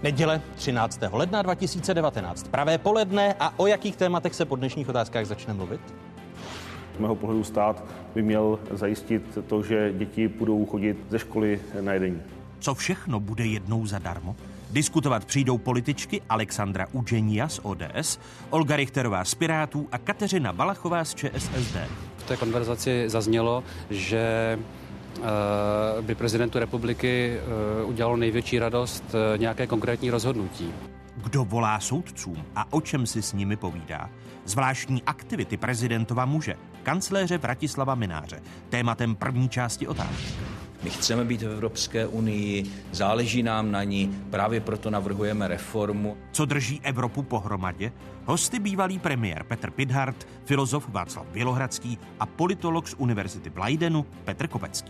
Neděle 13. ledna 2019. Pravé poledne a o jakých tématech se po dnešních otázkách začne mluvit? Z mého pohledu stát by měl zajistit to, že děti budou chodit ze školy na jedení. Co všechno bude jednou zadarmo? Diskutovat přijdou političky Alexandra Udženija z ODS, Olga Richterová z Pirátů a Kateřina Valachová z ČSSD. V té konverzaci zaznělo, že by prezidentu republiky udělalo největší radost nějaké konkrétní rozhodnutí. Kdo volá soudcům a o čem si s nimi povídá? Zvláštní aktivity prezidentova muže, kancléře Vratislava Mynáře, tématem první části otázky. My chceme být v Evropské unii, záleží nám na ní, právě proto navrhujeme reformu. Co drží Evropu pohromadě? Hosty bývalý premiér Petr Pithart, filozof Václav Bělohradský a politolog z Univerzity v Leidenu Petr Kopecký.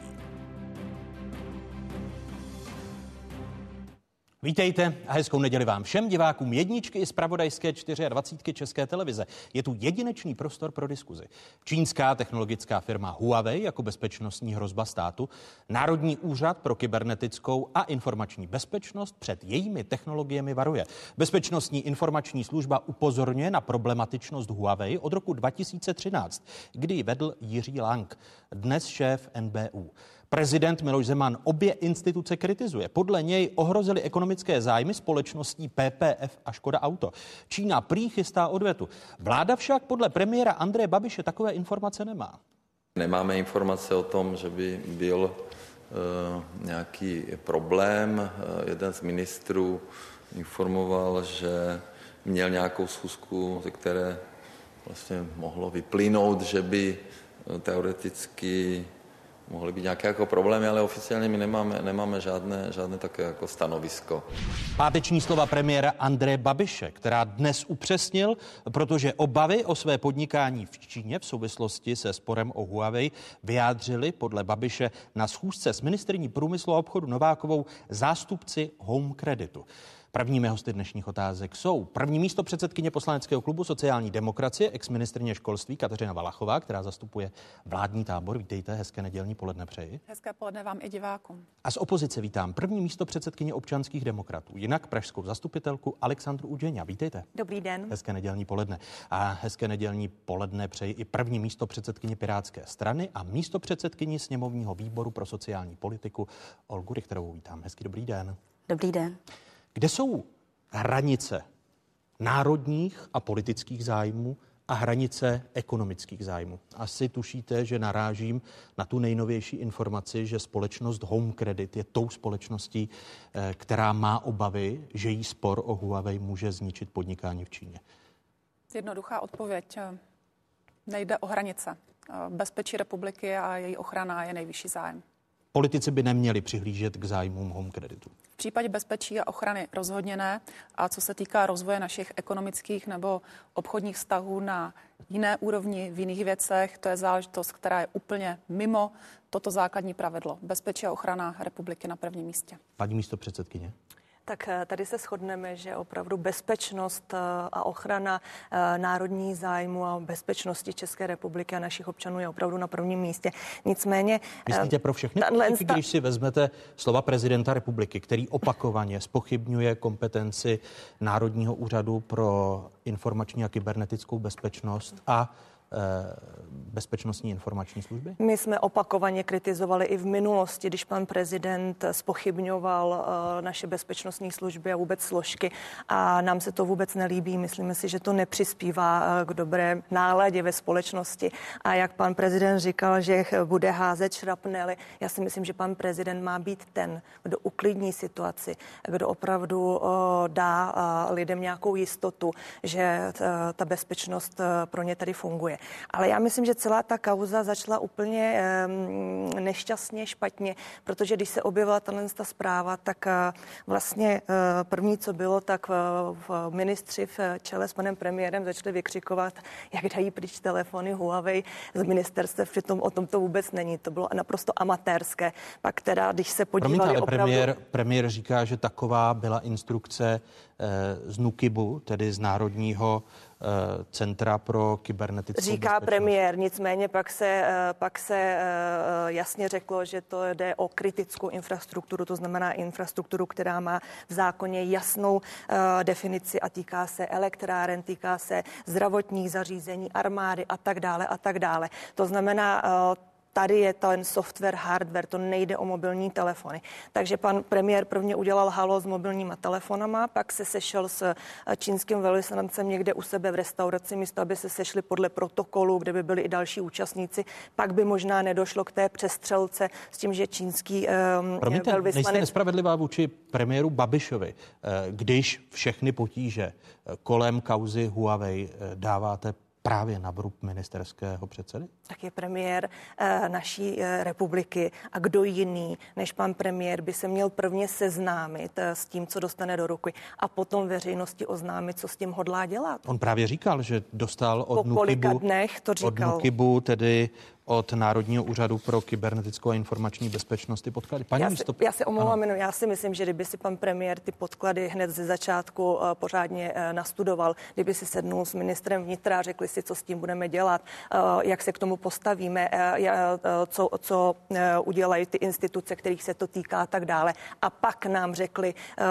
Vítejte a hezkou neděli vám všem divákům jedničky i zpravodajské 24 České televize. Je tu jedinečný prostor pro diskuzi. Čínská technologická firma Huawei jako bezpečnostní hrozba státu, Národní úřad pro kybernetickou a informační bezpečnost před jejími technologiemi varuje. Bezpečnostní informační služba upozorňuje na problematičnost Huawei od roku 2013, kdy ji vedl Jiří Lang, dnes šéf NBÚ. Prezident Miloš Zeman obě instituce kritizuje. Podle něj ohrozily ekonomické zájmy společností PPF a Škoda Auto. Čína prý chystá odvetu. Vláda však podle premiéra Andreje Babiše takové informace nemá. Nemáme informace o tom, že by byl nějaký problém. Jeden z ministrů informoval, že měl nějakou schůzku, ze které vlastně mohlo vyplynout, že by teoreticky mohly být nějaké jako problémy, ale oficiálně my nemáme žádné také jako stanovisko. Páteční slova premiéra Andreje Babiše, která dnes upřesnil, protože obavy o své podnikání v Číně v souvislosti se sporem o Huawei vyjádřili podle Babiše na schůzce s ministryní průmyslu a obchodu Novákovou zástupci Home Creditu. Prvními hosty dnešních otázek jsou první místopředsedkyně poslaneckého klubu sociální demokracie, exministryně školství Kateřina Valachová, která zastupuje vládní tábor. Vítejte, hezké nedělní poledne přeji. Hezké poledne vám i divákům. A z opozice vítám první místopředsedkyně občanských demokratů, jinak pražskou zastupitelku Alexandru Udženija. Vítejte. Dobrý den. Hezké nedělní poledne. A hezké nedělní poledne přeji i první místopředsedkyně Pirátské strany a místopředsedkyni sněmovního výboru pro sociální politiku Olgu Richterovou. Vítám. Hezký dobrý den. Dobrý den. Kde jsou hranice národních a politických zájmů a hranice ekonomických zájmů? Asi tušíte, že narážím na tu nejnovější informaci, že společnost Home Credit je tou společností, která má obavy, že jí spor o Huawei může zničit podnikání v Číně. Jednoduchá odpověď. Nejde o hranice. Bezpečí republiky a její ochrana je nejvyšší zájem. Politici by neměli přihlížet k zájmům Home Creditu. V případě bezpečí a ochrany rozhodně ne. A co se týká rozvoje našich ekonomických nebo obchodních vztahů na jiné úrovni, v jiných věcech, to je záležitost, která je úplně mimo toto základní pravidlo. Bezpečí a ochrana republiky na prvním místě. Paní místopředsedkyně. Tak tady se shodneme, že opravdu bezpečnost a ochrana národní zájmu a bezpečnosti České republiky a našich občanů je opravdu na prvním místě. Nicméně... Myslíte pro všechny politiky, když si vezmete slova prezidenta republiky, který opakovaně zpochybňuje kompetenci Národního úřadu pro informační a kybernetickou bezpečnost a bezpečnostní informační služby? My jsme opakovaně kritizovali i v minulosti, když pan prezident zpochybňoval naše bezpečnostní služby a vůbec složky a nám se to vůbec nelíbí. Myslíme si, že to nepřispívá k dobré náladě ve společnosti. A jak pan prezident říkal, že bude házet šrapnely, já si myslím, že pan prezident má být ten, kdo uklidní situaci, kdo opravdu dá lidem nějakou jistotu, že ta bezpečnost pro ně tady funguje. Ale já myslím, že celá ta kauza začala úplně nešťastně, špatně, protože když se objevila ta zpráva, tak vlastně první, co bylo, tak ministři v čele s panem premiérem začali vykřikovat, jak dají pryč telefony Huawei z ministerstev, přitom o tom to vůbec není. To bylo naprosto amatérské. Pak teda, když se podívali ale opravdu... premiér říká, že taková byla instrukce z NÚKIBu, tedy z Národního Centra pro kybernetickou Říká premiér, nicméně pak se jasně řeklo, že to jde o kritickou infrastrukturu, to znamená infrastrukturu, která má v zákoně jasnou definici a týká se elektráren, týká se zdravotních zařízení, armády a tak dále a tak dále. To znamená, tady je ten software, hardware, to nejde o mobilní telefony. Takže pan premiér prvně udělal halo s mobilníma telefonama, pak se sešel s čínským velvyslancem někde u sebe v restauraci, místo aby se sešli podle protokolu, kde by byli i další účastníci. Pak by možná nedošlo k té přestřelce s tím, že čínský velvyslanec... Nejste nespravedlivá vůči premiéru Babišovi, když všechny potíže kolem kauzy Huawei dáváte právě na vrub ministerského předsedy? Tak je premiér naší republiky a kdo jiný než pan premiér by se měl prvně seznámit s tím, co dostane do ruky a potom veřejnosti oznámit, co s tím hodlá dělat. On právě říkal, že dostal od NÚKIBu, tedy od Národního úřadu pro kybernetickou a informační bezpečnost ty podklady. Já se omlouvám, já si myslím, že kdyby si pan premiér ty podklady hned ze začátku pořádně nastudoval, kdyby si sednul s ministrem vnitra, řekli si, co s tím budeme dělat, jak se k tomu postavíme, co udělají ty instituce, kterých se to týká a tak dále. A pak nám řekli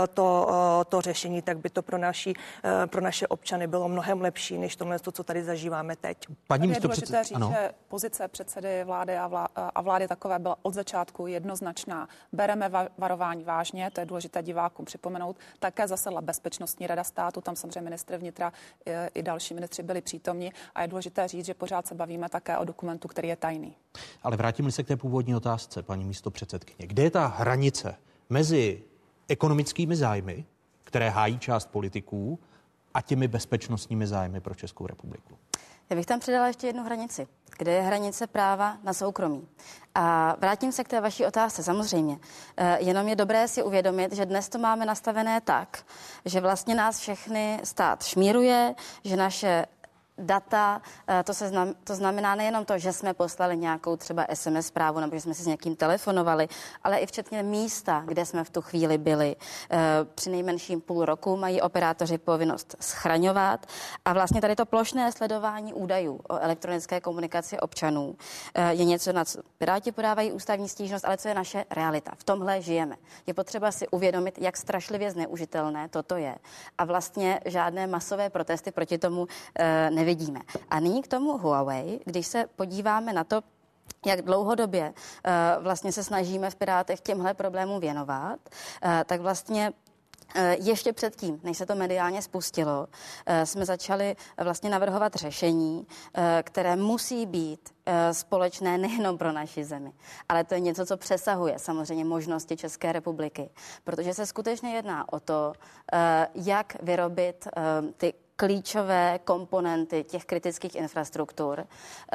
to řešení, tak by to pro naše občany bylo mnohem lepší, než tohle, co tady zažíváme teď. Paní je důležité říct, že pozice předsedy vlády a vlády takové byla od začátku jednoznačná. Bereme varování vážně, to je důležité divákům připomenout. Také zasedla Bezpečnostní rada státu, tam samozřejmě ministr vnitra i další ministři byli přítomni a je důležité říct, že pořád se bavíme také o dokumentu, který je tajný. Ale vrátím se k té původní otázce, paní místopředsedkyně. Kde je ta hranice mezi ekonomickými zájmy, které hájí část politiků, a těmi bezpečnostními zájmy pro Českou republiku? Já bych tam přidala ještě jednu hranici, kde je hranice práva na soukromí. A vrátím se k té vaší otázce, samozřejmě. Jenom je dobré si uvědomit, že dnes to máme nastavené tak, že vlastně nás všechny stát šmíruje, že naše data, to znamená nejenom to, že jsme poslali nějakou třeba SMS zprávu nebo že jsme si s někým telefonovali, ale i včetně místa, kde jsme v tu chvíli byli. Při nejmenším půl roku mají operátoři povinnost schraňovat a vlastně tady to plošné sledování údajů o elektronické komunikaci občanů je něco, na co Piráti podávají ústavní stížnost, ale co je naše realita. V tomhle žijeme. Je potřeba si uvědomit, jak strašlivě zneužitelné toto je. A vlastně žádné masové protesty proti tomu nevidíme. A nyní k tomu Huawei, když se podíváme na to, jak dlouhodobě vlastně se snažíme v Pirátech těmhle problémům věnovat, tak vlastně ještě předtím, než se to mediálně spustilo, jsme začali vlastně navrhovat řešení, které musí být společné nejenom pro naši zemi, ale to je něco, co přesahuje samozřejmě možnosti České republiky, protože se skutečně jedná o to, jak vyrobit ty klíčové komponenty těch kritických infrastruktur,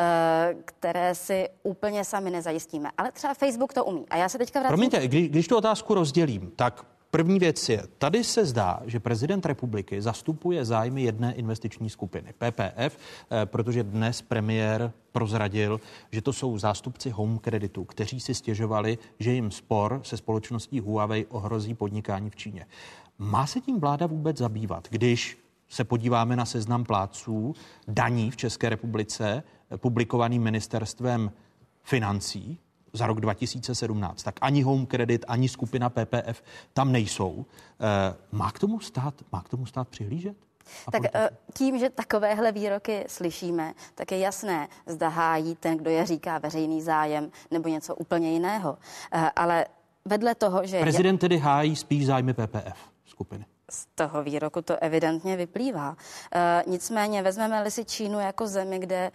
které si úplně sami nezajistíme. Ale třeba Facebook to umí. A já se teďka vrátím... Promiňte, když tu otázku rozdělím, tak první věc je, tady se zdá, že prezident republiky zastupuje zájmy jedné investiční skupiny, PPF, protože dnes premiér prozradil, že to jsou zástupci Home Creditu, kteří si stěžovali, že jim spor se společností Huawei ohrozí podnikání v Číně. Má se tím vláda vůbec zabývat, když se podíváme na seznam plátců daní v České republice, publikovaný ministerstvem financí za rok 2017, tak ani Home Credit, ani skupina PPF tam nejsou. Má k tomu stát přihlížet? Tak tím, že takovéhle výroky slyšíme, tak je jasné, zda hájí ten, kdo je říká veřejný zájem, nebo něco úplně jiného. Ale vedle toho, že... Prezident tedy hájí spíš zájmy PPF skupiny. Z toho výroku to evidentně vyplývá. Nicméně vezmeme-li si Čínu jako zemi, kde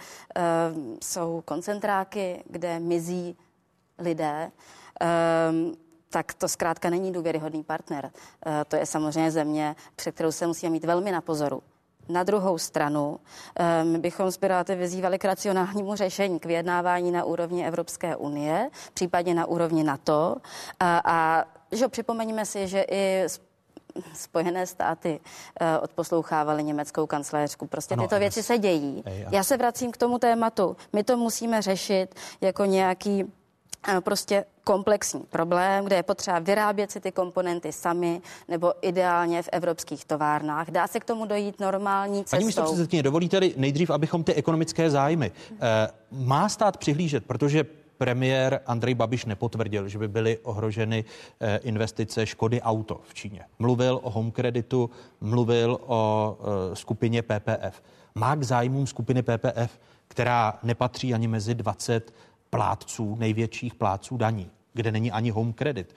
jsou koncentráky, kde mizí lidé, tak to zkrátka není důvěryhodný partner. To je samozřejmě země, před kterou se musíme mít velmi na pozoru. Na druhou stranu, my bychom s Piráty vyzývali k racionálnímu řešení, k vyjednávání na úrovni Evropské unie, případně na úrovni NATO. A že připomeňme si, že i Spojené státy odposlouchávaly německou kancléřku. Prostě tyto věci se dějí. Já se vracím k tomu tématu. My to musíme řešit jako nějaký prostě komplexní problém, kde je potřeba vyrábět si ty komponenty sami nebo ideálně v evropských továrnách. Dá se k tomu dojít normální cestou. Paní místopředsedkyně, dovolíte-li nejdřív, abychom ty ekonomické zájmy. Má stát přihlížet, protože premiér Andrej Babiš nepotvrdil, že by byly ohroženy investice Škody Auto v Číně. Mluvil o Home Creditu, mluvil o skupině PPF. Má k zájmům skupiny PPF, která nepatří ani mezi 20 plátců, největších plátců daní, kde není ani Home Credit,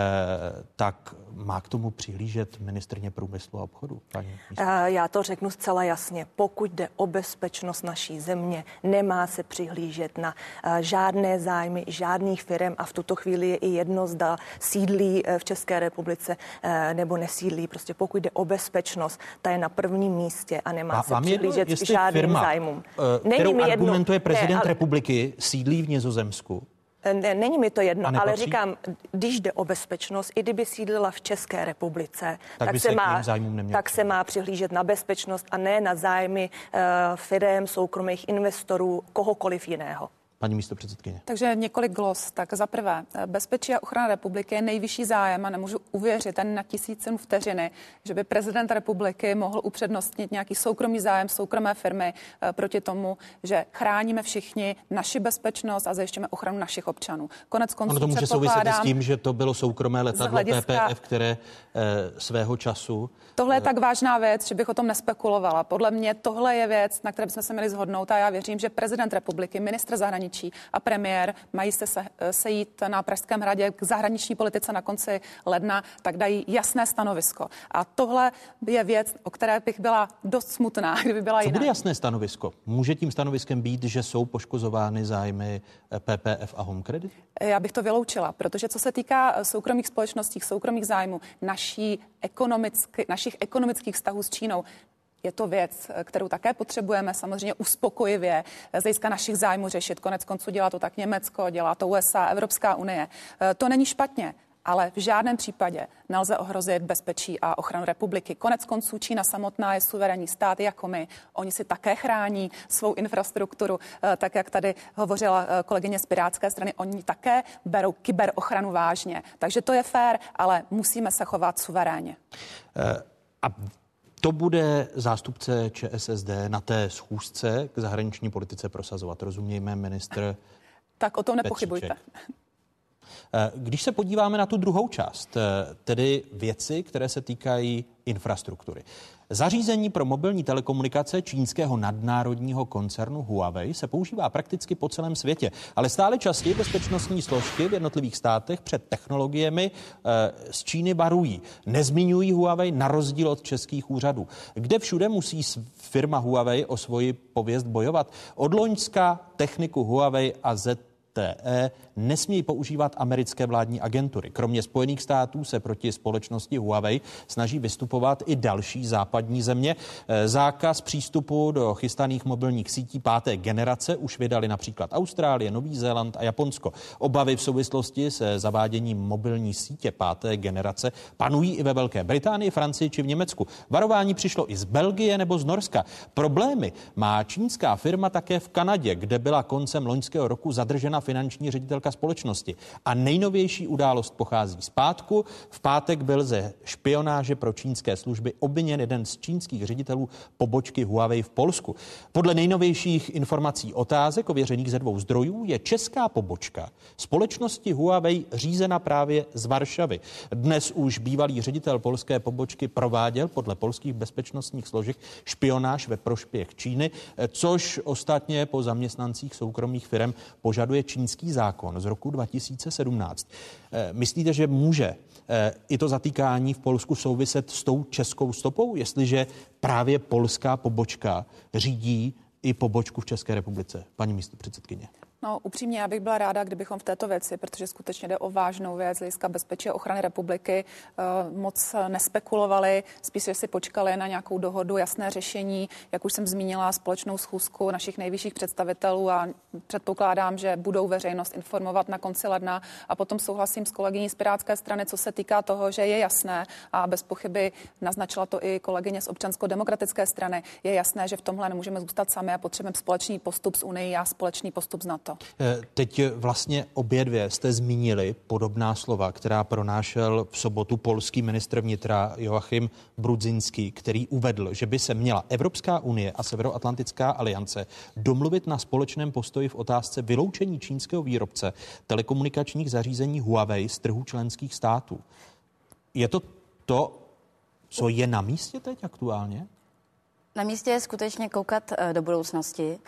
tak má k tomu přihlížet ministryně průmyslu a obchodu? Já to řeknu zcela jasně. Pokud jde o bezpečnost naší země, nemá se přihlížet na žádné zájmy žádných firem a v tuto chvíli je i jedno, zda sídlí v České republice nebo nesídlí. Prostě pokud jde o bezpečnost, ta je na prvním místě a nemá se přihlížet k žádným firma, zájmům. Kterou argumentuje prezident republiky, sídlí v Nizozemsku? Není mi to jedno, ale říkám, když jde o bezpečnost, i kdyby sídlila v České republice, tak se má přihlížet na bezpečnost a ne na zájmy firem, soukromých investorů, kohokoliv jiného. Paní místopředsedkyně. Takže několik glos. Tak za prvé, bezpečí a ochrana republiky je nejvyšší zájem a nemůžu uvěřit ani na tisícinu vteřiny, že by prezident republiky mohl upřednostnit nějaký soukromý zájem soukromé firmy proti tomu, že chráníme všichni naši bezpečnost a zajišťujeme ochranu našich občanů. Konec konců ono to může souviset s tím, že to bylo soukromé letadlo PPF, které svého času... Tohle je tak vážná věc, že bych o tom nespekulovala. Podle mě tohle je věc, na které bychom se měli shodnout a já věřím, že prezident republiky, ministr zahraničí a premiér mají se sejít na Pražském hradě k zahraniční politice na konci ledna, tak dají jasné stanovisko. A tohle je věc, o které bych byla dost smutná, kdyby byla jiná. Co bude jasné stanovisko? Může tím stanoviskem být, že jsou poškozovány zájmy PPF a Home Credit? Já bych to vyloučila, protože co se týká soukromých společností, soukromých zájmů, našich ekonomických vztahů s Čínou, je to věc, kterou také potřebujeme samozřejmě uspokojivě z hlediska našich zájmů řešit. Konec konců dělá to tak Německo, dělá to USA, Evropská unie. To není špatně, ale v žádném případě nelze ohrozit bezpečí a ochranu republiky. Konec konců Čína samotná je suverénní stát jako my. Oni si také chrání svou infrastrukturu, tak jak tady hovořila kolegyně z Pirátské strany. Oni také berou kyberochranu vážně. Takže to je fér, ale musíme se chovat suverénně. To bude zástupce ČSSD na té schůzce k zahraniční politice prosazovat. Rozumějme, ministr. Tak o tom nepochybujte. Když se podíváme na tu druhou část, tedy věci, které se týkají infrastruktury. Zařízení pro mobilní telekomunikace čínského nadnárodního koncernu Huawei se používá prakticky po celém světě, ale stále častěji bezpečnostní složky v jednotlivých státech před technologiemi z Číny varují. Nezmiňují Huawei na rozdíl od českých úřadů. Kde všude musí firma Huawei o svoji pověst bojovat? Od loňska techniku Huawei a ZTE nesmějí používat americké vládní agentury. Kromě Spojených států se proti společnosti Huawei snaží vystupovat i další západní země. Zákaz přístupu do chystaných mobilních sítí 5. generace už vydali například Austrálie, Nový Zéland a Japonsko. Obavy v souvislosti se zaváděním mobilní sítě 5. generace panují i ve Velké Británii, Francii či v Německu. Varování přišlo i z Belgie nebo z Norska. Problémy má čínská firma také v Kanadě, kde byla koncem loňského roku zadržena finanční ředitelka společnosti. A nejnovější událost pochází z pátku. V pátek byl ze špionáže pro čínské služby obviněn jeden z čínských ředitelů pobočky Huawei v Polsku. Podle nejnovějších informací otázek ověřených ze 2 zdrojů je česká pobočka společnosti Huawei řízena právě z Varšavy. Dnes už bývalý ředitel polské pobočky prováděl podle polských bezpečnostních složek špionáž ve prospěch Číny, což ostatně po zaměstnancích soukromých firm požaduje čínský zákon z roku 2017. Myslíte, že může i to zatýkání v Polsku souviset s tou českou stopou, jestliže právě polská pobočka řídí i pobočku v České republice? Paní místopředsedkyně. No, upřímně, já bych byla ráda, kdybychom v této věci, protože skutečně jde o vážnou věc z hlediska bezpečí a ochrany republiky, moc nespekulovali, spíše si počkali na nějakou dohodu, jasné řešení, jak už jsem zmínila, společnou schůzku našich nejvyšších představitelů a předpokládám, že budou veřejnost informovat na konci ledna a potom souhlasím s kolegyní z Pirátské strany, co se týká toho, že je jasné a bez pochyby naznačila to i kolegyně z Občansko-demokratické strany, je jasné, že v tomhle nemůžeme zůstat sami a potřebujeme společný postup s Unií a společný postup s NATO. NATO. Teď vlastně obě dvě jste zmínili podobná slova, která pronášel v sobotu polský ministr vnitra Joachim Brudzinski, který uvedl, že by se měla Evropská unie a Severoatlantická aliance domluvit na společném postoji v otázce vyloučení čínského výrobce telekomunikačních zařízení Huawei z trhu členských států. Je to, co je na místě teď aktuálně? Na místě je skutečně koukat do budoucnosti.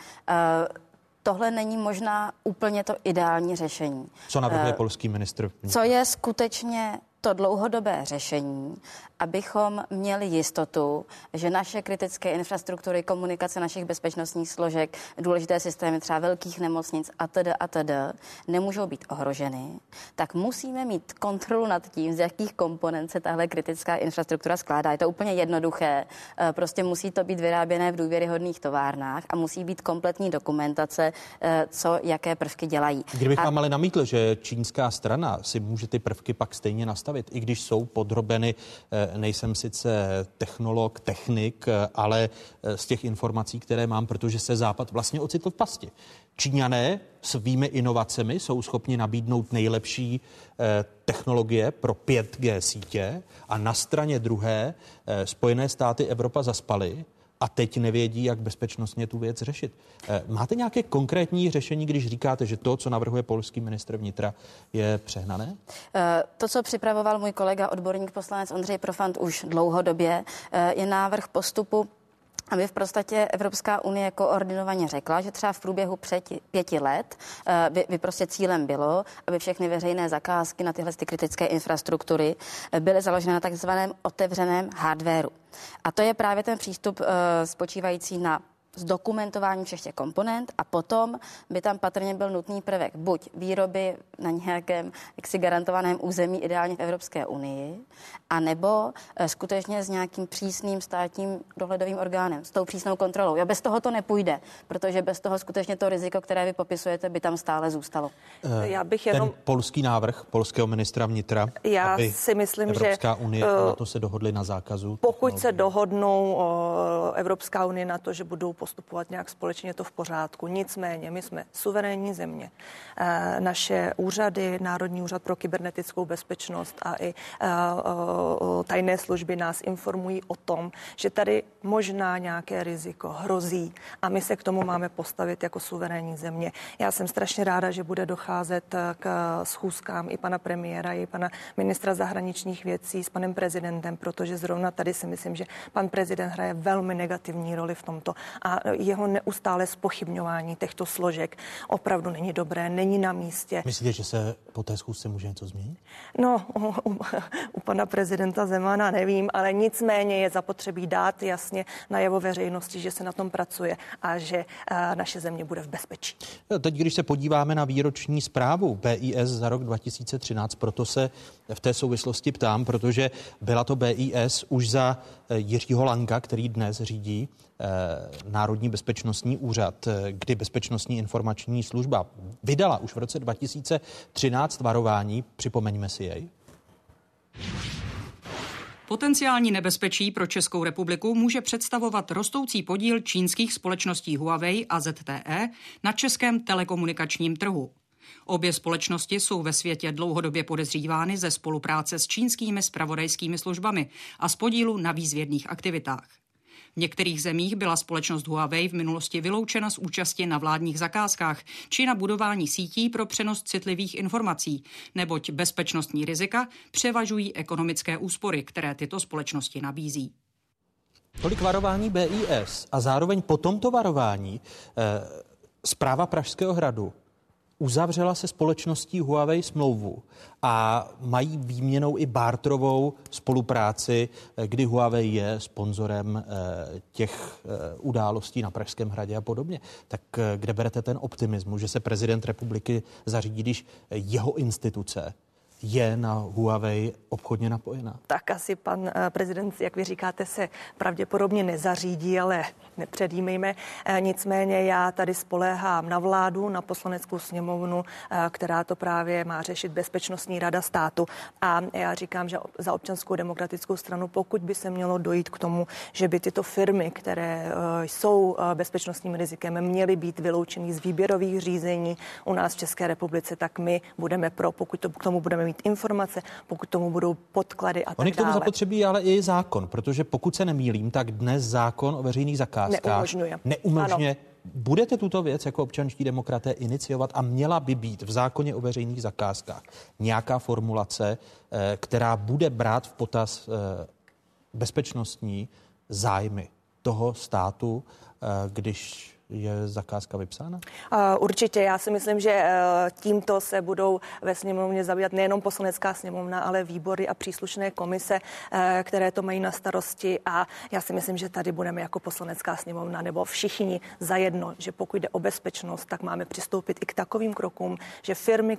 Tohle není možná úplně to ideální řešení. Co navrhuje polský ministr? Co je skutečně to dlouhodobé řešení, abychom měli jistotu, že naše kritické infrastruktury, komunikace našich bezpečnostních složek, důležité systémy třeba velkých nemocnic atd. Nemůžou být ohroženy, tak musíme mít kontrolu nad tím, z jakých komponent se tahle kritická infrastruktura skládá. Je to úplně jednoduché. Prostě musí to být vyráběné v důvěryhodných továrnách a musí být kompletní dokumentace, co jaké prvky dělají. Kdybych vám ale namítl, že čínská strana si může ty prvky pak stejně nastavit, i když jsou podrobeny, nejsem sice technolog, technik, ale z těch informací, které mám, protože se Západ vlastně ocitl v pasti. Číňané svými inovacemi jsou schopni nabídnout nejlepší technologie pro 5G sítě a na straně druhé Spojené státy Evropa zaspaly a teď nevědí, jak bezpečnostně tu věc řešit. Máte nějaké konkrétní řešení, když říkáte, že to, co navrhuje polský ministr vnitra, je přehnané? To, co připravoval můj kolega, odborník poslanec Ondřej Profant už dlouhodobě, je návrh postupu, aby v podstatě Evropská unie koordinovaně řekla, že třeba v průběhu 5 let by prostě cílem bylo, aby všechny veřejné zakázky na tyhle kritické infrastruktury byly založeny na takzvaném otevřeném hardwaru. A to je právě ten přístup spočívající na zdokumentování všech těch komponent a potom by tam patrně byl nutný prvek buď výroby na nějakém jaksi garantovaném území, ideálně v Evropské unii, anebo skutečně s nějakým přísným státním dohledovým orgánem, s tou přísnou kontrolou. Jo, bez toho to nepůjde, protože bez toho skutečně to riziko, které vy popisujete, by tam stále zůstalo. Já bych jenom... Ten polský návrh polského ministra vnitra, já aby si myslím, Evropská že unie a NATO se dohodli na zákazu. Pokud se dohodnou Evropská unie na to, že budou postupovat nějak společně, to v pořádku. Nicméně, my jsme suverénní země. Naše úřady, Národní úřad pro kybernetickou bezpečnost a i tajné služby nás informují o tom, že tady možná nějaké riziko hrozí a my se k tomu máme postavit jako suverénní země. Já jsem strašně ráda, že bude docházet k schůzkám i pana premiéra, i pana ministra zahraničních věcí s panem prezidentem, protože zrovna tady si myslím, že pan prezident hraje velmi negativní roli v tomto a jeho neustále zpochybňování těchto složek opravdu není dobré, není na místě. Myslíte, že se po té schůzce může něco změnit? No, u pana prezidenta Zemana nevím, ale nicméně je zapotřebí dát jasně najevo veřejnosti, že se na tom pracuje a že naše země bude v bezpečí. Teď, když se podíváme na výroční zprávu BIS za rok 2013, proto se v té souvislosti ptám, protože byla to BIS už za Jiřího Lanka, který dnes řídí Národní bezpečnostní úřad, kdy Bezpečnostní informační služba vydala už v roce 2013 varování. Připomeňme si jej. Potenciální nebezpečí pro Českou republiku může představovat rostoucí podíl čínských společností Huawei a ZTE na českém telekomunikačním trhu. Obě společnosti jsou ve světě dlouhodobě podezřívány ze spolupráce s čínskými zpravodajskými službami a z podílu na výzvědných aktivitách. V některých zemích byla společnost Huawei v minulosti vyloučena z účasti na vládních zakázkách či na budování sítí pro přenos citlivých informací, neboť bezpečnostní rizika převažují ekonomické úspory, které tyto společnosti nabízí. Tolik varování BIS a zároveň po tomto varování správa Pražského hradu uzavřela se společností Huawei smlouvu a mají výměnou i barterovou spolupráci, kdy Huawei je sponzorem těch událostí na Pražském hradě a podobně. Tak kde berete ten optimismus, že se prezident republiky zařídí, když jeho instituce je na Huawei obchodně napojená? Tak asi pan prezident, jak vy říkáte, se pravděpodobně nezařídí, ale nepředjímejme. Nicméně já tady spoléhám na vládu, na poslaneckou sněmovnu, která to právě má řešit Bezpečnostní rada státu. A já říkám, že za Občanskou demokratickou stranu, pokud by se mělo dojít k tomu, že by tyto firmy, které jsou bezpečnostním rizikem, měly být vyloučeny z výběrových řízení u nás v České republice, tak my budeme pro, pokud k tomu budeme mít informace, pokud tomu budou podklady a tak dále. Oni k tomu zapotřebí ale i zákon, protože pokud se nemýlím, tak dnes zákon o veřejných zakázkách neumožňuje. Budete tuto věc jako občanští demokraté iniciovat a měla by být v zákoně o veřejných zakázkách nějaká formulace, která bude brát v potaz bezpečnostní zájmy toho státu, když je zakázka vypsána? Určitě. Já si myslím, že tímto se budou ve sněmovně zabývat nejenom poslanecká sněmovna, ale výbory a příslušné komise, které to mají na starosti. A já si myslím, že tady budeme jako poslanecká sněmovna nebo všichni zajedno, že pokud jde o bezpečnost, tak máme přistoupit i k takovým krokům, že firmy,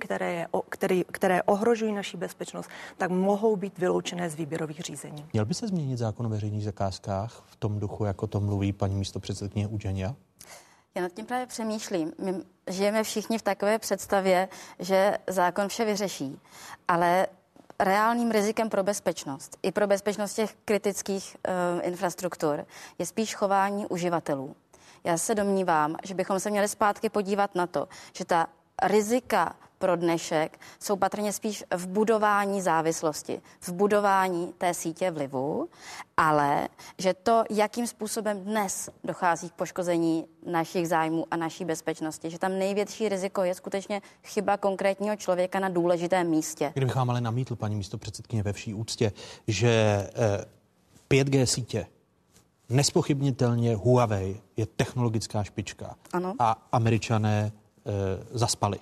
které ohrožují naši bezpečnost, tak mohou být vyloučené z výběrových řízení. Měl by se změnit zákon o veřejných zakázkách v tom duchu, jako to mluví paní místopředsedkyně Udženija? Já nad tím právě přemýšlím. My žijeme všichni v takové představě, že zákon vše vyřeší, ale reálným rizikem pro bezpečnost i pro bezpečnost těch kritických infrastruktur je spíš chování uživatelů. Já se domnívám, že bychom se měli zpátky podívat na to, že ta rizika pro dnešek jsou patrně spíš v budování závislosti, v budování té sítě vlivu, ale že to, jakým způsobem dnes dochází k poškození našich zájmů a naší bezpečnosti, že tam největší riziko je skutečně chyba konkrétního člověka na důležitém místě. Kdybych vám ale namítl, paní místopředsedkyně, ve vší úctě, že 5G sítě nespochybnitelně Huawei je technologická špička. Ano. A Američané zaspali.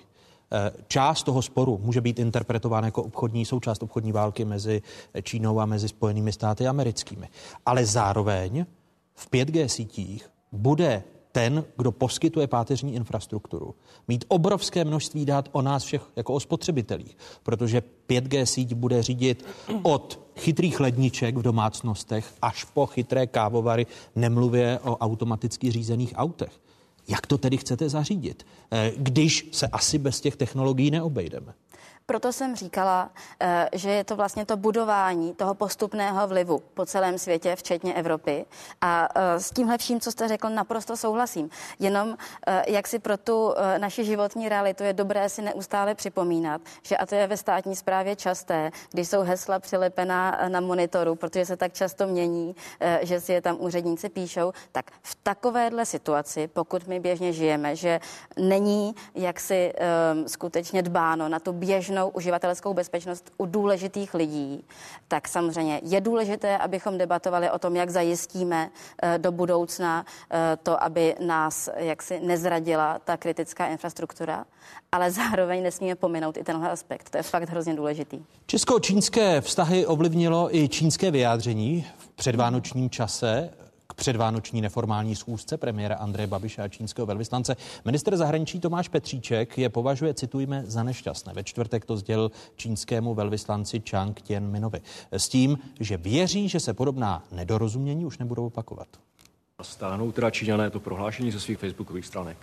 Část toho sporu může být interpretována jako součást obchodní války mezi Čínou a mezi Spojenými státy americkými. Ale zároveň v 5G sítích bude ten, kdo poskytuje páteřní infrastrukturu, mít obrovské množství dat o nás všech jako o spotřebitelích, protože 5G síť bude řídit od chytrých ledniček v domácnostech až po chytré kávovary, nemluvě o automaticky řízených autech. Jak to tedy chcete zařídit, když se asi bez těch technologií neobejdeme? Proto jsem říkala, že je to vlastně to budování toho postupného vlivu po celém světě, včetně Evropy. A s tímhle vším, co jste řekl, naprosto souhlasím. Jenom jak si pro tu naši životní realitu je dobré si neustále připomínat, že a to je ve státní správě časté, když jsou hesla přilepená na monitoru, protože se tak často mění, že si je tam úředníci píšou, tak v takovéhle situaci, pokud my běžně žijeme, že není jaksi skutečně dbáno na tu běžnou uživatelskou bezpečnost u důležitých lidí, tak samozřejmě je důležité, abychom debatovali o tom, jak zajistíme do budoucna to, aby nás jaksi nezradila ta kritická infrastruktura, ale zároveň nesmíme pominout i tenhle aspekt. To je fakt hrozně důležitý. Česko-čínské vztahy ovlivnilo i čínské vyjádření v předvánočním čase k předvánoční neformální schůzce premiéra Andreje Babiše a čínského velvyslance. Ministr zahraničí Tomáš Petříček je považuje, citujme, za nešťastné. Ve čtvrtek to sdělil čínskému velvyslanci Chang Tianminovi. S tím, že věří, že se podobná nedorozumění už nebudou opakovat. Stáhnou teda Číňané to prohlášení ze svých facebookových stránek?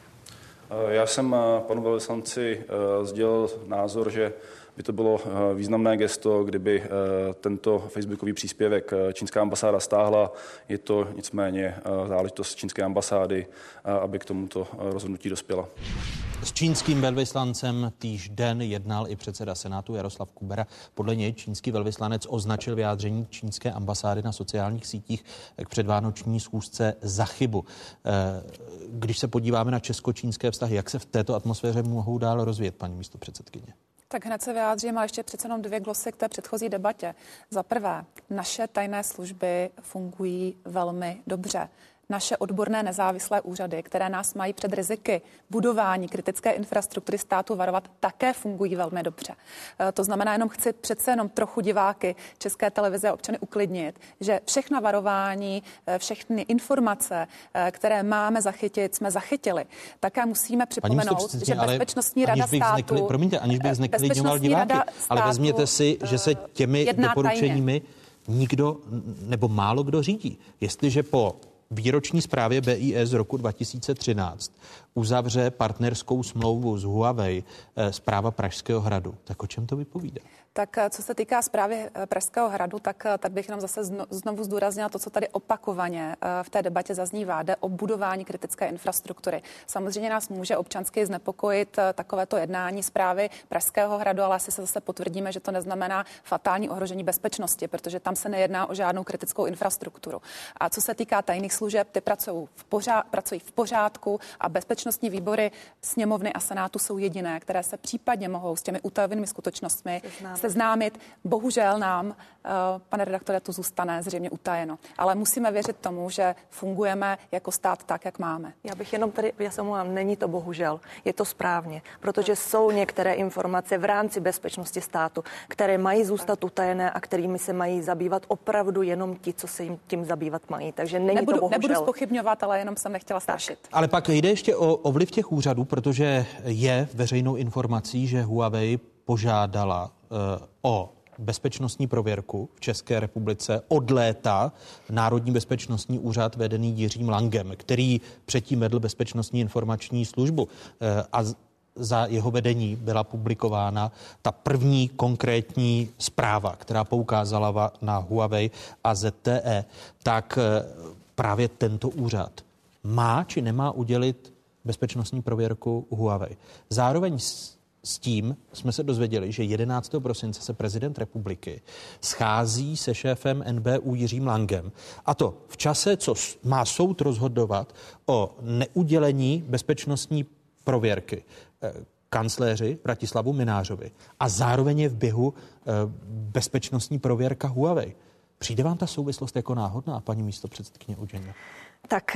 Já jsem panu velvyslanci sdělil názor, že by to bylo významné gesto, kdyby tento facebookový příspěvek čínská ambasáda stáhla. Je to nicméně záležitost čínské ambasády, aby k tomuto rozhodnutí dospěla. S čínským velvyslancem týž den jednal i předseda Senátu Jaroslav Kubera. Podle něj čínský velvyslanec označil vyjádření čínské ambasády na sociálních sítích k předvánoční schůzce za chybu. Když se podíváme na česko-čínské vztahy, jak se v této atmosféře mohou dál rozvíjet, paní místopředsedkyně? Tak hned se vyjádřím, ale ještě přece jenom 2 glosy k té předchozí debatě. Za prvé, naše tajné služby fungují velmi dobře. naše odborné nezávislé úřady, které nás mají před riziky budování kritické infrastruktury státu varovat, také fungují velmi dobře. To znamená, chci přece jenom trochu diváky České televize a občany uklidnit, že všechna varování, všechny informace, které máme zachytit, jsme zachytili. Také musíme připomenout, že Bezpečnostní rada státu... Aniž bych zneklidňoval diváky, ale vezměte si, že se těmi doporučeními nikdo nebo málo kdo řídí. Jestliže po výroční zprávě BIS z roku 2013 uzavře partnerskou smlouvu s Huawei správa Pražského hradu, tak o čem to vypovídá? Tak co se týká zprávy Pražského hradu, tak bych jenom zase znovu zdůraznila to, co tady opakovaně v té debatě zaznívá. Jde o budování kritické infrastruktury. Samozřejmě nás může občansky znepokojit takovéto jednání zprávy Pražského hradu, ale asi se zase potvrdíme, že to neznamená fatální ohrožení bezpečnosti, protože tam se nejedná o žádnou kritickou infrastrukturu. A co se týká tajných služeb, ty pracují v pořádku a bezpečnostní výbory sněmovny a senátu jsou jediné, které se případně mohou s těmi utajenými skutečnostmi seznámit. Bohužel nám, pane redaktore, to zůstane zřejmě utajeno. Ale musíme věřit tomu, že fungujeme jako stát tak, jak máme. Já bych jenom tady, já se omlouvám, není to bohužel, je to správně, protože jsou některé informace v rámci bezpečnosti státu, které mají zůstat utajené a kterými se mají zabývat opravdu jenom ti, co se jim tím zabývat mají. Takže není to bohužel. Nebudu zpochybňovat, ale jenom jsem nechtěla strašit. Ale pak jde ještě o vliv těch úřadů, protože je veřejnou informací, že Huawei požádala o bezpečnostní prověrku v České republice od léta Národní bezpečnostní úřad vedený Jiřím Langem, který předtím vedl Bezpečnostní informační službu a za jeho vedení byla publikována ta první konkrétní zpráva, která poukázala na Huawei a ZTE, tak právě tento úřad má či nemá udělit bezpečnostní prověrku Huawei. Zároveň s tím jsme se dozvěděli, že 11. prosince se prezident republiky schází se šéfem NBÚ Jiřím Langem. A to v čase, co má soud rozhodovat o neudělení bezpečnostní prověrky kancléři Vratislavu Mynářovi. A zároveň je v běhu bezpečnostní prověrka Huawei. Přijde vám ta souvislost jako náhodná, paní místopředsedkyně Ožeňová? Tak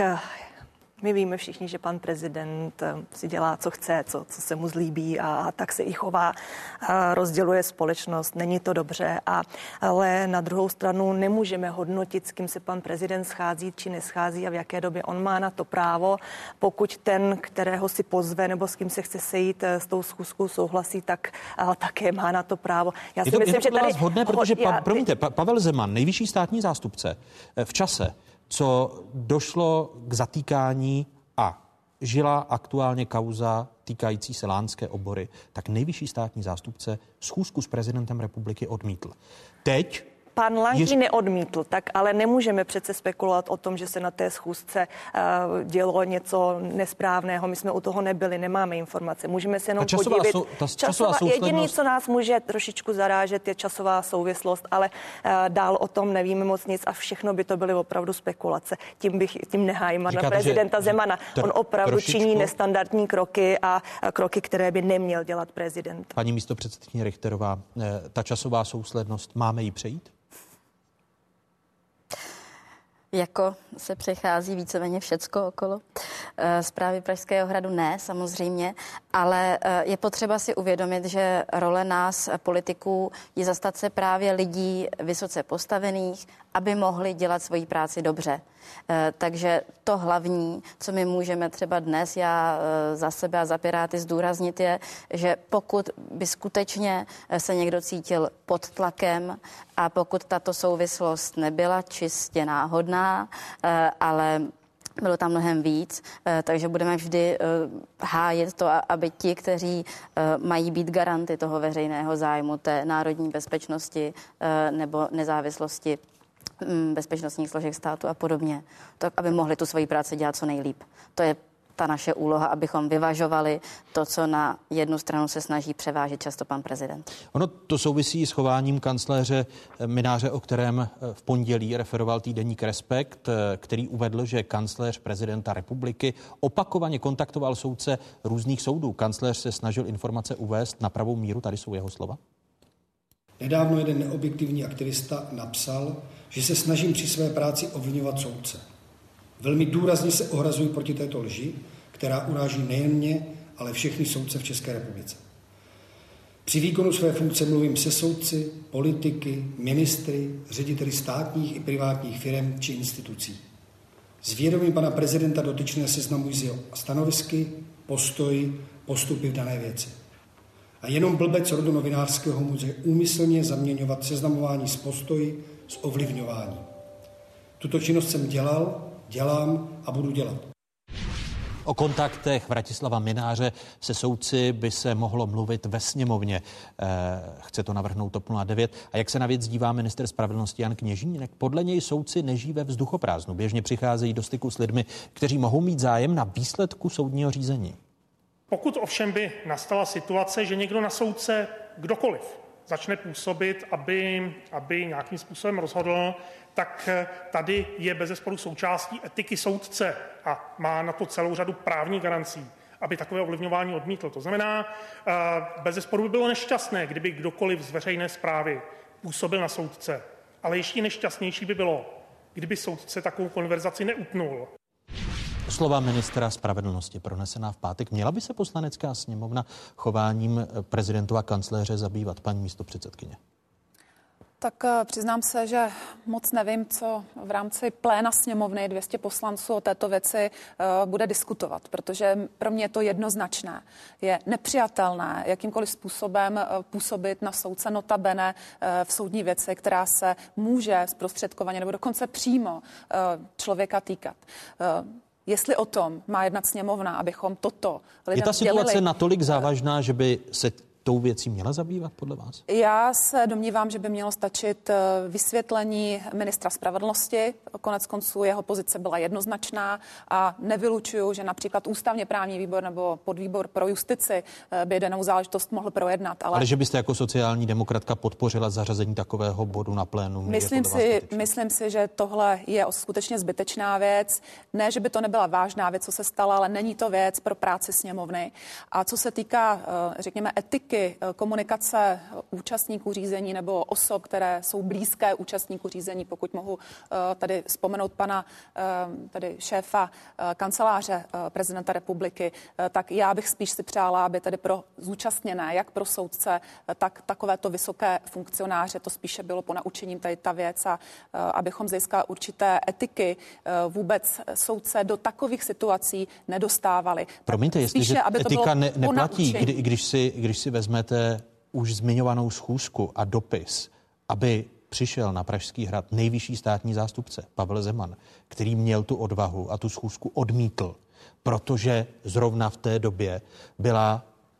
my víme všichni, že pan prezident si dělá, co chce, co se mu zlíbí a tak se i chová, rozděluje společnost, není to dobře, ale na druhou stranu nemůžeme hodnotit, s kým se pan prezident schází či neschází a v jaké době. On má na to právo, pokud ten, kterého si pozve nebo s kým se chce sejít, s tou schůzkou souhlasí, tak také má na to právo. Já si myslím, že tady vhodné, protože promiňte, Pavel Zeman, nejvyšší státní zástupce, v čase, co došlo k zatýkání a žila aktuálně kauza týkající se Lánské Obory, tak nejvyšší státní zástupce schůzku s prezidentem republiky odmítl. Teď pan Lang neodmítl, tak ale nemůžeme přece spekulovat o tom, že se na té schůzce dělo něco nesprávného. My jsme u toho nebyli, nemáme informace. Můžeme se jenom podívat. Jediný, co nás může trošičku zarážet, je časová souvislost, ale dál o tom nevíme moc nic a všechno by to byly opravdu spekulace. Tím nehájím na prezidenta Zemana. On opravdu činí nestandardní kroky a kroky, které by neměl dělat prezident. Paní místopředsedkyně Richterová, ta časová souslednost, máme ji přejít? Jako se přechází víceméně všecko okolo zprávy Pražského hradu? Ne, samozřejmě, ale je potřeba si uvědomit, že role nás, politiků, je zastat se právě lidí vysoce postavených, aby mohli dělat svoji práci dobře. Takže to hlavní, co my můžeme třeba dnes, já za sebe a za Piráty zdůraznit, je, že pokud by skutečně se někdo cítil pod tlakem a pokud tato souvislost nebyla čistě náhodná, ale bylo tam mnohem víc, takže budeme vždy hájit to, aby ti, kteří mají být garanty toho veřejného zájmu, té národní bezpečnosti nebo nezávislosti bezpečnostních složek státu a podobně, tak aby mohli tu svoji práci dělat co nejlíp. To je ta naše úloha, abychom vyvažovali to, co na jednu stranu se snaží převážit často pan prezident. Ono to souvisí s chováním kancléře Mynáře, o kterém v pondělí referoval týdeník Respekt, který uvedl, že kancléř prezidenta republiky opakovaně kontaktoval soudce různých soudů. Kancléř se snažil informace uvést na pravou míru, tady jsou jeho slova. Nedávno jeden neobjektivní aktivista napsal, že se snažím při své práci ovlivňovat soudce. Velmi důrazně se ohrazuji proti této lži, která uráží nejen mě, ale všechny soudce v České republice. Při výkonu své funkce mluvím se soudci, politiky, ministry, řediteli státních i privátních firem či institucí. S vědomím pana prezidenta dotyčné seznamují s jeho stanovisky, postoji, postupy v dané věci. A jenom blbec rodu novinářského může úmyslně zaměňovat seznamování s postoji s ovlivňováním. Tuto činnost jsem dělal, dělám a budu dělat. O kontaktech Vratislava Mynáře se soudci by se mohlo mluvit ve sněmovně. Chce to navrhnout TOP 09. A jak se na věc dívá ministr spravedlnosti Jan Kněžínek? Podle něj soudci nežijí ve vzduchoprázdnu. Běžně přicházejí do styku s lidmi, kteří mohou mít zájem na výsledku soudního řízení. Pokud ovšem by nastala situace, že někdo na soudce, kdokoliv, začne působit, aby nějakým způsobem rozhodl, tak tady je bezesporu součástí etiky soudce a má na to celou řadu právních garancí, aby takové ovlivňování odmítl. To znamená, bezesporu by bylo nešťastné, kdyby kdokoliv z veřejné správy působil na soudce, ale ještě nešťastnější by bylo, kdyby soudce takovou konverzaci neutnul. Slova ministra spravedlnosti pronesená v pátek. Měla by se Poslanecká sněmovna chováním prezidentova kancléře zabývat, paní místopředsedkyně? Tak přiznám se, že moc nevím, co v rámci pléna sněmovny 200 poslanců o této věci bude diskutovat, protože pro mě je to jednoznačné. Je nepřijatelné jakýmkoliv způsobem působit na soudce notabene v soudní věci, která se může zprostředkovaně nebo dokonce přímo člověka týkat. Jestli o tom má jednat sněmovna, abychom toto lidem Je ta situace sdělili, natolik závažná, že by se tou věcí měla zabývat podle vás? Já se domnívám, že by mělo stačit vysvětlení ministra spravedlnosti. Konec konců jeho pozice byla jednoznačná a nevylučuju, že například ústavně právní výbor nebo podvýbor pro justici by danou záležitost mohl projednat. Ale že byste jako sociální demokratka podpořila zařazení takového bodu na plénum? Myslím si, že tohle je skutečně zbytečná věc. Ne, že by to nebyla vážná věc, co se stala, ale není to věc pro práci sněmovny. A co se týká, řekněme, etiky, komunikace účastníků řízení nebo osob, které jsou blízké účastníků řízení, pokud mohu tady vzpomenout pana tady šéfa kanceláře prezidenta republiky, tak já bych spíš si přála, aby tady pro zúčastněné, jak pro soudce, tak takovéto vysoké funkcionáře, to spíše bylo po naučením tady ta věc a abychom získali určité etiky vůbec soudce do takových situací nedostávali. Promiňte, jestliže etika neplatí, když si vezmete už zmiňovanou schůzku a dopis, aby přišel na Pražský hrad nejvyšší státní zástupce Pavel Zeman, který měl tu odvahu a tu schůzku odmítl, protože zrovna v té době byla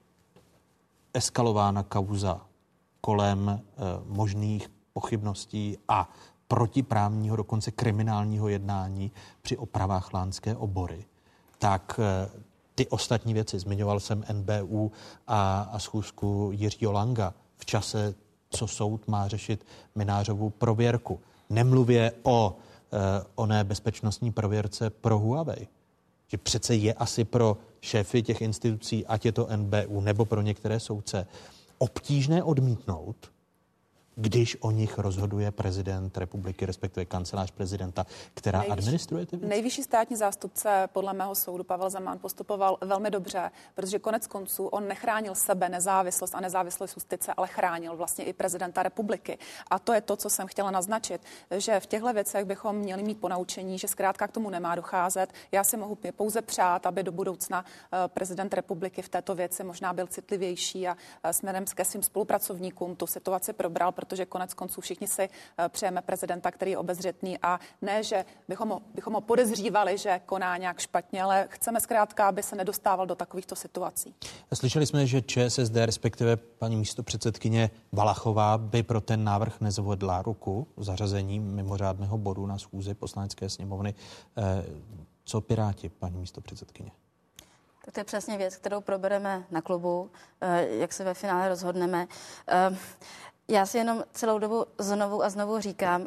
eskalována kauza kolem možných pochybností a protiprávního, dokonce kriminálního jednání při opravách Lánské Obory, tak ty ostatní věci, zmiňoval jsem NBÚ a schůzku Jiřího Langa v čase, co soud má řešit Mynářovu prověrku. Nemluvě o oné bezpečnostní prověrce pro Huawei. Že přece je asi pro šéfy těch institucí, ať je to NBÚ nebo pro některé soudce, obtížné odmítnout, když o nich rozhoduje prezident republiky, respektive kancelář prezidenta, která administruje ty věci? Nejvyšší státní zástupce, podle mého soudu, Pavel Zeman, postupoval velmi dobře, protože konec konců on nechránil sebe, nezávislost a nezávislost justice, ale chránil vlastně i prezidenta republiky. A to je to, co jsem chtěla naznačit, že v těchto věcech bychom měli mít ponaučení, že zkrátka k tomu nemá docházet. Já si mohu pouze přát, aby do budoucna prezident republiky v této věci možná byl citlivější a směrem ke svým spolupracovníkům tu situaci probral, protože konec konců všichni si přejeme prezidenta, který je obezřetný a ne, že bychom ho podezřívali, že koná nějak špatně, ale chceme zkrátka, aby se nedostával do takovýchto situací. Slyšeli jsme, že ČSSD, respektive paní místopředsedkyně Valachová, by pro ten návrh nezvedla ruku zařazení mimořádného bodu na schůzi Poslanecké sněmovny. Co Piráti, paní místopředsedkyně? Tak to je přesně věc, kterou probereme na klubu, jak se ve finále rozhodneme. Já si jenom celou dobu znovu a znovu říkám,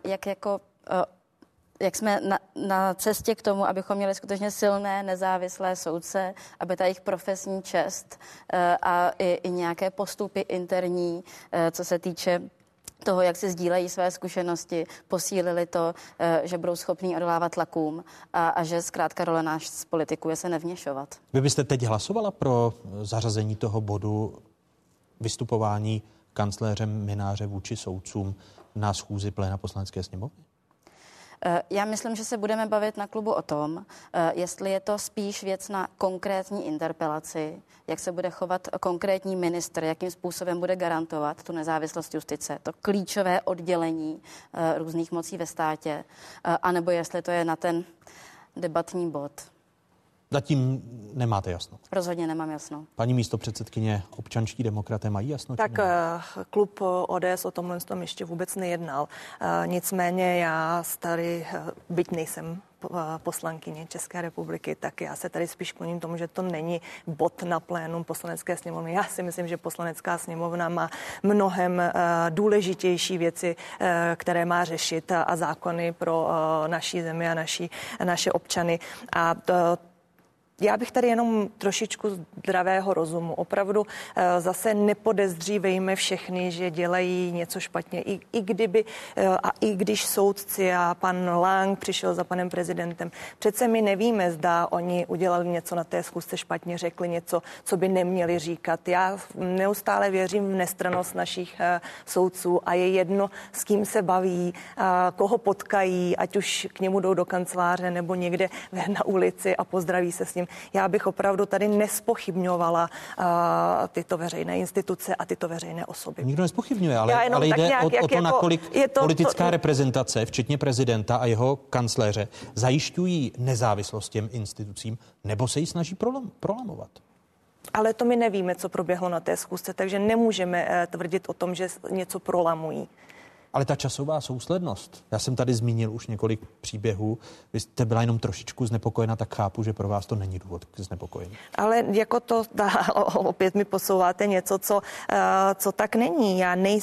jak jsme na cestě k tomu, abychom měli skutečně silné, nezávislé soudce, aby ta jejich profesní čest a i nějaké postupy interní, co se týče toho, jak si sdílejí své zkušenosti, posílili to, že budou schopní odolávat tlakům a že zkrátka role náš z politiků je se nevměšovat. Vy byste teď hlasovala pro zařazení toho bodu vystupování kancléře Mynáře vůči soudcům na schůzi pléna Poslanecké sněmovny? Já myslím, že se budeme bavit na klubu o tom, jestli je to spíš věc na konkrétní interpelaci, jak se bude chovat konkrétní ministr, jakým způsobem bude garantovat tu nezávislost justice, to klíčové oddělení různých mocí ve státě, anebo jestli to je na ten debatní bod. Zatím nemáte jasno. Rozhodně nemám jasno. Paní místopředsedkyně, občanští demokraté mají jasno? Tak klub ODS o tomhle tom ještě vůbec nejednal. Nicméně já tady, byť nejsem poslankyně České republiky, tak já se tady spíš kloním tomu, že to není bod na plénum Poslanecké sněmovny. Já si myslím, že Poslanecká sněmovna má mnohem důležitější věci, které má řešit a zákony pro naší zemi a naše občany. A já bych tady jenom trošičku zdravého rozumu. Opravdu zase nepodezřívejme všechny, že dělají něco špatně. I když soudci a pan Lang přišel za panem prezidentem, přece my nevíme, zda oni udělali něco na té schůzce špatně, řekli něco, co by neměli říkat. Já neustále věřím v nestrannost našich soudců a je jedno, s kým se baví, koho potkají, ať už k němu jdou do kanceláře nebo někde na ulici a pozdraví se s ním. Já bych opravdu tady nespochybňovala tyto veřejné instituce a tyto veřejné osoby. Nikdo nespochybňuje, ale jde o to, nakolik politická reprezentace, včetně prezidenta a jeho kancléře, zajišťují nezávislost těm institucím, nebo se ji snaží prolamovat. Ale to my nevíme, co proběhlo na té schůzce, takže nemůžeme tvrdit o tom, že něco prolamují. Ale ta časová souslednost, já jsem tady zmínil už několik příběhů, vy jste byla jenom trošičku znepokojena, tak chápu, že pro vás to není důvod k znepokojení. Ale jako to opět mi posouváte něco, co tak není.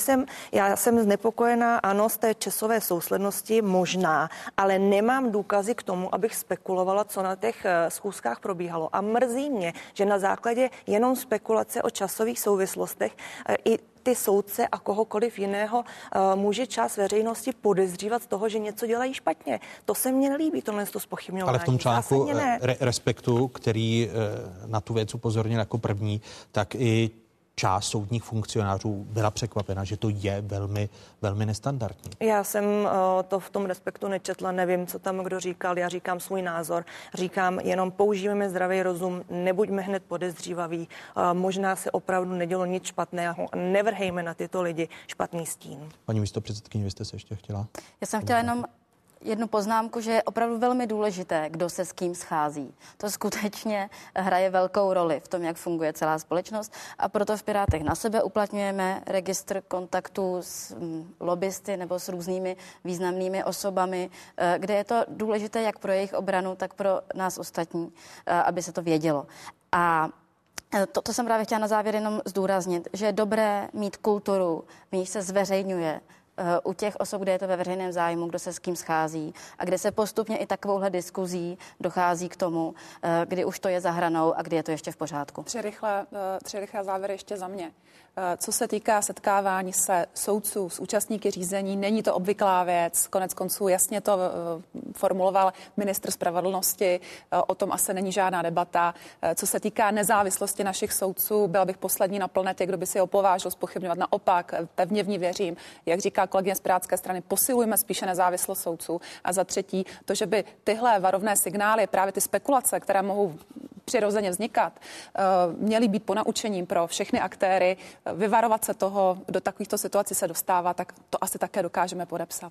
Já jsem znepokojená, ano, z té časové souslednosti možná, ale nemám důkazy k tomu, abych spekulovala, co na těch schůzkách probíhalo. A mrzí mě, že na základě jenom spekulace o časových souvislostech i ty soudce a kohokoliv jiného může část veřejnosti podezřívat z toho, že něco dělají špatně. To se mně nelíbí, tohle to zpochybňování. Ale v tom článku Respektu, který na tu věc upozornil jako první, tak i část soudních funkcionářů byla překvapena, že to je velmi, velmi nestandardní. Já jsem to v tom Respektu nečetla, nevím, co tam kdo říkal, já říkám svůj názor, říkám jenom používejme zdravý rozum, nebuďme hned podezřívaví, možná se opravdu nedělo nic špatného, nevrhejme na tyto lidi špatný stín. Paní místopředsedkyně, vy jste se ještě chtěla? Já jsem chtěla jenom jednu poznámku, že je opravdu velmi důležité, kdo se s kým schází. To skutečně hraje velkou roli v tom, jak funguje celá společnost a proto v Pirátech na sebe uplatňujeme registr kontaktů s lobbysty nebo s různými významnými osobami, kde je to důležité jak pro jejich obranu, tak pro nás ostatní, aby se to vědělo. A to jsem právě chtěla na závěr jenom zdůraznit, že je dobré mít kulturu, v níž se zveřejňuje u těch osob, kde je to ve veřejném zájmu, kdo se s kým schází a kde se postupně i takovouhle diskuzí dochází k tomu, kdy už to je za hranou a kdy je to ještě v pořádku. Tři rychlé závěry ještě za mě. Co se týká setkávání se soudců s účastníky řízení, není to obvyklá věc. Konec konců jasně to formuloval ministr spravedlnosti, o tom asi není žádná debata. Co se týká nezávislosti našich soudců, byla bych poslední na planetě, kdo by si ho povážil zpochybňovat. Naopak, pevně v ní věřím. Jak říká kolegyně z Pirátské strany, posilujeme spíše nezávislost soudců. A za třetí, to, že by tyhle varovné signály, právě ty spekulace, které mohou přirozeně vznikat, měly být ponaučením pro všechny aktéry, vyvarovat se toho, do takovýchto situací se dostává, tak to asi také dokážeme podepsat.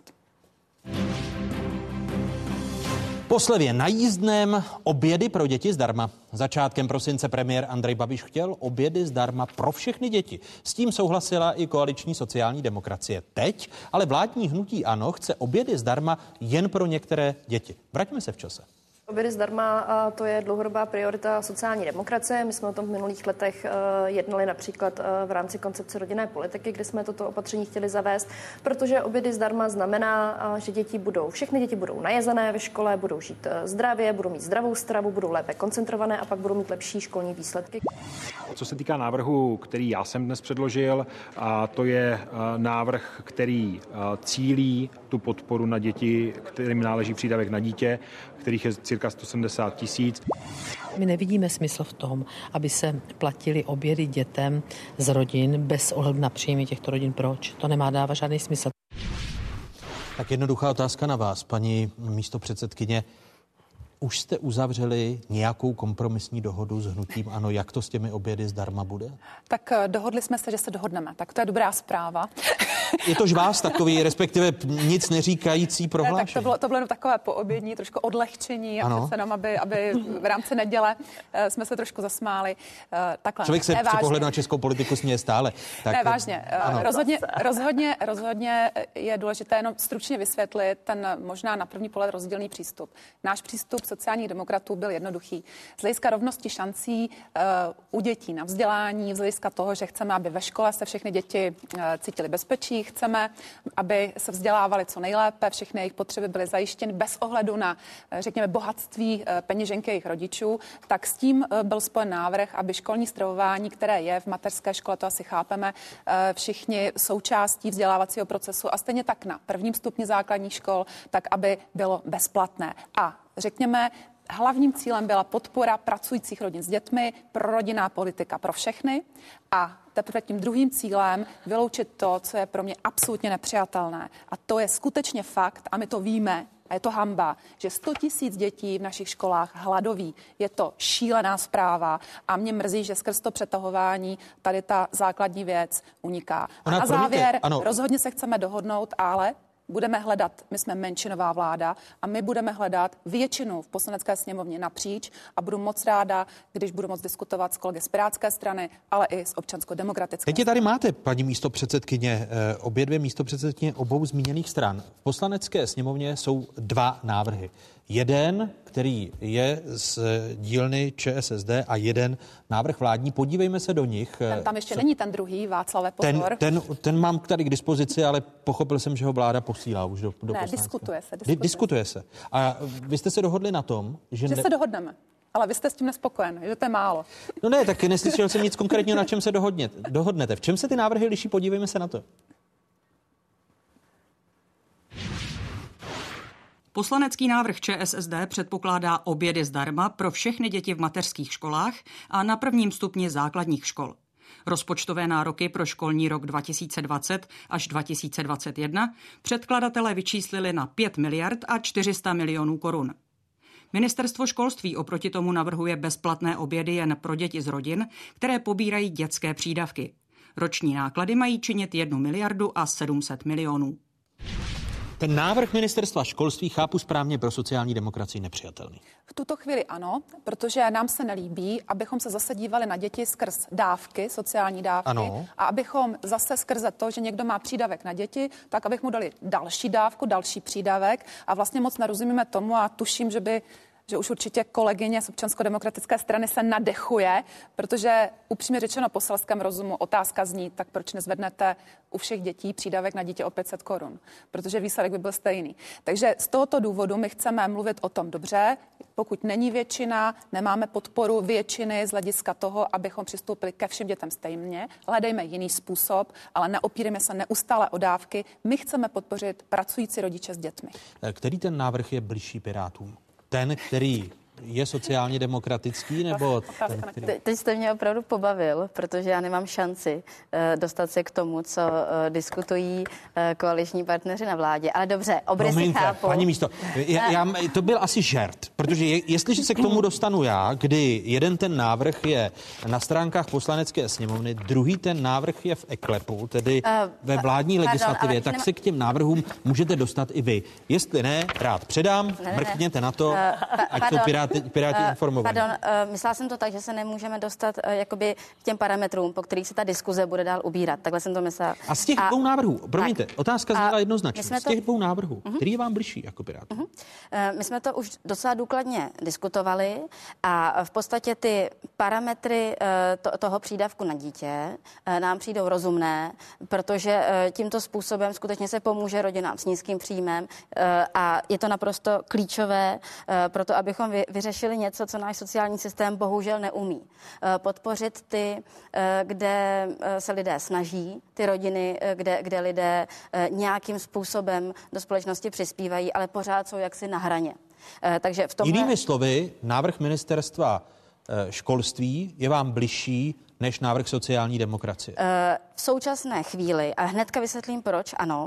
Po slevě na jízdném obědy pro děti zdarma. Začátkem prosince premiér Andrej Babiš chtěl obědy zdarma pro všechny děti. S tím souhlasila i koaliční sociální demokracie. Teď ale vládní hnutí ANO chce obědy zdarma jen pro některé děti. Vraťme se v čase. Obědy zdarma, to je dlouhodobá priorita sociální demokracie. My jsme o tom v minulých letech jednali například v rámci koncepce rodinné politiky, kde jsme toto opatření chtěli zavést, protože obědy zdarma znamená, že všechny děti budou najezené ve škole, budou žít zdravě, budou mít zdravou stravu, budou lépe koncentrované a pak budou mít lepší školní výsledky. Co se týká návrhu, který já jsem dnes předložil, a to je návrh, který cílí tu podporu na děti, kterým náleží přídavek na dítě, kterých je cirka 170 000. My nevidíme smysl v tom, aby se platily obědy dětem z rodin bez ohledu na příjmy těchto rodin. Proč? To nemá dávat žádný smysl. Tak jednoduchá otázka na vás, paní místopředsedkyně. Už jste uzavřeli nějakou kompromisní dohodu s hnutím ANO, jak to s těmi obědy zdarma bude? Tak dohodli jsme se, že se dohodneme. Tak to je dobrá zpráva. Je to žvás takový, respektive nic neříkající prohlášení? Ne, tak to bylo takové poobědní, trošku odlehčení, a přece jenom, aby v rámci neděle jsme se trošku zasmáli. Takhle. Člověk se při pohledu na českou politiku směje stále. Tak, ne, vážně. Rozhodně je důležité jenom stručně vysvětlit ten možná na první pohled rozdílný přístup. Náš přístup sociálních demokratů byl jednoduchý. Z hlediska rovnosti šancí u dětí na vzdělání, z hlediska toho, že chceme, aby ve škole se všechny děti cítily bezpečí, chceme, aby se vzdělávali co nejlépe, všechny jejich potřeby byly zajištěny bez ohledu na, řekněme, bohatství peněženky jejich rodičů, tak s tím byl spojen návrh, aby školní stravování, které je v mateřské škole, to asi chápeme, všichni součástí vzdělávacího procesu a stejně tak na prvním stupni základních škol, tak aby bylo bezplatné. A řekněme, hlavním cílem byla podpora pracujících rodin s dětmi, prorodinná politika pro všechny a teprve tím druhým cílem vyloučit to, co je pro mě absolutně nepřijatelné. A to je skutečně fakt, a my to víme, a je to hanba, že 100 000 dětí v našich školách hladoví. Je to šílená zpráva a mě mrzí, že skrz to přetahování tady ta základní věc uniká. A na závěr rozhodně se chceme dohodnout, ale budeme hledat, my jsme menšinová vláda a my budeme hledat většinu v Poslanecké sněmovně napříč a budu moc ráda, když budu moc diskutovat s kolegy z Pirátské strany, ale i s občansko-demokratické. Teď tady máte, paní místopředsedkyně, obě dvě místopředsedkyně obou zmíněných stran. V Poslanecké sněmovně jsou dva návrhy. Jeden, který je z dílny ČSSD a jeden návrh vládní. Podívejme se do nich. Tam ještě není ten druhý, Václave, pozor. Ten mám tady k dispozici, ale pochopil jsem, že ho vláda posílá už do Ne, diskutuje se. A vy jste se dohodli na tom, že se dohodneme. Ale vy jste s tím nespokojen, že to je málo. No ne, tak neslyšel jsem nic konkrétního, na čem se dohodnete. V čem se ty návrhy liší? Podívejme se na to. Poslanecký návrh ČSSD předpokládá obědy zdarma pro všechny děti v mateřských školách a na prvním stupni základních škol. Rozpočtové nároky pro školní rok 2020 až 2021 předkladatelé vyčíslili na 5 miliard a 400 milionů korun. Ministerstvo školství oproti tomu navrhuje bezplatné obědy jen pro děti z rodin, které pobírají dětské přídavky. Roční náklady mají činit 1 miliardu a 700 milionů. Ten návrh ministerstva školství chápu správně pro sociální demokracii nepřijatelný. V tuto chvíli ano, protože nám se nelíbí, abychom se zase dívali na děti skrz dávky, sociální dávky, ano. A abychom zase skrze to, že někdo má přídavek na děti, tak abych mu dali další dávku, další přídavek a vlastně moc nerozumíme tomu a tuším, že už určitě kolegyně z občansko-demokratické strany se nadechuje, protože upřímně řečeno po selském rozumu otázka zní, tak proč nezvednete u všech dětí přídavek na dítě o 500 korun, protože výsledek by byl stejný. Takže z tohoto důvodu my chceme mluvit o tom dobře, pokud není většina, nemáme podporu většiny z hlediska toho, abychom přistoupili ke všem dětem stejně, hledejme jiný způsob, ale neopírejme se neustále o dávky. My chceme podpořit pracující rodiče s dětmi. Který ten návrh je bližší Pirátům? Ten, který je sociálně demokratický, nebo ten, který... Teď jste mě opravdu pobavil, protože já nemám šanci dostat se k tomu, co diskutují koaliční partneři na vládě. Ale dobře, obrysy chápu. Paní místo, to byl asi žert, protože jestliže se k tomu dostanu já, kdy jeden ten návrh je na stránkách Poslanecké sněmovny, druhý ten návrh je v eKlepu, tedy ve vládní legislativě, tak se k těm návrhům můžete dostat i vy. Jestli ne, rád předám, mrkněte na to, ať to Piráti informovaní. Pardon, myslela jsem to tak, že se nemůžeme dostat jakoby k těm parametrům, po kterých se ta diskuze bude dál ubírat. Takhle jsem to myslela. A z těch dvou návrhů, promiňte, otázka zněla jednoznačně. Z těch dvou návrhů, který je vám bližší jako Pirátů? My jsme to už docela důkladně diskutovali a v podstatě ty parametry toho přídavku na dítě nám přijdou rozumné, protože tímto způsobem skutečně se pomůže rodinám s nízkým příjmem a je to naprosto klíčové pro to, abychom vyřešili vyřešili něco, co náš sociální systém bohužel neumí. Podpořit ty, kde se lidé snaží, ty rodiny, kde lidé nějakým způsobem do společnosti přispívají, ale pořád jsou jaksi na hraně. Takže v tomhle... Jinými slovy, návrh ministerstva školství je vám bližší než návrh sociální demokracie? V současné chvíli, a hnedka vysvětlím proč, ano,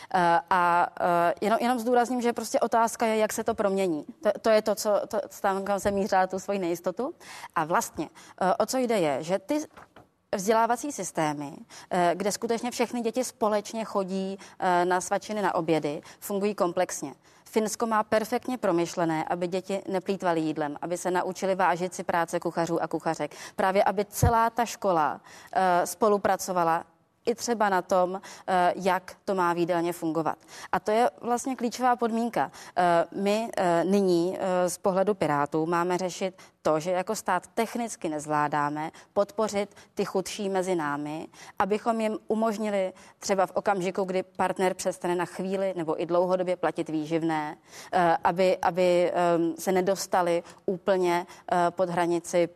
jenom zdůrazním, že prostě otázka je, jak se to promění. To je to, co tam se mířila tu svoji nejistotu. A vlastně, o co jde je, že ty vzdělávací systémy, kde skutečně všechny děti společně chodí na svačiny, na obědy, fungují komplexně. Finsko má perfektně promyšlené, aby děti neplýtvaly jídlem, aby se naučili vážit si práce kuchařů a kuchařek. Právě aby celá ta škola spolupracovala i třeba na tom, jak to má v jídelně fungovat. A to je vlastně klíčová podmínka. My nyní z pohledu Pirátů máme řešit to, že jako stát technicky nezvládáme podpořit ty chudší mezi námi, abychom jim umožnili třeba v okamžiku, kdy partner přestane na chvíli nebo i dlouhodobě platit výživné, aby se nedostali úplně pod hranici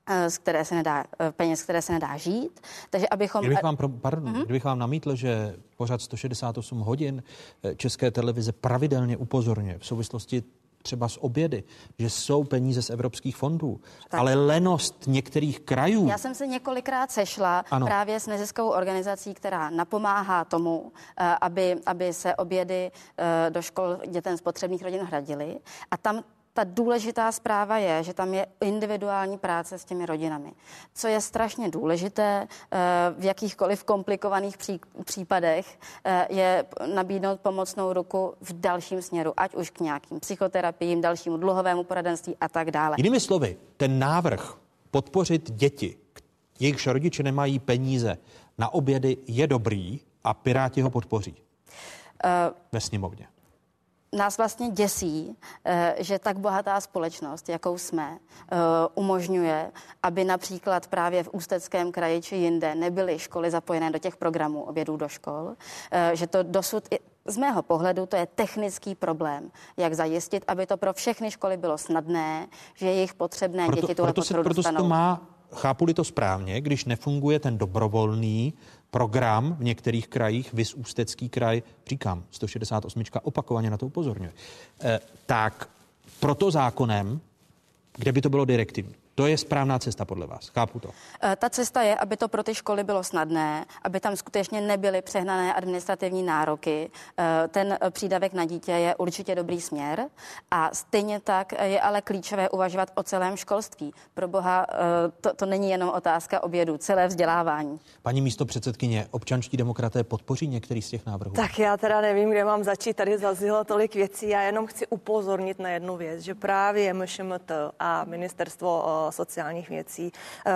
peněz, které se nedá žít. Takže abychom... Kdybych vám namítl, že pořád 168 hodin České televize pravidelně upozorňuje v souvislosti třeba s obědy, že jsou peníze z evropských fondů, ale lenost některých krajů. Já jsem se několikrát sešla právě s neziskovou organizací, která napomáhá tomu, aby se obědy do škol dětem z potřebných rodin hradily. A tam ta důležitá zpráva je, že tam je individuální práce s těmi rodinami. Co je strašně důležité v jakýchkoliv komplikovaných případech, je nabídnout pomocnou ruku v dalším směru, ať už k nějakým psychoterapiím, dalšímu dluhovému poradenství a tak dále. Jinými slovy, ten návrh podpořit děti, jejichž rodiče nemají peníze na obědy, je dobrý a Piráti ho podpoří ve sněmovně. Nás vlastně děsí, že tak bohatá společnost, jakou jsme, umožňuje, aby například právě v Ústeckém kraji či jinde nebyly školy zapojené do těch programů obědů do škol, že to dosud, z mého pohledu, to je technický problém, jak zajistit, aby to pro všechny školy bylo snadné, že jejich potřebné děti tuhle podporu dostanou. Proto to má, chápu-li to správně, když nefunguje ten dobrovolný program v některých krajích, viz Ústecký kraj, říkám, 168 opakovaně na to upozorňuje, tak proto zákonem, kde by to bylo direktivní. To je správná cesta podle vás. Chápu to. Ta cesta je, aby to pro ty školy bylo snadné, aby tam skutečně nebyly přehnané administrativní nároky. Ten přídavek na dítě je určitě dobrý směr a stejně tak je ale klíčové uvažovat o celém školství. Pro boha, to není jenom otázka obědu, celé vzdělávání. Paní místopředsedkyně, občanští demokraté podpoří některý z těch návrhů? Tak já teda nevím, kde mám začít. Tady zaznělo tolik věcí. Já jenom chci upozornit na jednu věc, že právě MŠMT a ministerstvo sociálních věcí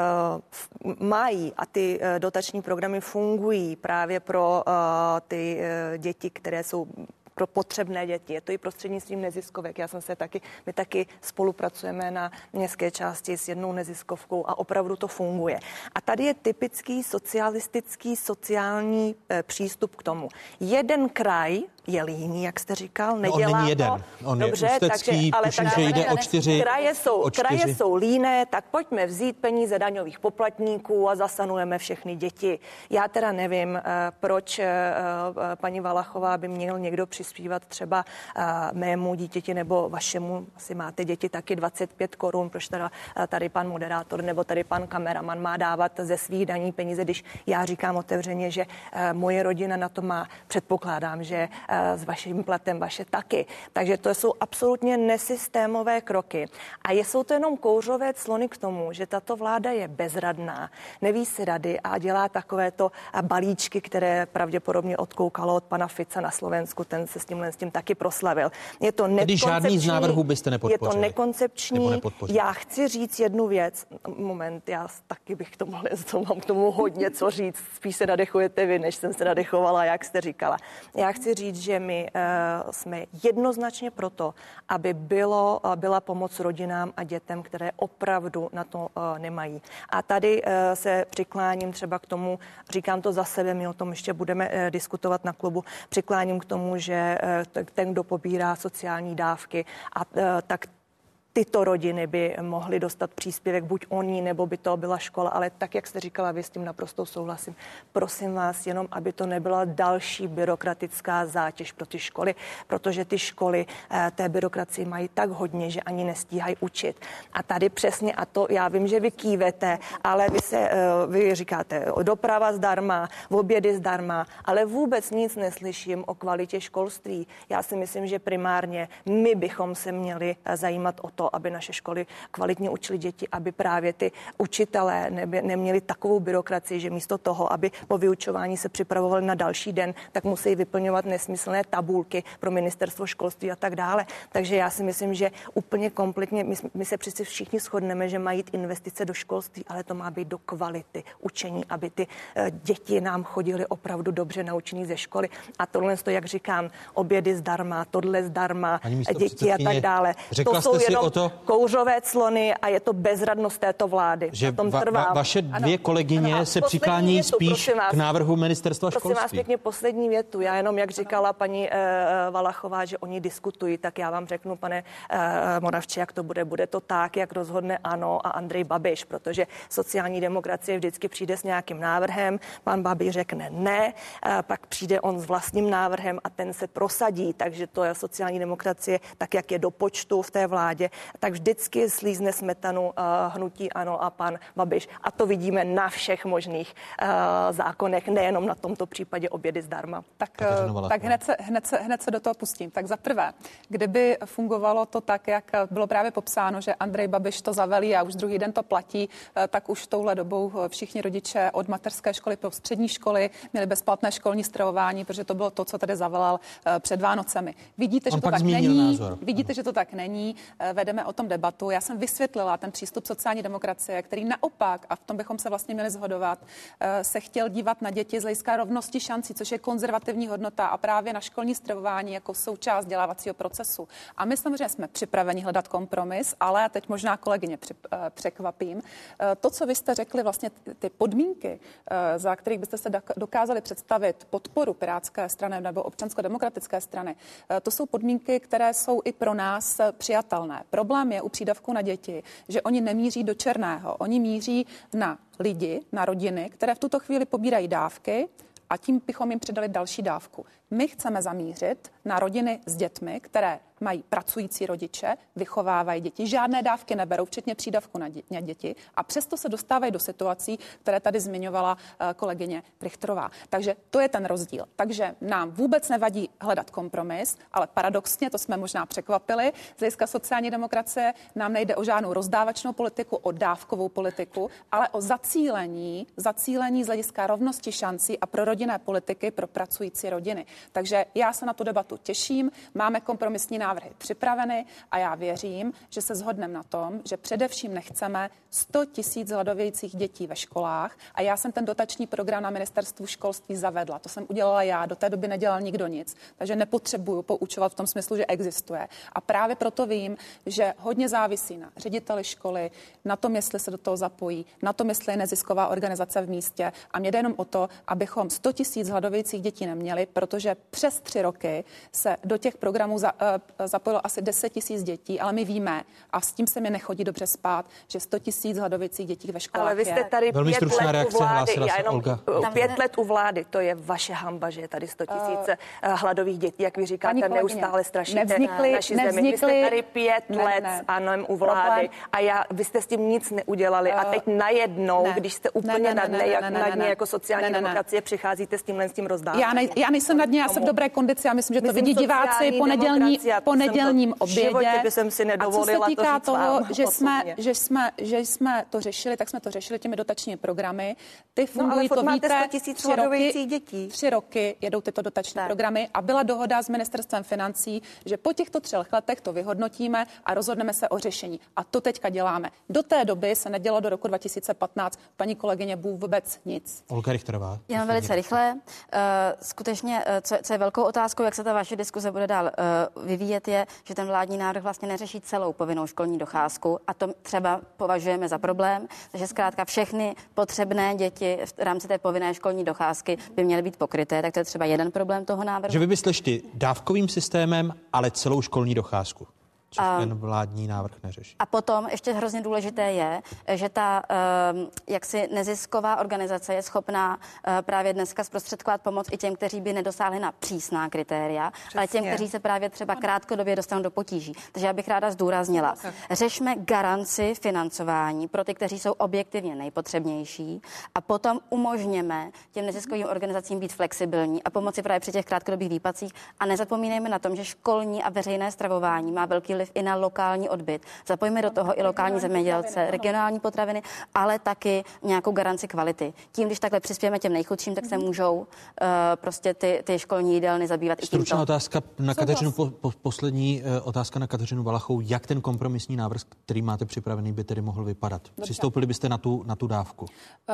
mají a ty dotační programy fungují právě pro ty děti, které jsou pro potřebné děti. Je to i prostřednictvím neziskovek. My taky spolupracujeme na městské části s jednou neziskovkou a opravdu to funguje. A tady je typický socialistický sociální přístup k tomu. Jeden kraj je líný, jak jste říkal, nedělá on není jeden. to. On dobře, je ústecký, tuším, že jde o 4. Kraje jsou líné, tak pojďme vzít peníze daňových poplatníků a zasanujeme všechny děti. Já teda nevím, proč paní Valachová by měl někdo přispívat třeba mému dítěti nebo vašemu, asi máte děti taky 25 korun, proč teda tady pan moderátor nebo tady pan kameraman má dávat ze svých daní peníze, když já říkám otevřeně, že moje rodina na to má, předpokládám, že s vaším platem vaše taky. Takže to jsou absolutně nesystémové kroky. A jsou to jenom kouřové clony k tomu, že tato vláda je bezradná, neví si rady a dělá takovéto balíčky, které pravděpodobně odkoukalo od pana Fica na Slovensku, ten se s tím taky proslavil. Je to nekoncepční. Žádný z návrhů byste nepodpořili. Je to nekoncepční. Já chci říct jednu věc. Moment, já taky bych mám k tomu hodně co říct. Spíš se nadechujete vy, než jsem se nadechovala, jak jste říkala. Já chci říct, že my jsme jednoznačně proto, aby byla pomoc rodinám a dětem, které opravdu na to nemají. A tady se přikláním třeba k tomu, říkám to za sebe, my o tom ještě budeme diskutovat na klubu, přikláním k tomu, že ten, kdo pobírá sociální dávky, tak tyto rodiny by mohly dostat příspěvek, buď oni, nebo by to byla škola, ale tak, jak jste říkala, vy s tím naprosto souhlasím. Prosím vás jenom, aby to nebyla další byrokratická zátěž pro ty školy, protože ty školy té byrokracii mají tak hodně, že ani nestíhají učit. A tady přesně, a to já vím, že vy kývete, ale vy říkáte doprava zdarma, obědy zdarma, ale vůbec nic neslyším o kvalitě školství. Já si myslím, že primárně my bychom se měli zajímat o to, aby naše školy kvalitně učily děti, aby právě ty učitelé neměli takovou byrokracii, že místo toho, aby po vyučování se připravovali na další den, tak musí vyplňovat nesmyslné tabulky pro ministerstvo školství a tak dále. Takže já si myslím, že úplně kompletně, my se přeci všichni shodneme, že mají jít investice do školství, ale to má být do kvality učení, aby ty děti nám chodily opravdu dobře naučený ze školy. A tohle, jak říkám, obědy zdarma, tohle zdarma, děti a tak dále. To jsou jenom kouřové clony a je to bezradnost této vlády. Že vaše dvě kolegyně se přiklání spíš k návrhu ministerstva školství. Prosím vás pěkně, poslední větu. Já jenom, jak říkala paní Valachová, že oni diskutují, tak já vám řeknu, pane Moravče, jak to bude. Bude to tak, jak rozhodne ANO a Andrej Babiš, protože sociální demokracie vždycky přijde s nějakým návrhem, pan Babiš řekne ne, pak přijde on s vlastním návrhem a ten se prosadí, takže to je sociální demokracie, tak jak je do počtu v té vládě, tak vždycky slízne smetanu hnutí ANO a pan Babiš. A to vidíme na všech možných zákonech, nejenom na tomto případě obědy zdarma. Tak hned se do toho pustím. Tak za prvé, kdyby fungovalo to tak, jak bylo právě popsáno, že Andrej Babiš to zavelí a už druhý den to platí, tak už touhle dobou všichni rodiče od mateřské školy po střední školy měli bezplatné školní stravování, protože to bylo to, co tady zavelal před Vánocemi. Vidíte, že to tak není. Vidíte, že to tak není. Vedeme o tom debatu. Já jsem vysvětlila ten přístup sociální demokracie, který naopak, a v tom bychom se vlastně měli shodovat, se chtěl dívat na děti z hlediska rovnosti šancí, což je konzervativní hodnota a právě na školní stravování jako součást vzdělávacího procesu. A my samozřejmě jsme připraveni hledat kompromis, ale teď možná kolegyně překvapím. To, co vy jste řekli, vlastně ty podmínky, za kterých byste se dokázali představit podporu Pirátské strany nebo občansko-demokratické strany, to jsou podmínky, které jsou i pro nás přijatelné. Problém je u přídavku na děti, že oni nemíří do černého. Oni míří na lidi, na rodiny, které v tuto chvíli pobírají dávky a tím bychom jim přidali další dávku. My chceme zamířit na rodiny s dětmi, které mají pracující rodiče, vychovávají děti, žádné dávky neberou, včetně přídavku na děti a přesto se dostávají do situací, které tady zmiňovala kolegyně Richterová. Takže to je ten rozdíl. Takže nám vůbec nevadí hledat kompromis, ale paradoxně, to jsme možná překvapili, z hlediska sociální demokracie nám nejde o žádnou rozdávačnou politiku, o dávkovou politiku, ale o zacílení z hlediska rovnosti šancí a pro rodinné politiky pro pracující rodiny. Takže já se na tu debatu těším, máme kompromisní návrhy připraveny a já věřím, že se shodneme na tom, že především nechceme 100 000 hladovějících dětí ve školách a já jsem ten dotační program na ministerstvu školství zavedla. To jsem udělala já, do té doby nedělal nikdo nic, takže nepotřebuju poučovat v tom smyslu, že existuje. A právě proto vím, že hodně závisí na řediteli školy, na tom, jestli se do toho zapojí, na tom, jestli je nezisková organizace v místě a mě jde jenom o to, abychom 100 000 hladovějících dětí neměli, protože přes 3 roky se do těch programů zapojilo asi 10 000 dětí, ale my víme, a s tím se mi nechodí dobře spát, že 100 000 hladovějících dětí ve školách. Ale vy jste tady 5 let u vlády. Já jenom 5 let u vlády, to je vaše hanba, že je tady 100 000 hladových dětí, jak vy říkáte, neustále strašíte naši zemi. Vy jste tady 5 let s ANO u vlády a vy jste s tím nic neudělali a teď najednou, když jste úplně na dne, jak na dně jako sociální demokracie, přicházíte s tím rozdáváním. Já nejsem na dně, já jsem v dobré kondici a myslím, že to vidí diváci po nedělním obědě. A co se týká toho, že jsme to řešili, tak jsme to řešili těmi dotačními programy. Ty fungují, to víte, 3 roky jedou tyto dotační programy a byla dohoda s ministerstvem financí, že po těchto 3 letech to vyhodnotíme a rozhodneme se o řešení. A to teďka děláme. Do té doby se nedělo do roku 2015, paní kolegyně, vůbec nic. Olga Richterová. Jenom velice rychle. Skutečně, co je velkou otázkou, jak se ta vaše diskuze bude dál vyvíjet, je, že ten vládní návrh vlastně neřeší celou povinnou školní docházku a to třeba považujeme za problém, takže zkrátka všechny potřebné děti v rámci té povinné školní docházky by měly být pokryté, tak to je třeba jeden problém toho návrhu. Že vymyslíš ty dávkovým systémem, ale celou školní docházku. což ten vládní návrh neřeší. A potom ještě hrozně důležité je, že ta jaksi nezisková organizace je schopná právě dneska zprostředkovat pomoc i těm, kteří by nedosáhli na přísná kritéria, ale těm, kteří se právě třeba krátkodobě dostanou do potíží. Takže já bych ráda zdůraznila, řešme garanci financování pro ty, kteří jsou objektivně nejpotřebnější a potom umožněme těm neziskovým organizacím být flexibilní a pomoci právě při těch krátkodobých výplatcích a nezapomínejme na tom, že školní a veřejné stravování má velký vliv i na lokální odbyt. Zapojíme do toho i lokální zemědělce, regionální potraviny, ale taky nějakou garanci kvality. Tím, když takhle přispějeme těm nejchudším, tak se můžou prostě ty školní jídelny zabývat i tímto. Stručná otázka na Kateřinu, poslední otázka na Kateřinu Valachovou. Jak ten kompromisní návrh, který máte připravený, by tedy mohl vypadat? Dobře. Přistoupili byste na tu dávku?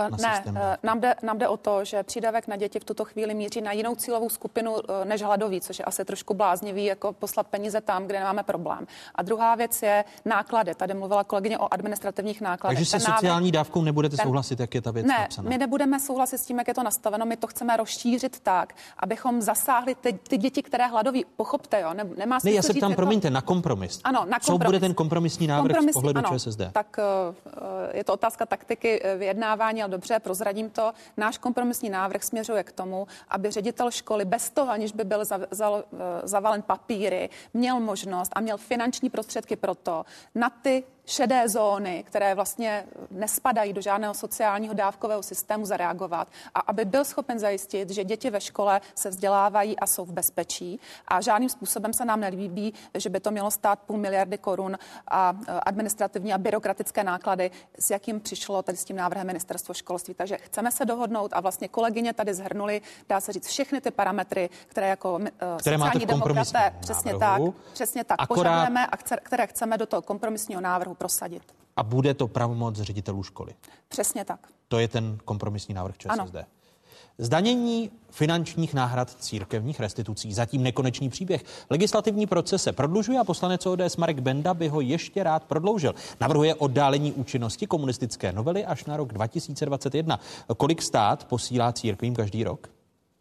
Nám jde o to, že přídavek na děti v tuto chvíli míří na jinou cílovou skupinu než hladový, což je asi trošku bláznivý, jako poslat peníze tam, kde nemáme problém. A druhá věc je náklady. Tady mluvila kolegyně o administrativních nákladech. Takže se sociální dávkou nebudete souhlasit, jak je ta věc napsaná? Ne, my nebudeme souhlasit s tím, jak je to nastaveno. My to chceme rozšířit tak, abychom zasáhli ty děti, které hladoví. Pochopte, jo? Nemá smysl já se ptám, promiňte, na kompromis. Ano, na kompromis. Co bude ten kompromisní návrh z pohledu ČSSD? Tak je to otázka taktiky vyjednávání, ale dobře, prozradím to. Náš kompromisní návrh směřuje k tomu, aby ředitel školy bez toho, aniž by byl zavalen papíry, měl možnost a měl finanční prostředky pro to na ty šedé zóny, které vlastně nespadají do žádného sociálního dávkového systému, zareagovat a aby byl schopen zajistit, že děti ve škole se vzdělávají a jsou v bezpečí a žádným způsobem se nám nelíbí, že by to mělo stát 500 miliardy korun a administrativní a byrokratické náklady, s jakým přišlo tady s tím návrhem Ministerstvo školství. Takže chceme se dohodnout a vlastně kolegyně tady zhrnuli, dá se říct, všechny ty parametry, které jako sociální demokraté přesně tak požadujeme a které chceme do toho kompromisního návrhu prosadit. A bude to pravomoc ředitelů školy? Přesně tak. To je ten kompromisní návrh ČSSD. Ano. Zdanění finančních náhrad církevních restitucí. Zatím nekonečný příběh. Legislativní proces se prodlužuje a poslanec ODS Marek Benda by ho ještě rád prodloužil. Navrhuje oddálení účinnosti komunistické novely až na rok 2021. Kolik stát posílá církvím každý rok?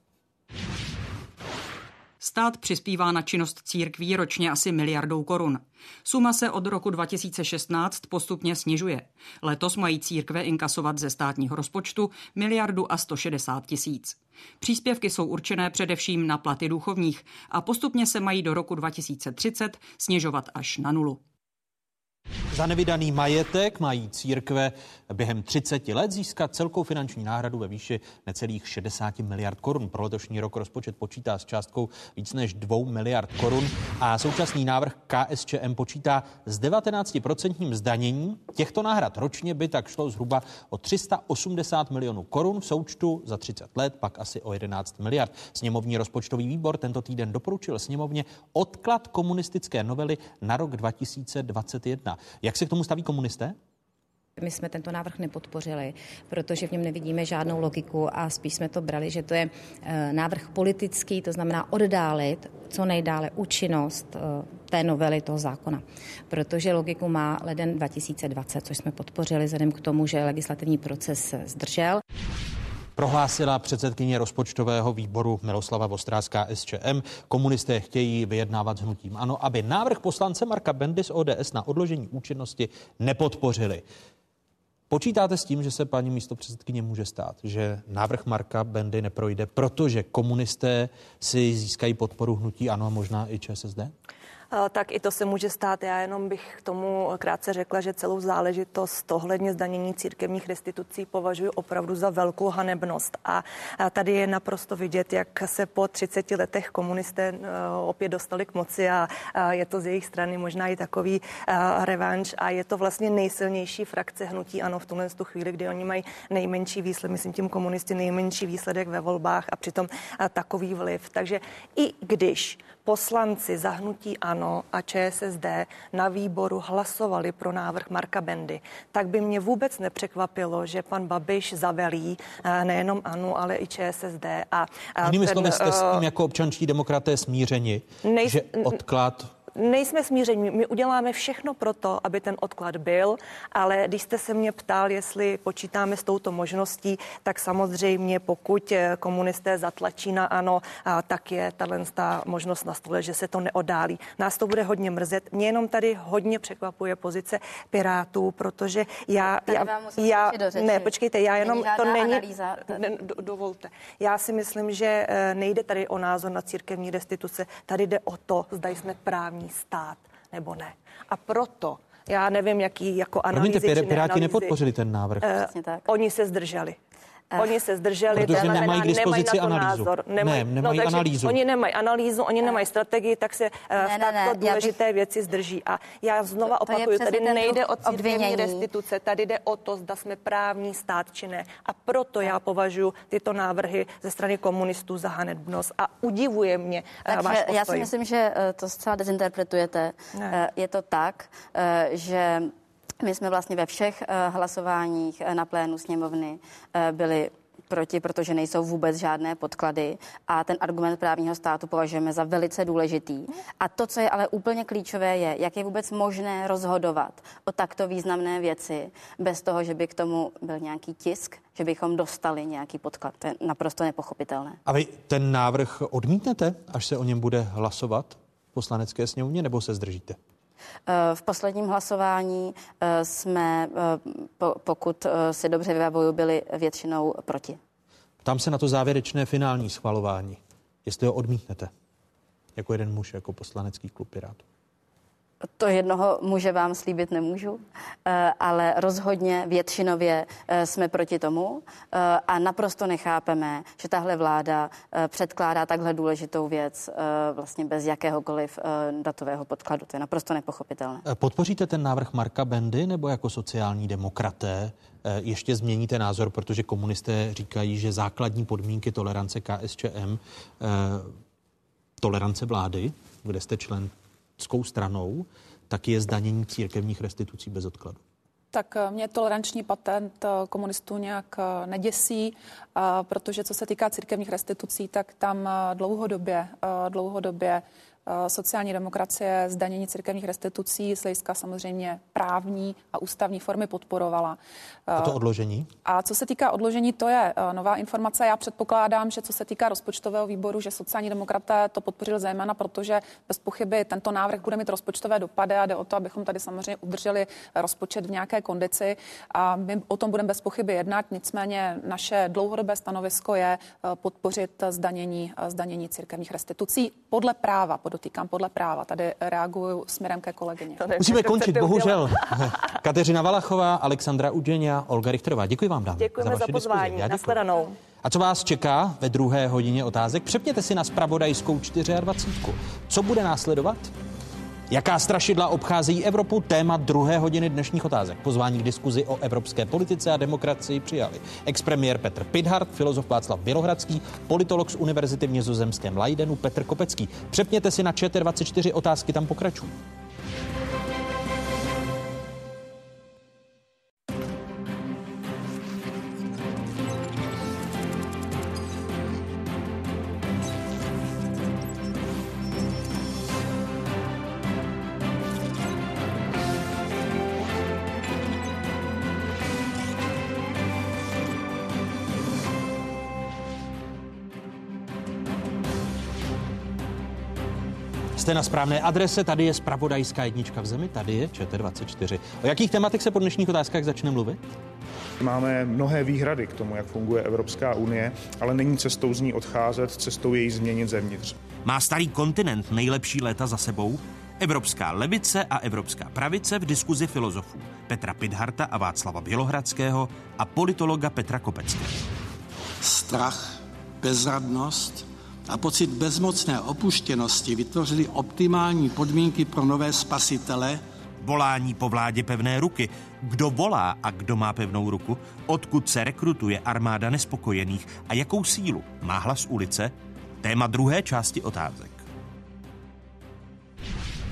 Stát přispívá na činnost církví ročně asi 1 miliardou korun. Suma se od roku 2016 postupně snižuje. Letos mají církve inkasovat ze státního rozpočtu 1 160 000 000. Příspěvky jsou určené především na platy duchovních a postupně se mají do roku 2030 snižovat až na 0. Za nevydaný majetek mají církve během 30 let získat celkou finanční náhradu ve výši necelých 60 miliard korun. Pro letošní rok rozpočet počítá s částkou víc než 2 miliard korun a současný návrh KSČM počítá s 19% zdaněním. Těchto náhrad ročně by tak šlo zhruba o 380 milionů korun, v součtu za 30 let pak asi o 11 miliard. Sněmovní rozpočtový výbor tento týden doporučil sněmovně odklad komunistické novely na rok 2021. Jak se k tomu staví komunisté? My jsme tento návrh nepodpořili, protože v něm nevidíme žádnou logiku a spíš jsme to brali, že to je návrh politický, to znamená oddálit co nejdále účinnost té novely toho zákona. Protože logiku má leden 2020, což jsme podpořili vzhledem k tomu, že legislativní proces zdržel. Prohlásila předsedkyně rozpočtového výboru Miloslava Vostrá z KSČM. Komunisté chtějí vyjednávat s hnutím ANO, aby návrh poslance Marka Bendy z ODS na odložení účinnosti nepodpořili. Počítáte s tím, že se paní místopředsedkyně může stát, že návrh Marka Bendy neprojde, protože komunisté si získají podporu hnutí ANO a možná i ČSSD? Tak i to se může stát. Já jenom bych k tomu krátce řekla, že celou záležitost ohledně zdanění církevních restitucí považuji opravdu za velkou hanebnost. A tady je naprosto vidět, jak se po 30 letech komunisté opět dostali k moci a je to z jejich strany možná i takový revanš a je to vlastně nejsilnější frakce hnutí ANO v tuhle chvíli, kdy oni mají nejmenší výsledek, myslím tím komunisti, nejmenší výsledek ve volbách a přitom takový vliv. Takže i když poslanci za hnutí ANO a ČSSD na výboru hlasovali pro návrh Marka Bendy, tak by mě vůbec nepřekvapilo, že pan Babiš zavelí nejenom ANO, ale i ČSSD. Jinými slovy, jste s tím jako občanští demokraté smířeni, že odklad nejsme smíření. My uděláme všechno pro to, aby ten odklad byl, ale když jste se mě ptal, jestli počítáme s touto možností, tak samozřejmě pokud komunisté zatlačí na ano, tak je ta možnost na stole, že se to neodálí. Nás to bude hodně mrzet. Mě jenom tady hodně překvapuje pozice Pirátů, protože já jenom to není, dovolte. Já si myslím, že nejde tady o názor na církevní restituce, tady jde o to, zda jsme právní stát nebo ne. A proto já nevím, jaký jako analýzy. Promiňte, Piráti nepodpořili ten návrh. Oni se zdrželi. Oni se zdrželi, protože nemají k dispozici analýzu. Nemají analýzu. Oni nemají analýzu, oni nemají strategii, tak se v takto důležité věci zdrží. A já znova opakuju, tady nejde o církevní restituce, tady jde o to, zda jsme právní stát či ne. A proto já považuji tyto návrhy ze strany komunistů za hanebnost a udivuje mě váš postoj. Já si myslím, že to zcela dezinterpretujete. Je to tak, že my jsme vlastně ve všech hlasováních na plénu sněmovny byli proti, protože nejsou vůbec žádné podklady a ten argument právního státu považujeme za velice důležitý. A to, co je ale úplně klíčové, je, jak je vůbec možné rozhodovat o takto významné věci bez toho, že by k tomu byl nějaký tisk, že bychom dostali nějaký podklad. To je naprosto nepochopitelné. A vy ten návrh odmítnete, až se o něm bude hlasovat v Poslanecké sněmovně, nebo se zdržíte? V posledním hlasování jsme, pokud si dobře vybavuju, byli většinou proti. Tam se na to závěrečné finální schvalování, jestli ho odmítnete, jako jeden muž, jako poslanecký klub Pirátů. To jednoho muže vám slíbit nemůžu, ale rozhodně většinově jsme proti tomu a naprosto nechápeme, že tahle vláda předkládá takhle důležitou věc vlastně bez jakéhokoliv datového podkladu. To je naprosto nepochopitelné. Podpoříte ten návrh Marka Bendy nebo jako sociální demokraté ještě změníte názor, protože komunisté říkají, že základní podmínky tolerance KSČM, tolerance vlády, kde jste členskou stranou, tak je zdanění církevních restitucí bez odkladu. Tak mě toleranční patent komunistů nějak neděsí, protože co se týká církevních restitucí, tak tam dlouhodobě sociální demokracie zdanění církevních restitucí z hlediska samozřejmě právní a ústavní formy podporovala. A to odložení? A co se týká odložení, to je nová informace. Já předpokládám, že co se týká rozpočtového výboru, že sociální demokraté to podpořili zejména, protože bez pochyby tento návrh bude mít rozpočtové dopady a jde o to, abychom tady samozřejmě udrželi rozpočet v nějaké kondici a my o tom budeme bez pochyby jednat. Nicméně naše dlouhodobé stanovisko je podpořit zdanění církevních restitucí podle práva, podotýkám podle práva. Tady reaguju směrem ke kolegyně. Musíme končit, bohužel. Kateřina Valachová, Alexandra Udženia, Olga Richterová. Děkuji vám, dámy. Děkujeme za pozvání. Nashledanou. A co vás čeká ve druhé hodině otázek? Přepněte si na Zpravodajskou 24. Co bude následovat? Jaká strašidla obcházejí Evropu? Téma druhé hodiny dnešních otázek. Pozvání k diskuzi o evropské politice a demokracii přijali expremiér Petr Pithart, filozof Václav Bělohradský, politolog z Univerzity v nizozemském Leidenu Petr Kopecký. Přepněte si na ČT24, otázky tam pokračují. Jste na správné adrese, tady je Zpravodajská jednička v zemi, tady je ČT24. O jakých tématech se po dnešních otázkách začne mluvit? Máme mnohé výhrady k tomu, jak funguje Evropská unie, ale není cestou z ní odcházet, cestou jej změnit zevnitř. Má starý kontinent nejlepší léta za sebou? Evropská levice a evropská pravice v diskuzi filozofů Petra Pitharta a Václava Bělohradského a politologa Petra Kopeckého. Strach, bezradnost a pocit bezmocné opuštěnosti vytvořili optimální podmínky pro nové spasitele. Volání po vládě pevné ruky. Kdo volá a kdo má pevnou ruku? Odkud se rekrutuje armáda nespokojených a jakou sílu má hlas ulice? Téma druhé části otázek.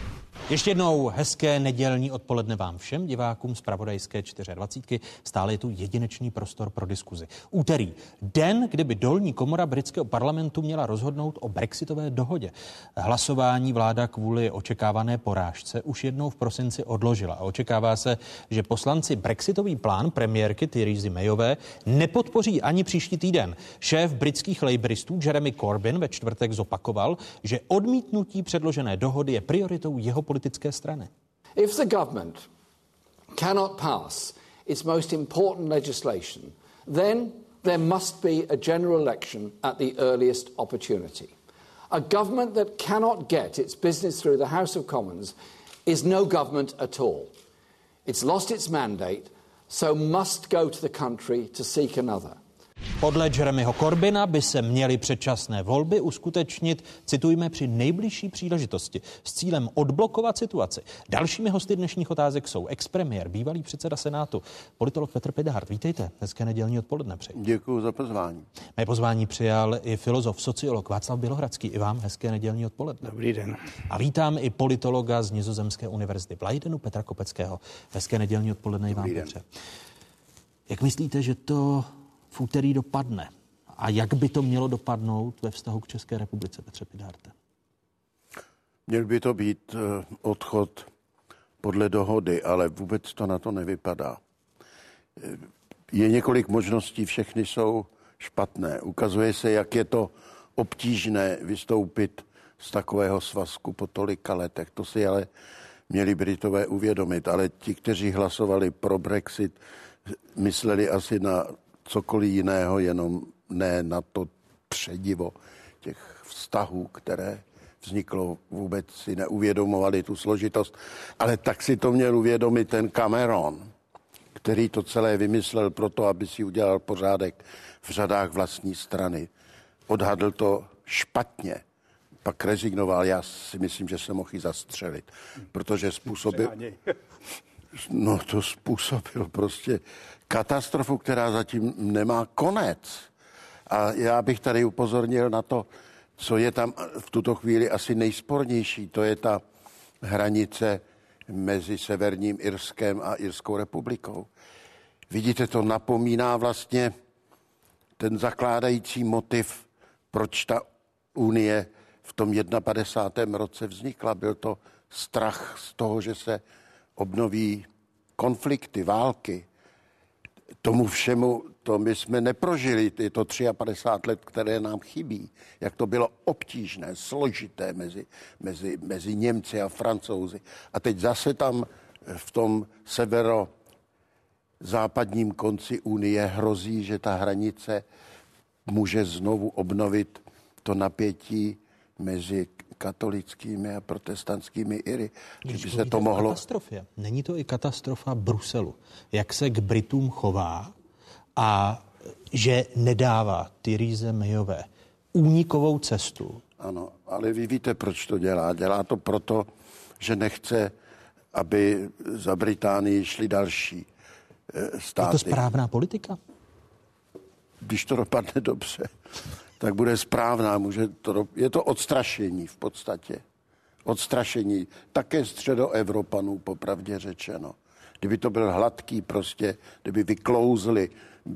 Ještě jednou hezké nedělní odpoledne vám všem divákům z Zpravodajské 24. Stále je tu jedinečný prostor pro diskuzi. Úterý, den, kdyby dolní komora britského parlamentu měla rozhodnout o brexitové dohodě. Hlasování vláda kvůli očekávané porážce už jednou v prosinci odložila a očekává se, že poslanci brexitový plán premiérky Therese Mayové nepodpoří ani příští týden. Šéf britských labouristů Jeremy Corbyn ve čtvrtek zopakoval, že odmítnutí předložené dohody je prioritou jeho politické strany. If the government cannot pass its most important legislation, then there must be a general election at the earliest opportunity. A government that cannot get its business through the House of Commons is no government at all. It's lost its mandate, so must go to the country to seek another. Podle Jeremyho Corbyna by se měly předčasné volby uskutečnit, citujme, při nejbližší příležitosti s cílem odblokovat situaci. Dalšími hosty dnešních otázek jsou expremiér, bývalý předseda Senátu, politolog Petr Pidhart. Vítejte, hezké nedělní odpoledne přeji. Děkuji za pozvání. Mé pozvání přijal i filozof, sociolog Václav Bělohradský. I vám hezké nedělní odpoledne. Dobrý den. A vítám i politologa z Nizozemské univerzity v Leidenu Petra Kopeckého. Hezké nedělní odpoledne i vám, Petře. Jak myslíte, že to v úterý dopadne? A jak by to mělo dopadnout ve vztahu k České republice, Petře Pidharte? Měl by to být odchod podle dohody, ale vůbec to na to nevypadá. Je několik možností, všechny jsou špatné. Ukazuje se, jak je to obtížné vystoupit z takového svazku po tolika letech. To si ale měli Britové uvědomit. Ale ti, kteří hlasovali pro Brexit, mysleli asi na cokoliv jiného, jenom ne na to předivo těch vztahů, které vzniklo, vůbec si neuvědomovali tu složitost. Ale tak si to měl uvědomit ten Cameron, který to celé vymyslel proto, aby si udělal pořádek v řadách vlastní strany. Odhadl to špatně, pak rezignoval. Já si myslím, že se mohl i zastřelit, protože způsobil prostě katastrofu, která zatím nemá konec. A já bych tady upozornil na to, co je tam v tuto chvíli asi nejspornější. To je ta hranice mezi Severním Irskem a Irskou republikou. Vidíte, to napomíná vlastně ten zakládající motiv, proč ta unie v tom 51. roce vznikla. Byl to strach z toho, že se obnoví konflikty, války. Tomu všemu, to my jsme neprožili, je to 53 let, které nám chybí. Jak to bylo obtížné, složité mezi Němci a Francouzi. A teď zase tam v tom severozápadním konci unie hrozí, že ta hranice může znovu obnovit to napětí mezi katolickými a protestantskými Iry. Když by se to mohlo... Katastrofě. Není to i katastrofa Bruselu? Jak se k Britům chová a že nedává Therese Mayové únikovou cestu? Ano, ale vy víte, proč to dělá. Dělá to proto, že nechce, aby za Británii šli další státy. Je to správná politika? Když to dopadne dobře, tak bude správná. Je to odstrašení v podstatě. Odstrašení také středoevropanů, popravdě řečeno. Kdyby to byl hladký prostě, kdyby vyklouzli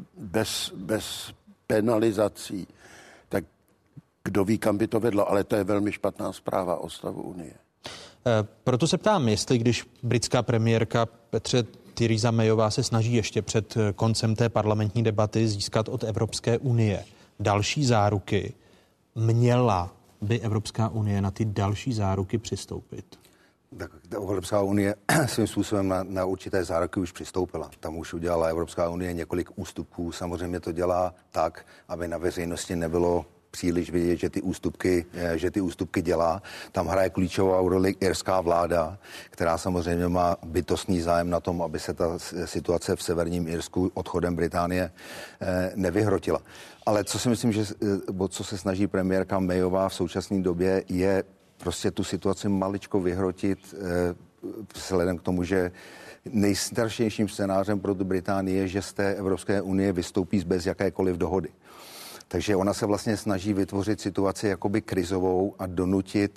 bez penalizací, tak kdo ví, kam by to vedlo. Ale to je velmi špatná zpráva o stavu Unie. Proto se ptám, jestli když britská premiérka Petře Theresa Mayová se snaží ještě před koncem té parlamentní debaty získat od Evropské unie další záruky, měla by Evropská unie na ty další záruky přistoupit? Tak Evropská unie svým způsobem na určité záruky už přistoupila. Tam už udělala Evropská unie několik ústupků. Samozřejmě to dělá tak, aby na veřejnosti nebylo příliš vidět, že ty ústupky dělá. Tam hraje klíčovou roli irská vláda, která samozřejmě má bytostný zájem na tom, aby se ta situace v severním Irsku odchodem Británie nevyhrotila. Ale co si myslím, co se snaží premiérka Mayová v současné době, je prostě tu situaci maličko vyhrotit vzhledem k tomu, že nejstrašnějším scénářem pro tu Británii je, že z té Evropské unie vystoupí bez jakékoliv dohody. Takže ona se vlastně snaží vytvořit situaci jakoby krizovou a donutit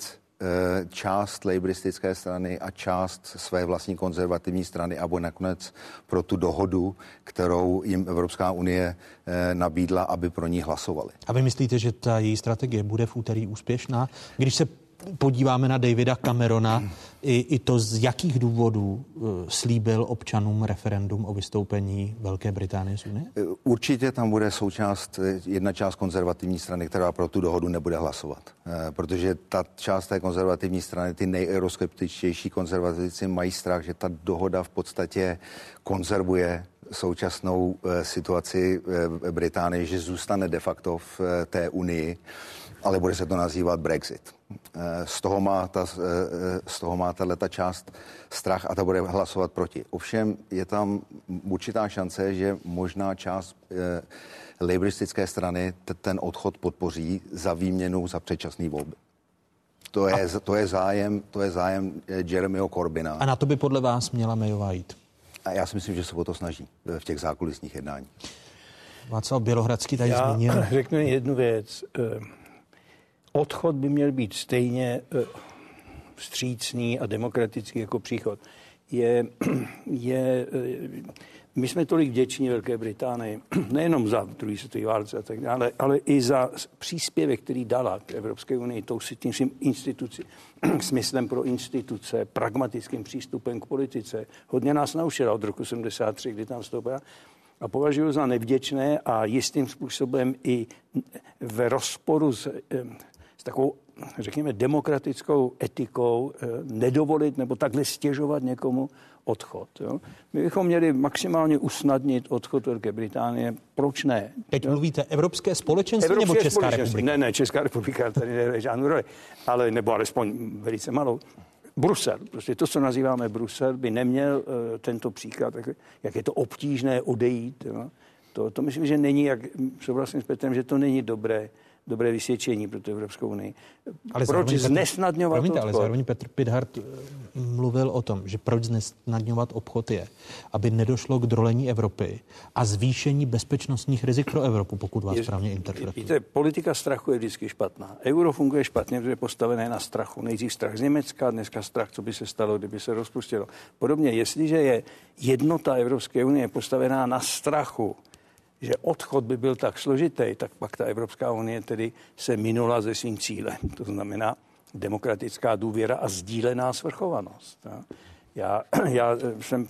část laboristické strany a část své vlastní konzervativní strany a nakonec pro tu dohodu, kterou jim Evropská unie nabídla, aby pro ní hlasovali. A vy myslíte, že ta její strategie bude v úterý úspěšná? Když se podíváme na Davida Camerona, i to, z jakých důvodů slíbil občanům referendum o vystoupení Velké Británie z Unie? Určitě tam bude jedna část konzervativní strany, která pro tu dohodu nebude hlasovat. Protože ta část té konzervativní strany, ty nejeuroskeptičtější konzervativci mají strach, že ta dohoda v podstatě konzervuje současnou situaci Británie, že zůstane de facto v té unii, ale bude se to nazývat Brexit. Z toho má tato část strach a ta bude hlasovat proti. Ovšem je tam určitá šance, že možná část laboristické strany ten odchod podpoří za výměnu za předčasné volby. To je zájem Jeremyho Corbyna. A na to by podle vás měla Mayová jít? A já si myslím, že se o to snaží v těch zákulisních jednáních. Václav Bělohradský tady zmínil. Já řeknu jednu věc. Odchod by měl být stejně vstřícný a demokratický jako příchod. My jsme tolik vděční Velké Británii, nejenom za druhý světový válce a tak dále, ale i za příspěvek, který dala k Evropské unii, tím svým smyslem pro instituce, pragmatickým přístupem k politice. Hodně nás naučila od roku 73, kdy tam vstoupila. A považuji za nevděčné a jistým způsobem i v rozporu s takovou, řekněme, demokratickou etikou nedovolit nebo takhle stěžovat někomu odchod. Jo? My bychom měli maximálně usnadnit odchod Velké Británie. Proč ne? Teď mluvíte Evropské společenství nebo Česká republika? Ne, Česká republika tady nehraje žádnou roli, ale nebo alespoň velice malou. Brusel, prostě to, co nazýváme Brusel, by neměl tento příklad, jak je to obtížné odejít. Jo? To myslím, že není, jak souhlasím s Petrem, že to není dobré vysvědčení pro tu Evropskou unii. Proč znesnadňovat obchod? Ale zároveň Petr Pithart mluvil o tom, že proč znesnadňovat obchod je, aby nedošlo k drolení Evropy a zvýšení bezpečnostních rizik pro Evropu, pokud vás správně interpretuji. Víte, politika strachu je vždycky špatná. Euro funguje špatně, protože je postavené na strachu. Nejdřív strach z Německa, dneska strach, co by se stalo, kdyby se rozpustilo. Podobně, jestliže je jednota Evropské unie postavená na strachu, že odchod by byl tak složitý, tak pak ta Evropská unie tedy se minula ze svým cílem. To znamená demokratická důvěra a sdílená svrchovanost. Já jsem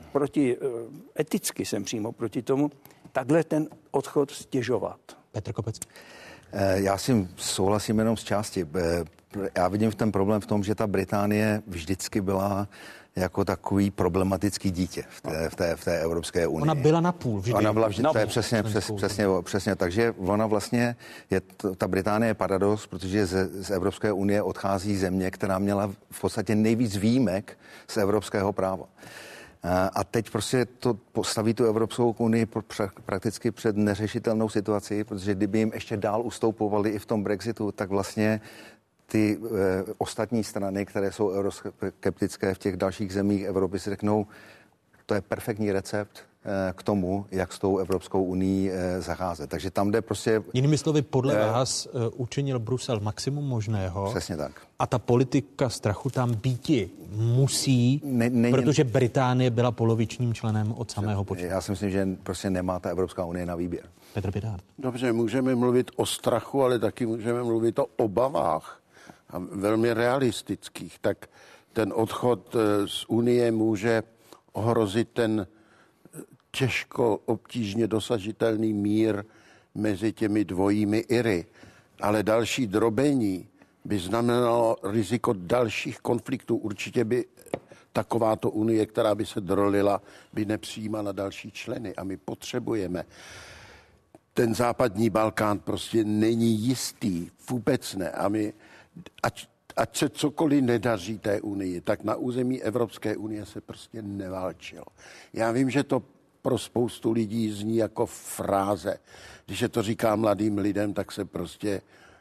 eticky jsem přímo proti tomu, takhle ten odchod stěžovat. Petr Kopec. Já si souhlasím jenom z části. Já vidím ten problém v tom, že ta Británie vždycky byla jako takový problematický dítě v té Evropské unii. Ona byla napůl vždy. Ona byla vždy, to je přesně. Takže ona vlastně, ta Británie je paradox, protože z Evropské unie odchází země, která měla v podstatě nejvíc výjimek z evropského práva. A teď prostě to postaví tu Evropskou unii prakticky před neřešitelnou situaci, protože kdyby jim ještě dál ustoupovali i v tom Brexitu, tak vlastně ty ostatní strany, které jsou euroskeptické v těch dalších zemích Evropy, si řeknou, to je perfektní recept k tomu, jak s tou Evropskou unii zacházet. Takže tam jde prostě... Jinými slovy, podle vás učinil Brusel maximum možného. Přesně tak. A ta politika strachu tam býti musí, protože Británie byla polovičním členem od samého počátku. Já si myslím, že prostě nemá ta Evropská unie na výběr. Petr Pithart. Dobře, můžeme mluvit o strachu, ale taky můžeme mluvit o obavách. A velmi realistických, tak ten odchod z Unie může ohrozit ten těžko obtížně dosažitelný mír mezi těmi dvojími Iry. Ale další drobení by znamenalo riziko dalších konfliktů. Určitě by takováto Unie, která by se drolila, by nepřijímala další členy. A my potřebujeme. Ten západní Balkán prostě není jistý, vůbec ne. A my ať se cokoliv nedaří té unii, tak na území Evropské unie se prostě neválčilo. Já vím, že to pro spoustu lidí zní jako fráze. Když je to říká mladým lidem, tak se prostě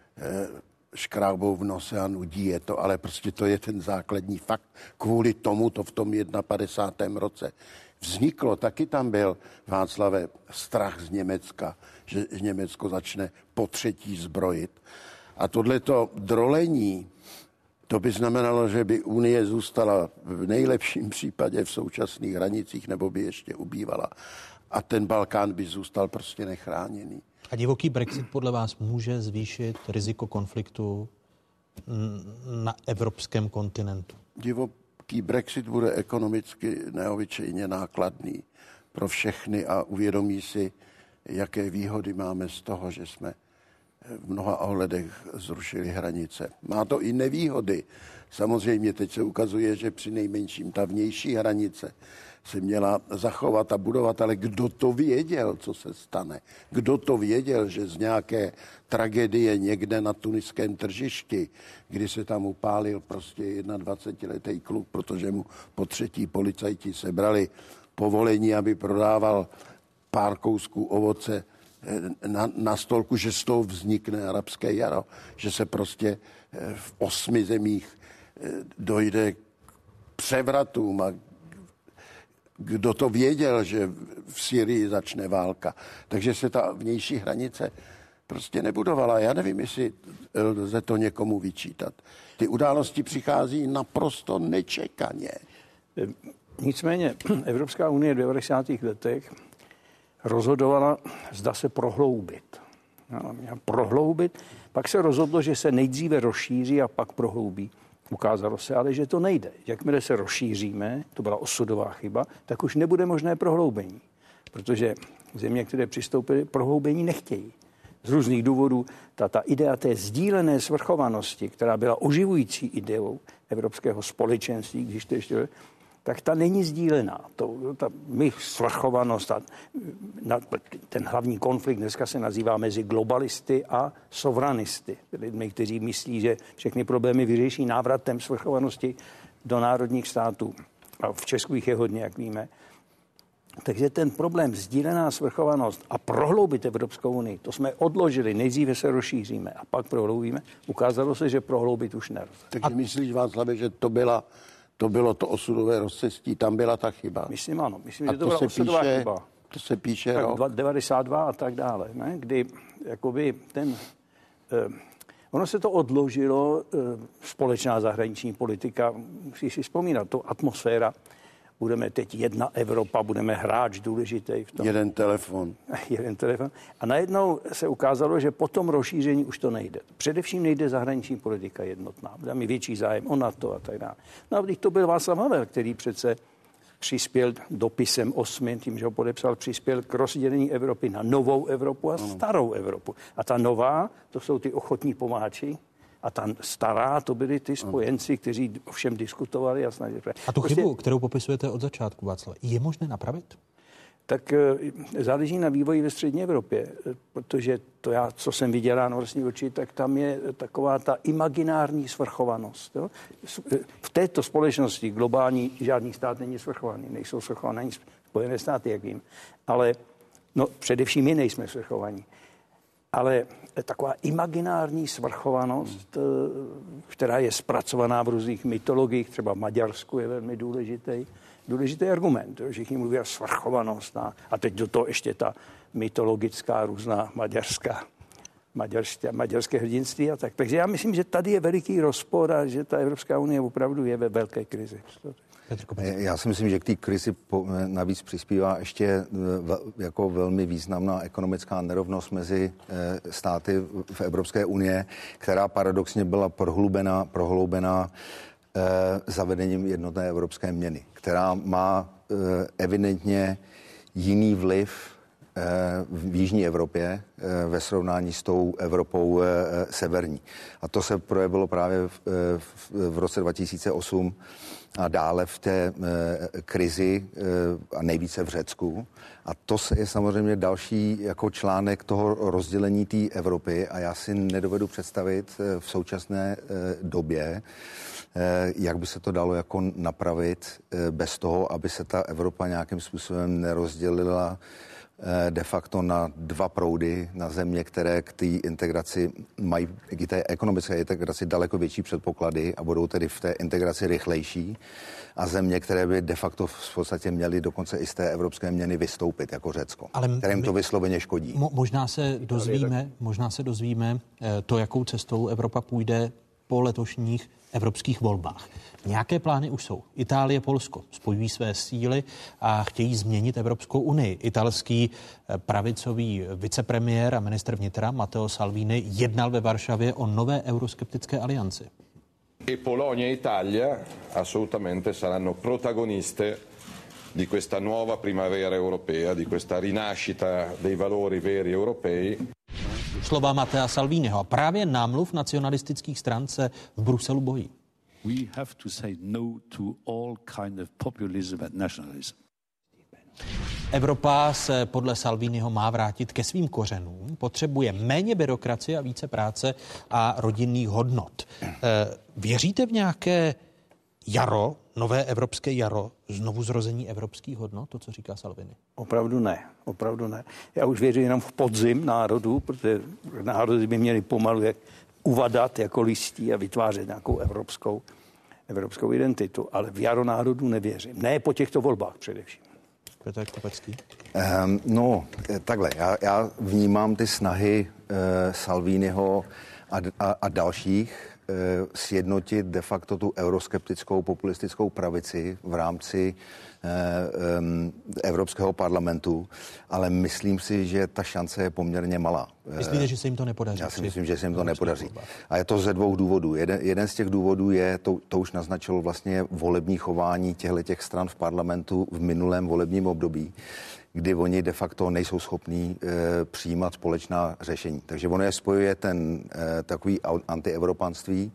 škrábou v nose a nudí je to, ale prostě to je ten základní fakt. Kvůli tomu to v tom 51. roce vzniklo. Taky tam byl, Václave, strach z Německa, že Německo začne po třetí zbrojit. A tohleto drolení, To by znamenalo, že by Unie zůstala v nejlepším případě v současných hranicích nebo by ještě ubývala. A ten Balkán by zůstal prostě nechráněný. A divoký Brexit podle vás může zvýšit riziko konfliktu na evropském kontinentu? Divoký Brexit bude ekonomicky neobyčejně nákladný pro všechny a uvědomí si, jaké výhody máme z toho, že jsme v mnoha ohledech zrušili hranice. Má to i nevýhody. Samozřejmě teď se ukazuje, že při nejmenším ta vnější hranice se měla zachovat a budovat, ale kdo to věděl, co se stane? Kdo to věděl, že z nějaké tragédie někde na tuniském tržišti, kdy se tam upálil prostě 21letý kluk, protože mu po třetí policajti sebrali povolení, aby prodával pár kousků ovoce na stolku, že z toho vznikne arabské jaro, že se prostě v 8 zemích dojde k převratům a kdo to věděl, že v Syrii začne válka. Takže se ta vnější hranice prostě nebudovala. Já nevím, jestli lze to někomu vyčítat. Ty události přichází naprosto nečekaně. Nicméně Evropská unie v 90. letech rozhodovala, zda se prohloubit. Prohloubit, pak se rozhodlo, že se nejdříve rozšíří a pak prohloubí. Ukázalo se ale, že to nejde. Jakmile se rozšíříme, to byla osudová chyba, tak už nebude možné prohloubení. Protože země, které přistoupily, prohloubení nechtějí. Z různých důvodů ta idea té sdílené svrchovanosti, která byla oživující ideou evropského společenství, když to ještě, tak ta není sdílená. My svrchovanost, ten hlavní konflikt dneska se nazývá mezi globalisty a sovranisty. Lidmi, kteří myslí, že všechny problémy vyřeší návratem svrchovanosti do národních států. A v Česku jich je hodně, jak víme. Takže ten problém sdílená svrchovanost a prohloubit Evropskou unii, to jsme odložili. Nejdříve se rozšíříme a pak prohloubíme. Ukázalo se, že prohloubit už nelze. Takže myslíš, Václave, že to bylo to osudové rozcestí, tam byla ta chyba? Myslím, ano. Myslím, že to byla osudová chyba. To se píše tak 92 a tak dále, ne? Kdy jakoby ono se to odložilo, společná zahraniční politika, musíš si vzpomínat, to atmosféra, budeme teď jedna Evropa, budeme hráč důležitý v tom. Jeden telefon. A najednou se ukázalo, že po tom rozšíření už to nejde. Především nejde zahraniční politika jednotná. Bude mi větší zájem o NATO a tak dále. No a když to byl Václav Havel, který přece přispěl dopisem 8, tím, že ho podepsal, přispěl k rozdělení Evropy na novou Evropu a starou Evropu. A ta nová, to jsou ty ochotní pomáči, a ta stará, to byli ty spojenci, kteří ovšem diskutovali a snažili. A tu chybu, kterou popisujete od začátku, Václav, je možné napravit? Tak záleží na vývoji ve střední Evropě, protože to co jsem viděl na vlastní oči, tak tam je taková ta imaginární svrchovanost. Jo? V této společnosti globální žádný stát není svrchovaný, nejsou svrchované ani Spojené státy, jak vím, ale především my nejsme svrchovaní. Ale taková imaginární svrchovanost, která je zpracovaná v různých mytologiích, třeba v Maďarsku je velmi důležitý argument. Všichni mluví o svrchovanost a teď do toho ještě ta mytologická různá maďarské hrdinství a tak. Takže já myslím, že tady je veliký rozpor a že ta Evropská unie opravdu je ve velké krizi. Já si myslím, že k té krizi navíc přispívá ještě jako velmi významná ekonomická nerovnost mezi státy v Evropské unie, která paradoxně byla prohloubená zavedením jednotné evropské měny, která má evidentně jiný vliv v jižní Evropě ve srovnání s tou Evropou severní. A to se projevilo právě v roce 2008 a dále v té krizi a nejvíce v Řecku. A to je samozřejmě další jako článek toho rozdělení té Evropy a já si nedovedu představit v současné době, jak by se to dalo jako napravit bez toho, aby se ta Evropa nějakým způsobem nerozdělila de facto na dva proudy, na země, které k té integraci mají, k té ekonomické integraci daleko větší předpoklady a budou tedy v té integraci rychlejší a země, které by de facto v podstatě měly dokonce i z té evropské měny vystoupit, jako Řecko, kterým to vysloveně škodí. Možná se dozvíme to, jakou cestou Evropa půjde po letošních evropských volbách. Nějaké plány už jsou. Itálie, Polsko spojují své síly a chtějí změnit Evropskou unii. Italský pravicový vicepremiér a ministr vnitra Matteo Salvini jednal ve Varšavě o nové euroskeptické alianci. E Polonia e Italia assolutamente saranno protagoniste di questa nuova primavera europea, di questa rinascita dei valori veri europei. Slova Mattea Salviniho a právě námluv nacionalistických stran se v Bruselu bojí. We have to say no to all kind of populism and nationalism. Evropa se podle Salviniho má vrátit ke svým kořenům, potřebuje méně byrokracie a více práce a rodinných hodnot. Věříte v nějaké jaro, nové evropské jaro, znovu zrození evropských hodnot, to, co říká Salvini? Opravdu ne. Já už věřím jenom v podzim národů, protože národy by měly pomalu uvadat jako listí a vytvářet nějakou evropskou identitu. Ale v jaro národů nevěřím. Ne po těchto volbách především. Petr Kopecký? Takhle. Já vnímám ty snahy Salviniho a dalších sjednotit de facto tu euroskeptickou populistickou pravici v rámci Evropského parlamentu, ale myslím si, že ta šance je poměrně malá. Myslíte, že se jim to nepodaří? Já si myslím, že se jim to nepodaří. A je to ze dvou důvodů. Jeden z těch důvodů je, to už naznačilo vlastně volební chování těchto stran v parlamentu v minulém volebním období, kdy oni de facto nejsou schopní přijímat společná řešení. Takže ono je spojuje ten takový antievropanství,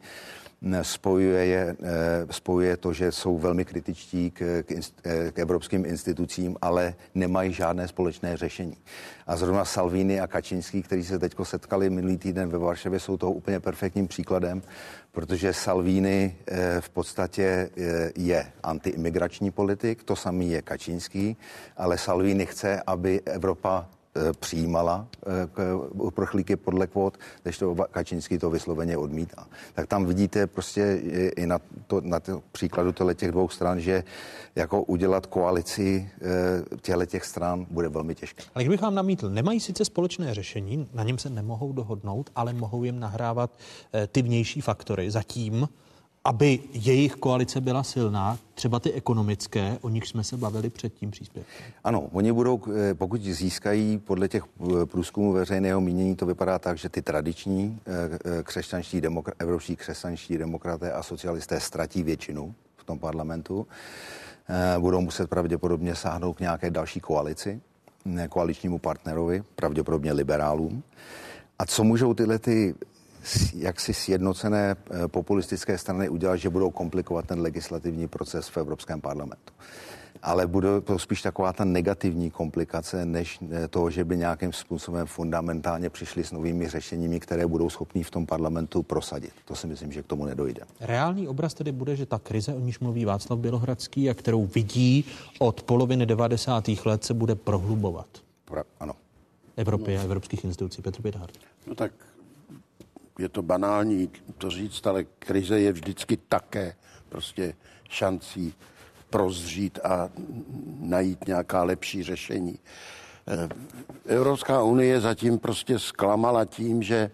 spojuje to, že jsou velmi kritičtí k evropským institucím, ale nemají žádné společné řešení. A zrovna Salvini a Kačinský, kteří se teďko setkali minulý týden ve Varšavě, jsou toho úplně perfektním příkladem, protože Salvini v podstatě je antiimigrační politik, to samý je Kačinský, ale Salvini chce, aby Evropa přijímala uprchlíky podle kvót, kdežto Kačinský to vysloveně odmítá. Tak tam vidíte prostě i na příkladu těch dvou stran, že jako udělat koalici těch stran bude velmi těžké. Ale kdybych vám namítl, nemají sice společné řešení, na něm se nemohou dohodnout, ale mohou jim nahrávat ty vnější faktory zatím, aby jejich koalice byla silná, třeba ty ekonomické, o nich jsme se bavili před tím příspěvkem. Ano, oni budou, pokud získají podle těch průzkumů veřejného mínění, to vypadá tak, že ty tradiční evropští křesťanští demokraté a socialisté ztratí většinu v tom parlamentu. Budou muset pravděpodobně sáhnout k nějaké další koaličnímu partnerovi, pravděpodobně liberálům. A co můžou tyhle jaksi sjednocené populistické strany udělat, že budou komplikovat ten legislativní proces v Evropském parlamentu. Ale bude to spíš taková ta negativní komplikace, než to, že by nějakým způsobem fundamentálně přišli s novými řešeními, které budou schopní v tom parlamentu prosadit. To si myslím, že k tomu nedojde. Reálný obraz tedy bude, že ta krize, o níž mluví Václav Bělohradský a kterou vidí od poloviny 90. let, se bude prohlubovat. Ano. Evropy a evropských institucí. Petr Pidhart. No tak je to banální to říct, ale krize je vždycky také prostě šancí prozřít a najít nějaká lepší řešení. Evropská unie zatím prostě zklamala tím, že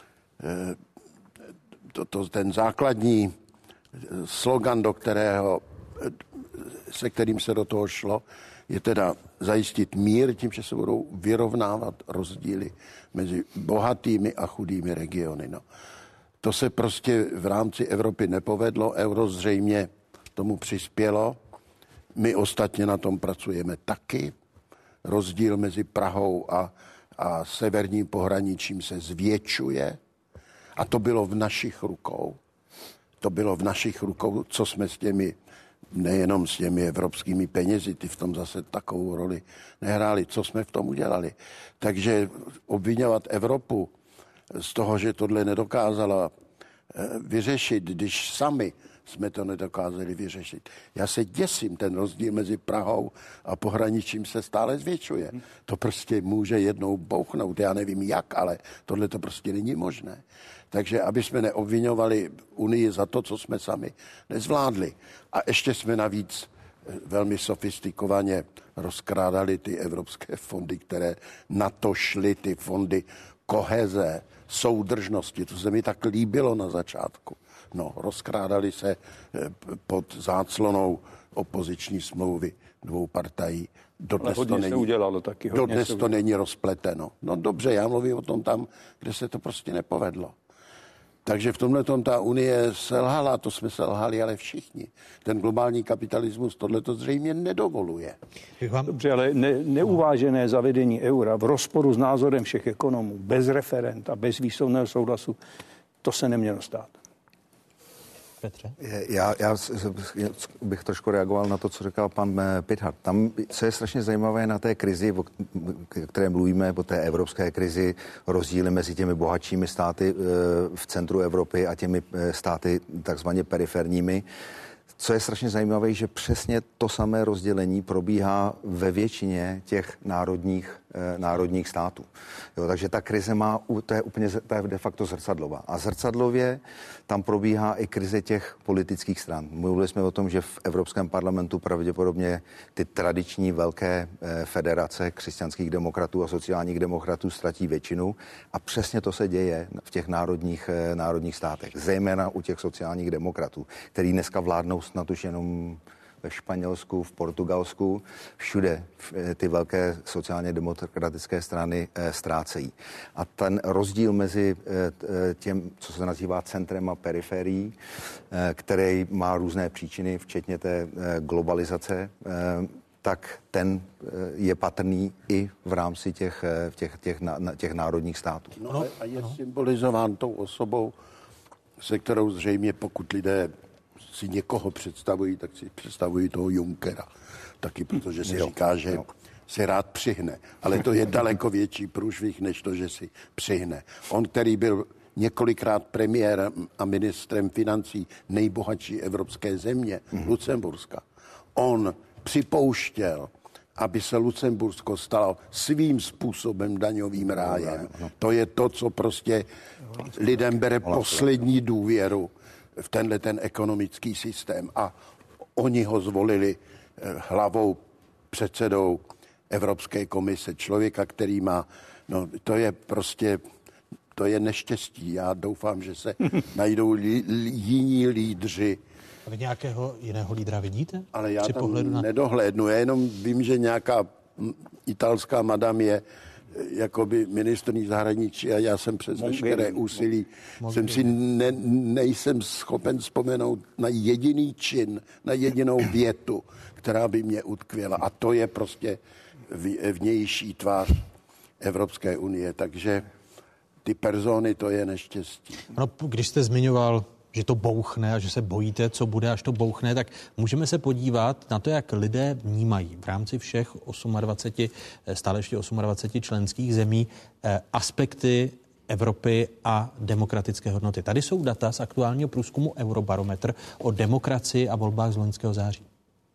ten základní slogan, se kterým se do toho šlo, je teda zajistit mír tím, že se budou vyrovnávat rozdíly mezi bohatými a chudými regiony. No. To se prostě v rámci Evropy nepovedlo, euro zřejmě tomu přispělo. My ostatně na tom pracujeme taky. Rozdíl mezi Prahou a severním pohraničím se zvětšuje a to bylo v našich rukou. To bylo v našich rukou, co jsme s těmi, nejenom s těmi evropskými penězi, ty v tom zase takovou roli nehráli, co jsme v tom udělali. Takže obvinovat Evropu z toho, že tohle nedokázala vyřešit, když sami jsme to nedokázali vyřešit. Já se děsím, ten rozdíl mezi Prahou a pohraničím se stále zvětšuje. To prostě může jednou bouchnout, já nevím jak, ale tohle to prostě není možné. Takže aby jsme neobviňovali Unii za to, co jsme sami nezvládli. A ještě jsme navíc velmi sofistikovaně rozkrádali ty evropské fondy, které na to šly, ty fondy koheze, soudržnosti. To se mi tak líbilo na začátku. No, rozkrádali se pod záclonou opoziční smlouvy dvou partají. Dodnes to není rozpleteno. No dobře, já mluvím o tom tam, kde se to prostě nepovedlo. Takže v tomhletom ta Unie selhala, to jsme selhali, ale všichni. Ten globální kapitalismus tohleto zřejmě nedovoluje. Dobře, ale neuvážené zavedení eura v rozporu s názorem všech ekonomů, bez referenta, bez výslovného souhlasu, to se nemělo stát. Petře? Já bych trošku reagoval na to, co říkal pan Pithart. Tam, co je strašně zajímavé na té krizi, o které mluvíme, po té evropské krizi, rozdíly mezi těmi bohatšími státy v centru Evropy a těmi státy takzvaně periferními. Co je strašně zajímavé, že přesně to samé rozdělení probíhá ve většině těch národních států. Jo, takže ta krize to je de facto zrcadlová. A zrcadlově tam probíhá i krize těch politických stran. Mluvili jsme o tom, že v Evropském parlamentu pravděpodobně ty tradiční velké federace křesťanských demokratů a sociálních demokratů ztratí většinu a přesně to se děje v těch národních státech. Zejména u těch sociálních demokratů, který dneska vládnou snad už jenom ve Španělsku, v Portugalsku, všude ty velké sociálně demokratické strany ztrácejí. A ten rozdíl mezi tím, co se nazývá centrem a periferií, který má různé příčiny, včetně té globalizace, tak ten je patrný i v rámci těch národních států. No a je symbolizován tou osobou, se kterou zřejmě pokud lidé si někoho představují, tak si představují toho Junckera. Taky protože si říká, že si rád přihne. Ale to je daleko větší průšvih, než to, že si přihne. On, který byl několikrát premiérem a ministrem financí nejbohatší evropské země, Lucemburska, on připouštěl, aby se Lucembursko stalo svým způsobem daňovým rájem. To je to, co prostě lidem bere poslední důvěru v ten ekonomický systém. A oni ho zvolili hlavou, předsedou Evropské komise. Člověka, který má, no to je prostě, to je neštěstí. Já doufám, že se najdou jiní lídři. A vy nějakého jiného lídra vidíte? Ale já tam nedohlédnu. Já jenom vím, že nějaká italská madam je jakoby ministrní zahraničí a já jsem přes veškeré úsilí nejsem schopen vzpomenout na jediný čin, na jedinou větu, která by mě utkvěla. A to je prostě vnější tvář Evropské unie. Takže ty persony, to je neštěstí. No, když jste zmiňoval, že to bouchne a že se bojíte, co bude, až to bouchne, tak můžeme se podívat na to, jak lidé vnímají v rámci všech 28, stále ještě 28 členských zemí aspekty Evropy a demokratické hodnoty. Tady jsou data z aktuálního průzkumu Eurobarometr o demokracii a volbách z loňského září.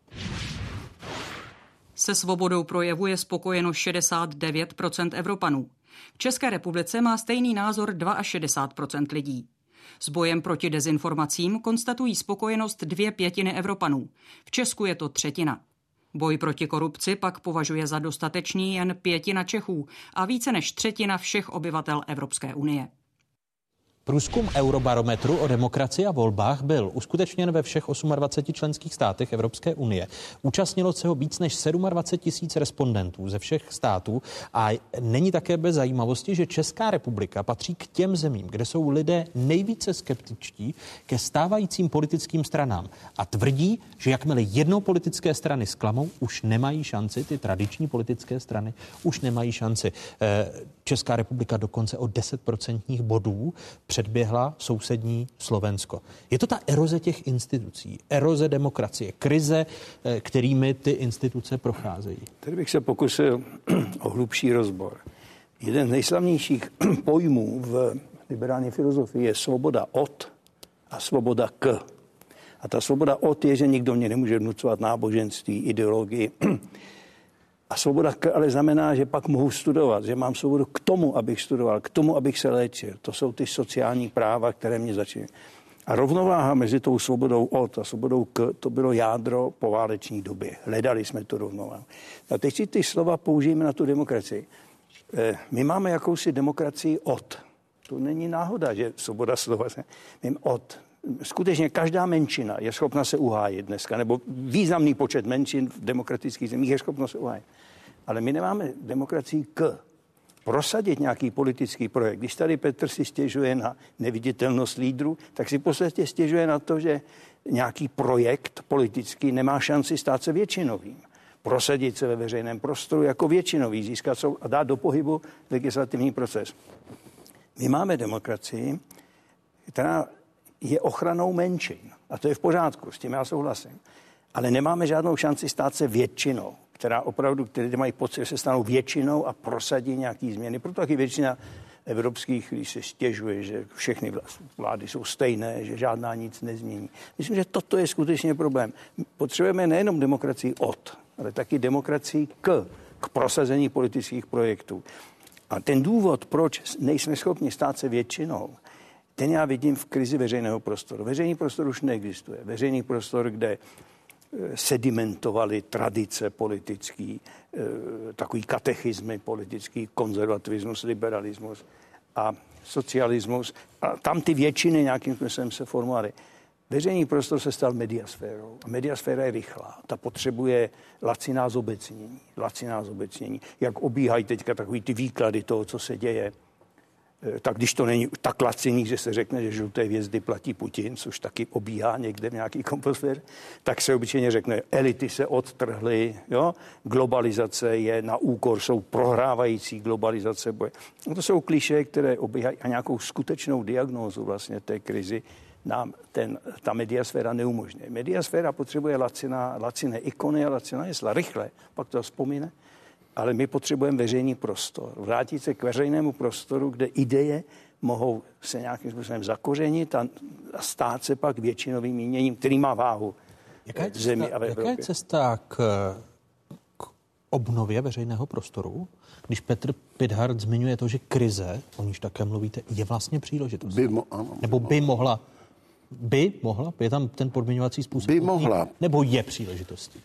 Se svobodou projevu je spokojeno 69% Evropanů. V České republice má stejný názor 62% lidí. S bojem proti dezinformacím konstatují spokojenost 2/5 Evropanů. V Česku je to 1/3. Boj proti korupci pak považuje za dostatečný jen 1/5 Čechů a více než 1/3 všech obyvatel Evropské unie. Průzkum Eurobarometru o demokracii a volbách byl uskutečněn ve všech 28 členských státech Evropské unie. Účastnilo se ho víc než 27 000 respondentů ze všech států a není také bez zajímavosti, že Česká republika patří k těm zemím, kde jsou lidé nejvíce skeptičtí ke stávajícím politickým stranám a tvrdí, že jakmile jednou politické strany zklamou, už nemají šanci, ty tradiční politické strany už nemají šanci. Česká republika dokonce o 10% bodů předběhla sousední Slovensko. Je to ta eroze těch institucí, eroze demokracie, krize, kterými ty instituce procházejí. Tady bych se pokusil o hlubší rozbor. Jeden z nejslavnějších pojmů v liberální filozofii je svoboda od a svoboda k. A ta svoboda od je, že nikdo mě nemůže vnucovat náboženství, ideologii. A svoboda ale znamená, že pak mohu studovat, že mám svobodu k tomu, abych studoval, k tomu, abych se léčil. To jsou ty sociální práva, které mě začínají. A rovnováha mezi tou svobodou od a svobodou k, to bylo jádro pováleční době. Hledali jsme tu rovnováhu. A teď si ty slova použijeme na tu demokracii. My máme jakousi demokracii od. To není náhoda, že svoboda slova. Skutečně každá menšina je schopna se uhájit dneska, nebo významný počet menšin v demokratických zemích je schopna se uhájit. Ale my nemáme demokracii k prosadit nějaký politický projekt. Když tady Petr si stěžuje na neviditelnost lídrů, tak si v podstatě stěžuje na to, že nějaký projekt politický nemá šanci stát se většinovým. Prosadit se ve veřejném prostoru jako většinový, získat a dát do pohybu legislativní proces. My máme demokracii, která je ochranou menšin. A to je v pořádku, s tím já souhlasím. Ale nemáme žádnou šanci stát se většinou, kteří mají pocit, že se stanou většinou a prosadí nějaký změny. Proto taky většina evropských, když se stěžuje, že všechny vlády jsou stejné, že žádná nic nezmění. Myslím, že toto je skutečně problém. Potřebujeme nejenom demokracii od, ale taky demokracii k prosazení politických projektů. A ten důvod, proč nejsme schopni stát se většinou, ten já vidím v krizi veřejného prostoru. Veřejný prostor už neexistuje. Veřejný prostor, kde sedimentovaly tradice politický, takový katechismy politický, konzervativismus, liberalismus a socialismus. A tam ty většiny nějakým způsobem se formovaly. Veřejný prostor se stal mediasférou. A mediasféra je rychlá. Ta potřebuje laciná zobecnění. Jak obíhají teďka takový ty výklady toho, co se děje. Tak když to není tak laciný, že se řekne, že žluté hvězdy platí Putin, což taky obíhá někde v nějaký komposfér, tak se obyčejně řekne, elity se odtrhly, jo? Globalizace je na úkor, jsou prohrávající globalizace boje. No to jsou klišé, které obíhají a nějakou skutečnou diagnózu vlastně té krizi nám ta mediasféra neumožňuje. Mediasféra potřebuje laciné ikony a laciná hesla, rychle, pak to vzpomíne. Ale my potřebujeme veřejný prostor. Vrátit se k veřejnému prostoru, kde ideje mohou se nějakým způsobem zakořenit a stát se pak většinovým míněním, který má váhu v zemi a v Evropě. Jaká je cesta k obnově veřejného prostoru, když Petr Pithart zmiňuje to, že krize, o níž také mluvíte, je vlastně příležitost? By mohla, je tam ten podmiňovací způsob? By mohla. Nebo je příležitostí?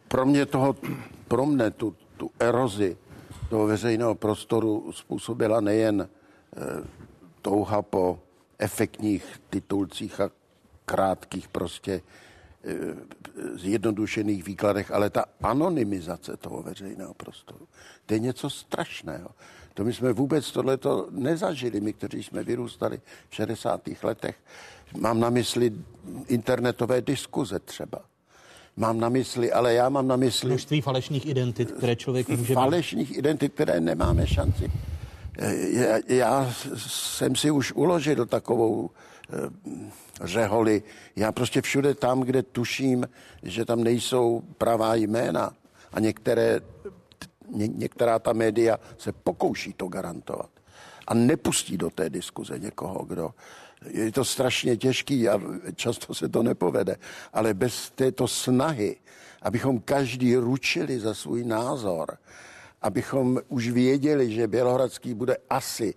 Pro mne tu erozi toho veřejného prostoru způsobila nejen touha po efektních titulcích a krátkých prostě zjednodušených výkladech, ale ta anonymizace toho veřejného prostoru. To je něco strašného. To my jsme vůbec tohleto nezažili, my, kteří jsme vyrůstali v 60. letech. Mám na mysli internetové diskuze třeba. Mám na mysli... Množství falešných identit, které člověk může... Falešných identit, které nemáme šanci. Já jsem si už uložil takovou řeholi. Já prostě všude tam, kde tuším, že tam nejsou pravá jména a některá ta média se pokouší to garantovat a nepustí do té diskuze někoho, kdo... Je to strašně těžký a často se to nepovede, ale bez této snahy, abychom každý ručili za svůj názor, abychom už věděli, že Bělohradský bude asi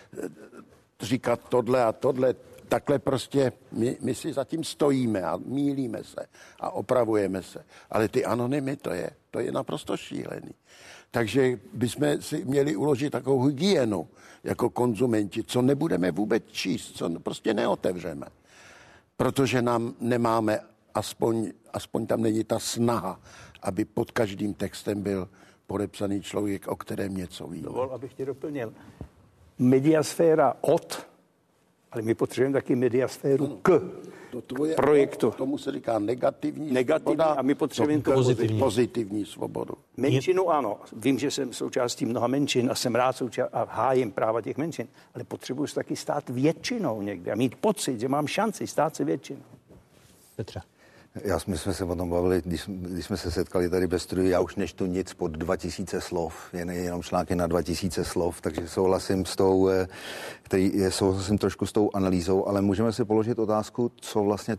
říkat tohle a tohle, takhle prostě my si zatím stojíme a mýlíme se a opravujeme se. Ale ty anonymy, to je naprosto šílený. Takže bychom si měli uložit takovou hygienu jako konzumenti, co nebudeme vůbec číst, co prostě neotevřeme. Protože nám nemáme, aspoň tam není ta snaha, aby pod každým textem byl podepsaný člověk, o kterém něco ví. Dovol, abych tě doplnil. Mediasféra od, ale my potřebujeme taky mediasféru k projektu. Tomu se říká negativní svoboda, a my potřebujeme pozitivní svobodu. Menšinu ano. Vím, že jsem součástí mnoha menšin a jsem rád a hájím práva těch menšin, ale potřebuji taky stát většinou někde a mít pocit, že mám šanci stát se většinou. Petře. My jsme se o tom bavili, když jsme se setkali tady bez studií, já už nečtu nic pod 2000 slov, jenom články na 2000 slov, takže souhlasím trošku s tou analýzou, ale můžeme si položit otázku, co vlastně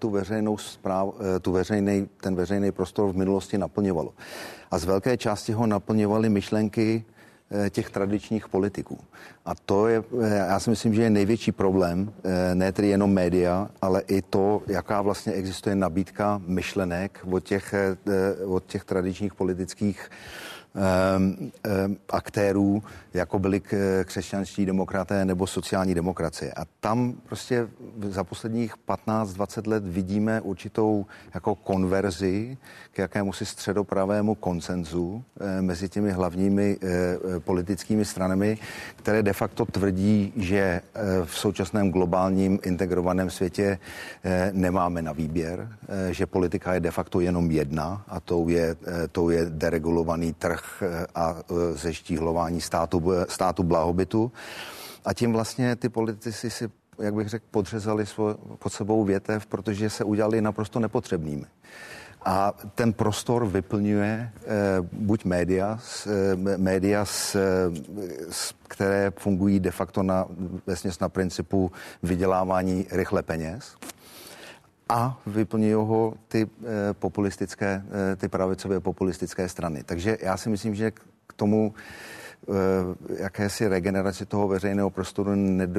ten veřejný prostor v minulosti naplňovalo. A z velké části ho naplňovaly myšlenky těch tradičních politiků. A to je, já si myslím, že je největší problém, ne tedy jenom média, ale i to, jaká vlastně existuje nabídka myšlenek od těch tradičních politických aktérů, jako byli křesťanští demokraté nebo sociální demokracie. A tam prostě za posledních 15-20 let vidíme určitou jako konverzi k jakémusi středopravému konsenzu mezi těmi hlavními politickými stranami, které de facto tvrdí, že v současném globálním integrovaném světě nemáme na výběr, že politika je de facto jenom jedna a tou je deregulovaný trh a zeštíhlování státu blahobytu. A tím vlastně ty politici si, jak bych řekl, podřezali pod sebou větev, protože se udělali naprosto nepotřebnými. A ten prostor vyplňuje buď média, které fungují de facto vesměs na principu vydělávání rychle peněz, a vyplňují ho ty pravicové populistické strany. Takže já si myslím, že k tomu jakési regeneraci toho veřejného prostoru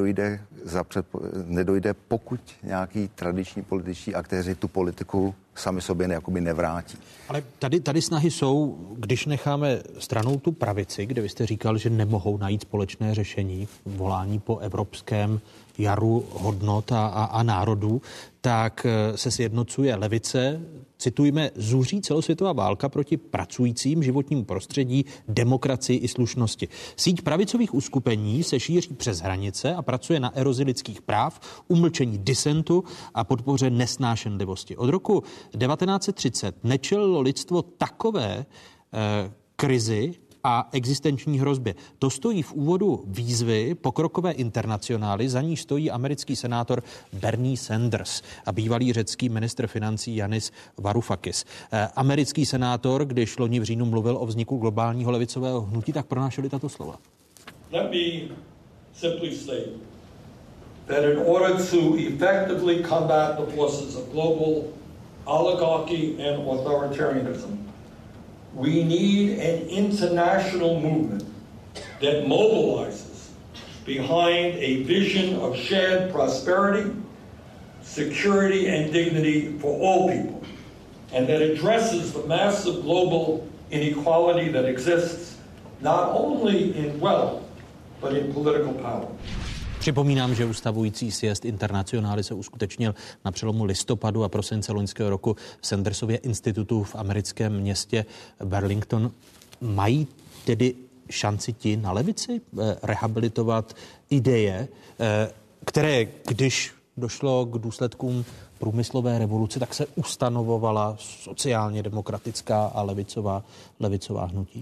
nedojde, pokud nějaký tradiční političtí aktéři tu politiku sami sobě jakoby nevrátí. Ale tady snahy jsou, když necháme stranou tu pravici, kde vy jste říkal, že nemohou najít společné řešení, volání po evropském jaru hodnot a národů, tak se sjednocuje levice, citujme, zuří celosvětová válka proti pracujícím, životnímu prostředí, demokracii i slušnosti. Síť pravicových uskupení se šíří přes hranice a pracuje na erozi lidských práv, umlčení disentu a podpoře nesnášenlivosti. Od roku 1930 nečelilo lidstvo takové krizi a existenční hrozbě. To stojí v úvodu výzvy pokrokové internacionály, za ní stojí americký senátor Bernie Sanders a bývalý řecký ministr financí Yanis Varoufakis. Americký senátor, když loni v říjnu mluvil o vzniku globálního levicového hnutí, tak pronášeli tato slova. Let me simply state that in order to effectively combat the forces of global oligarchy and authoritarianism, we need an international movement that mobilizes behind a vision of shared prosperity, security, and dignity for all people, and that addresses the massive global inequality that exists not only in wealth, but in political power. Připomínám, že ustavující sjezd internacionály se uskutečnil na přelomu listopadu a prosince loňského roku v Sandersově institutu v americkém městě Burlington. Mají tedy šanci ti na levici rehabilitovat ideje, které, když došlo k důsledkům průmyslové revoluce, tak se ustanovovala sociálně demokratická a levicová hnutí?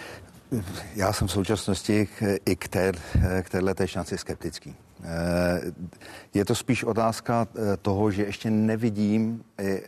Já jsem v současnosti i k této šanci skeptický. Je to spíš otázka toho, že ještě nevidím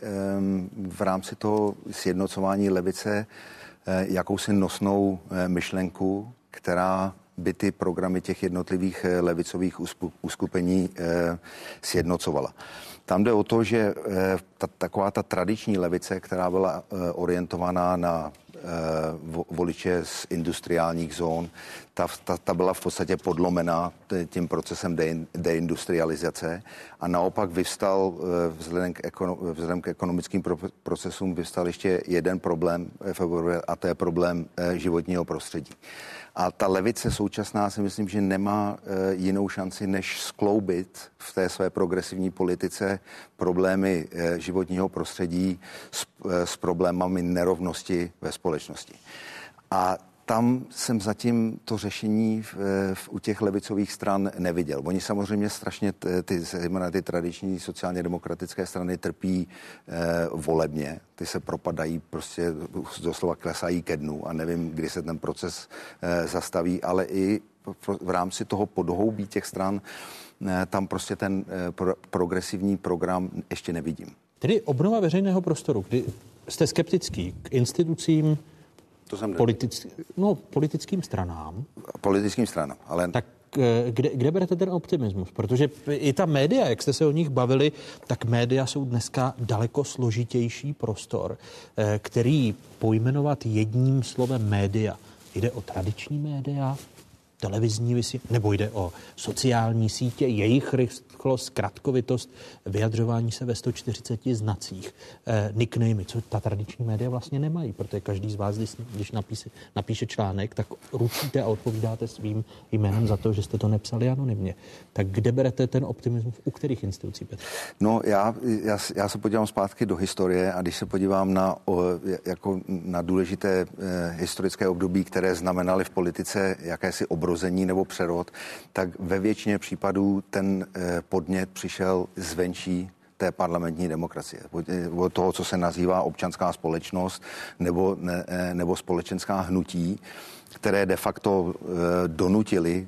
v rámci toho sjednocování levice jakousi nosnou myšlenku, která by ty programy těch jednotlivých levicových uskupení sjednocovala. Tam jde o to, že taková ta tradiční levice, která byla orientovaná na voliče z industriálních zón, ta byla v podstatě podlomená tím procesem deindustrializace a naopak vyvstal vzhledem k ekonomickým procesům vyvstal ještě jeden problém v Evropě a to je problém životního prostředí. A ta levice současná si myslím, že nemá jinou šanci, než skloubit v té své progresivní politice problémy životního prostředí s problémami nerovnosti ve společnosti. A tam jsem zatím to řešení u těch levicových stran neviděl. Oni samozřejmě strašně, zejména ty tradiční sociálně demokratické strany trpí volebně. Ty se propadají, prostě doslova klesají ke dnu a nevím, kdy se ten proces zastaví, ale i v rámci toho podhoubí těch stran tam prostě ten progresivní program ještě nevidím. Tedy obnova veřejného prostoru, kdy jste skeptický k institucím, politickým stranám. Politickým stranám, ale... Tak kde berete ten optimismus? Protože i ta média, jak jste se o nich bavili, tak média jsou dneska daleko složitější prostor, který pojmenovat jedním slovem média. Jde o tradiční média, televizní vysílání, nebo jde o sociální sítě, jejich rychlost, kratkovitost, vyjadřování se ve 140 znacích, nicknamy, co ta tradiční média vlastně nemají, protože každý z vás, když napíše článek, tak ručíte a odpovídáte svým jménem za to, že jste to nepsali anonymně. Tak kde berete ten optimismus? U kterých institucí, Petr? No, já se podívám zpátky do historie a když se podívám na důležité historické období, které znamenaly v politice jakési obrození nebo přerod, tak ve většině případů ten podnět přišel zvenčí té parlamentní demokracie. Od toho, co se nazývá občanská společnost nebo společenská hnutí, které de facto donutili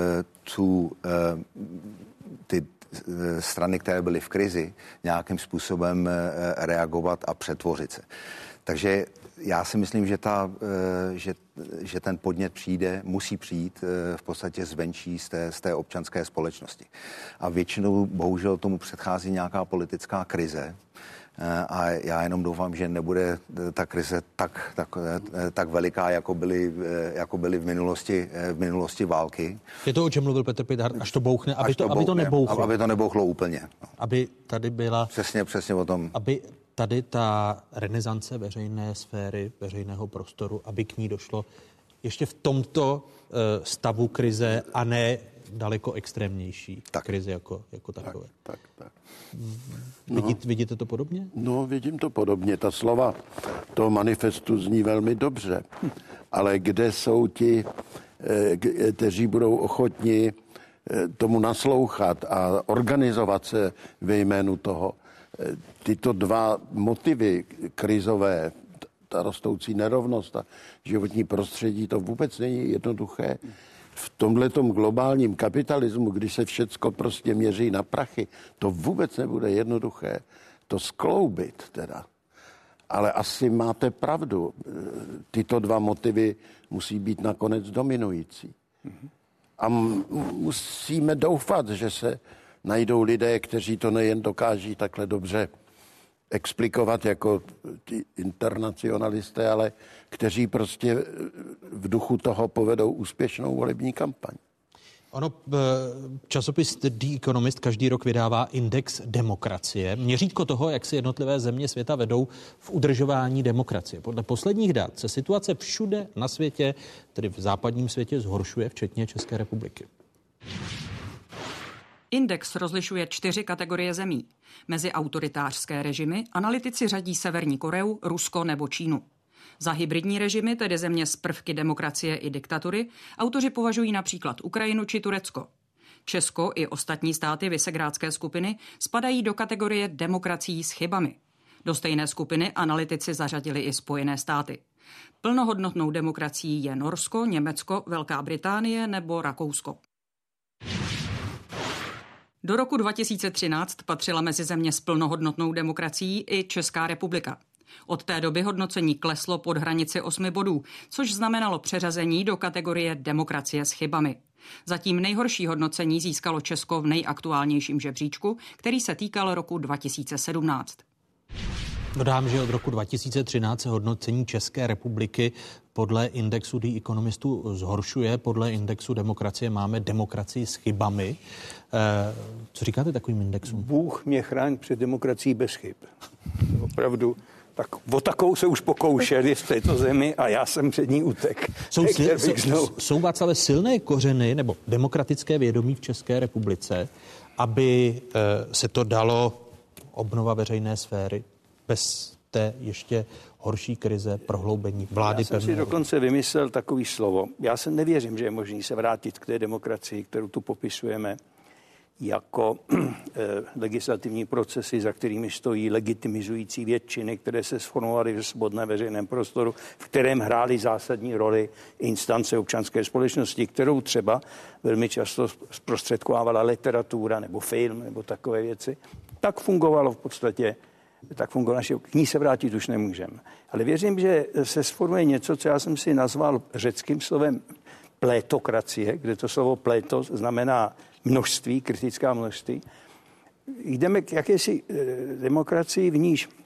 ty strany, které byly v krizi, nějakým způsobem reagovat a přetvořit se. Takže já si myslím, že ten podnět musí přijít v podstatě zvenčí z té občanské společnosti. A většinou bohužel tomu předchází nějaká politická krize. A já jenom doufám, že nebude ta krize tak veliká, jako byly v minulosti války. Je to, o čem mluvil Petr Pithart, až to bouchne, aby to nebouchlo. Aby to nebouchlo úplně. No. Aby tady byla... Přesně o tom. Aby tady ta renesance veřejné sféry, veřejného prostoru, aby k ní došlo ještě v tomto stavu krize a ne daleko extrémnější krizi jako takové. Tak. Vidíte to podobně? No, vidím to podobně. Ta slova toho manifestu zní velmi dobře. Ale kde jsou ti, kteří budou ochotni tomu naslouchat a organizovat se ve jménu toho? Tyto dva motivy krizové, ta rostoucí nerovnost a životní prostředí, to vůbec není jednoduché. V tomhletom globálním kapitalismu, když se všecko prostě měří na prachy, to vůbec nebude jednoduché to skloubit teda. Ale asi máte pravdu. Tyto dva motivy musí být nakonec dominující. A musíme doufat, že se najdou lidé, kteří to nejen dokáží takhle dobře explikovat jako ti internacionalisté, ale kteří prostě v duchu toho povedou úspěšnou volební kampaň. Časopis The Economist každý rok vydává index demokracie. Měřítko toho, jak se jednotlivé země světa vedou v udržování demokracie. Podle posledních dat se situace všude na světě, tedy v západním světě, zhoršuje, včetně České republiky. Index rozlišuje 4 kategorie zemí. Mezi autoritářské režimy analytici řadí Severní Koreu, Rusko nebo Čínu. Za hybridní režimy, tedy země s prvky demokracie i diktatury, autoři považují například Ukrajinu či Turecko. Česko i ostatní státy Visegrádské skupiny spadají do kategorie demokracií s chybami. Do stejné skupiny analytici zařadili i Spojené státy. Plnohodnotnou demokracií je Norsko, Německo, Velká Británie nebo Rakousko. Do roku 2013 patřila mezi země s plnohodnotnou demokracií i Česká republika. Od té doby hodnocení kleslo pod hranici 8 bodů, což znamenalo přeřazení do kategorie demokracie s chybami. Zatím nejhorší hodnocení získalo Česko v nejaktuálnějším žebříčku, který se týkal roku 2017. Dodám, že od roku 2013 se hodnocení České republiky podle indexu The Economistu zhoršuje. Podle indexu demokracie máme demokracii s chybami. Co říkáte takovým indexům? Bůh mě chráň před demokracií bez chyb. Opravdu. Tak o takovou se už pokoušeli v této zemi a já jsem před ní utek. Jsou Václave silné kořeny nebo demokratické vědomí v České republice, aby se to dalo obnova veřejné sféry bez té ještě horší krize, prohloubení vlády. Já jsem si dokonce vymyslel takový slovo. Já se nevěřím, že je možné se vrátit k té demokracii, kterou tu popisujeme, jako legislativní procesy, za kterými stojí legitimizující většiny, které se sformovaly v svobodném veřejném prostoru, v kterém hrály zásadní roli instance občanské společnosti, kterou třeba velmi často zprostředkovávala literatura nebo film nebo takové věci. Tak fungovalo v podstatě, k ní se vrátit už nemůžeme. Ale věřím, že se sformuje něco, co já jsem si nazval řeckým slovem plétokracie, kde to slovo plétos znamená množství, kritická množství. Jdeme k jakési demokracii, v níž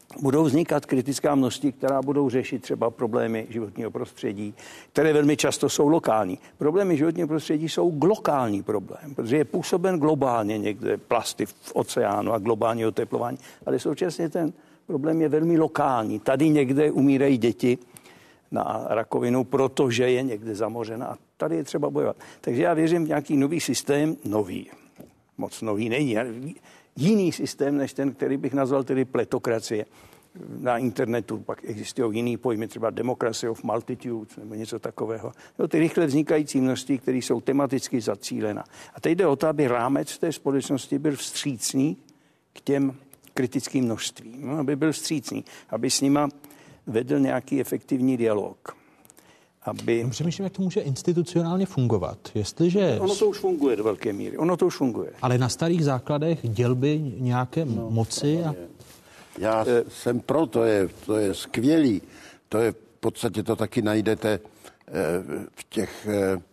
budou vznikat kritická množství, která budou řešit třeba problémy životního prostředí, které velmi často jsou lokální. Problémy životního prostředí jsou glokální problém, protože je působen globálně někde plasty v oceánu a globální oteplování, ale současně ten problém je velmi lokální. Tady někde umírají děti na rakovinu, protože je někde zamořena a tady je třeba bojovat. Takže já věřím v nějaký nový systém, moc nový není, jiný systém, než ten, který bych nazval tedy pletokracie. Na internetu pak existují jiný pojmy, třeba democracy of multitudes nebo něco takového. No, ty rychle vznikající množství, které jsou tematicky zacílena. A teď jde o to, aby rámec té společnosti byl vstřícný k těm kritickým množstvím. No, aby byl vstřícný, aby s nima vedl nějaký efektivní dialog. Přemýšlím, jak to může institucionálně fungovat. Jestliže... Ono to už funguje do velké míry. Ale na starých základech dělby nějaké moci a... Já jsem pro, to je skvělý. To je v podstatě, to taky najdete v těch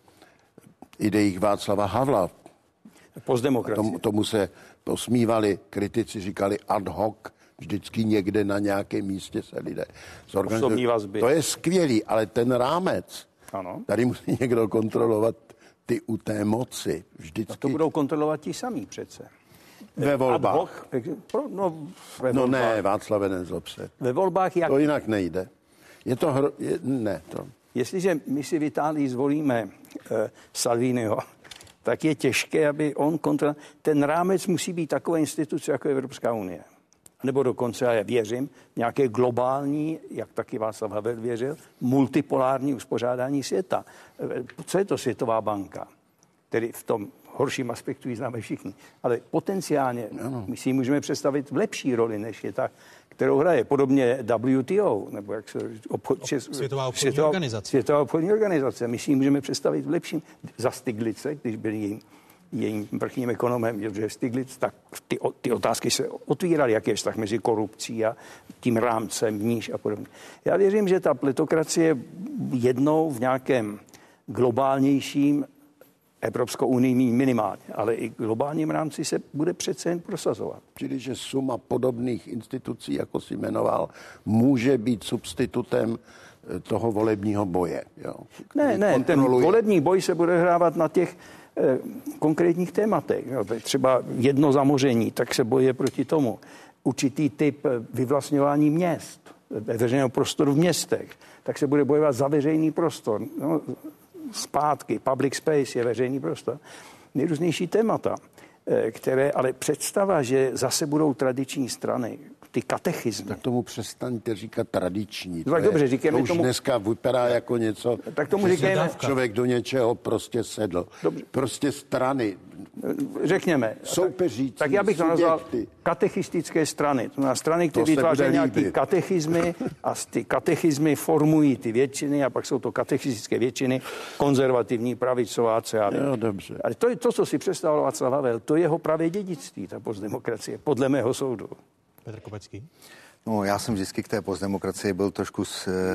ideích Václava Havla. Postdemokracie. Tomu se posmívali, kritici říkali ad hoc, vždycky někde na nějakém místě se lidé osobní vazby. To je skvělý, ale ten rámec, ano. Tady musí někdo kontrolovat ty u té moci. Vždycky. A to budou kontrolovat ti samí přece. Ve volbách. No ne, Václave, nezlob se. Ve volbách jak... To jinak nejde. Je to to. Jestliže my si v Itálii zvolíme Salviniho, tak je těžké, aby on kontroloval. Ten rámec musí být takové instituce, jako je Evropská unie. Nebo dokonce, já věřím, nějaké globální, jak taky Václav Havel věřil, multipolární uspořádání světa. Co je to Světová banka? Tedy v tom horším aspektu ji známe všichni. Ale potenciálně my si ji můžeme představit v lepší roli, než je ta, kterou hraje. Podobně WTO, nebo jak se Světová obchodní organizace. Světová obchodní organizace. My si ji můžeme představit v lepším. Za Stiglice, když byl jejím vrchním ekonomem, že Stiglitz, tak ty otázky se otvíraly, jaký je vztah mezi korupcí a tím rámcem níž a podobně. Já věřím, že ta pletokracie jednou v nějakém globálnějším Evropskou unii minimálně, ale i globálním rámci se bude přece jen prosazovat. Čili, že suma podobných institucí, jako si jmenoval, může být substitutem toho volebního boje. Jo? Ne, ten volební boj se bude hrávat na těch konkrétních tématech. No, třeba jedno zamoření, tak se bojuje proti tomu. Určitý typ vyvlastňování měst, veřejného prostoru v městech, tak se bude bojovat za veřejný prostor. No, zpátky, public space je veřejný prostor. Nejrůznější témata, které, ale představa, že zase budou tradiční strany, ty katechismy. Tak tomu přestaňte říkat tradiční. Tak dobře, říkáme to už tomu... dneska vypadá jako něco, tak tomu říkáme... člověk do něčeho prostě sedl. Dobře. Prostě strany. Řekněme. Soupeřící tak já bych to nazval katechistické strany. To znamená strany, které vytvářejí nějaké katechismy a ty katechismy formují ty většiny a pak jsou to katechistické většiny, konzervativní, pravicová, Jo, dobře. Ale to, co si představoval Václav Havel, to je jeho pravé dědictví, ta postdemokracie, podle mého soudu. Petr Kopecký. No, já jsem vždycky k té postdemokracii byl trošku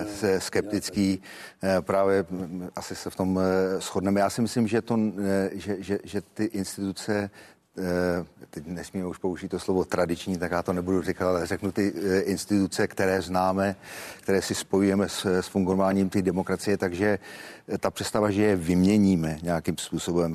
skeptický, právě asi se v tom shodneme. Já si myslím, že ty instituce, teď nesmíme už použít to slovo tradiční, tak já to nebudu říkat, ale řeknu ty instituce, které známe, které si spojujeme s fungováním té demokracie, takže ta představa, že je vyměníme nějakým způsobem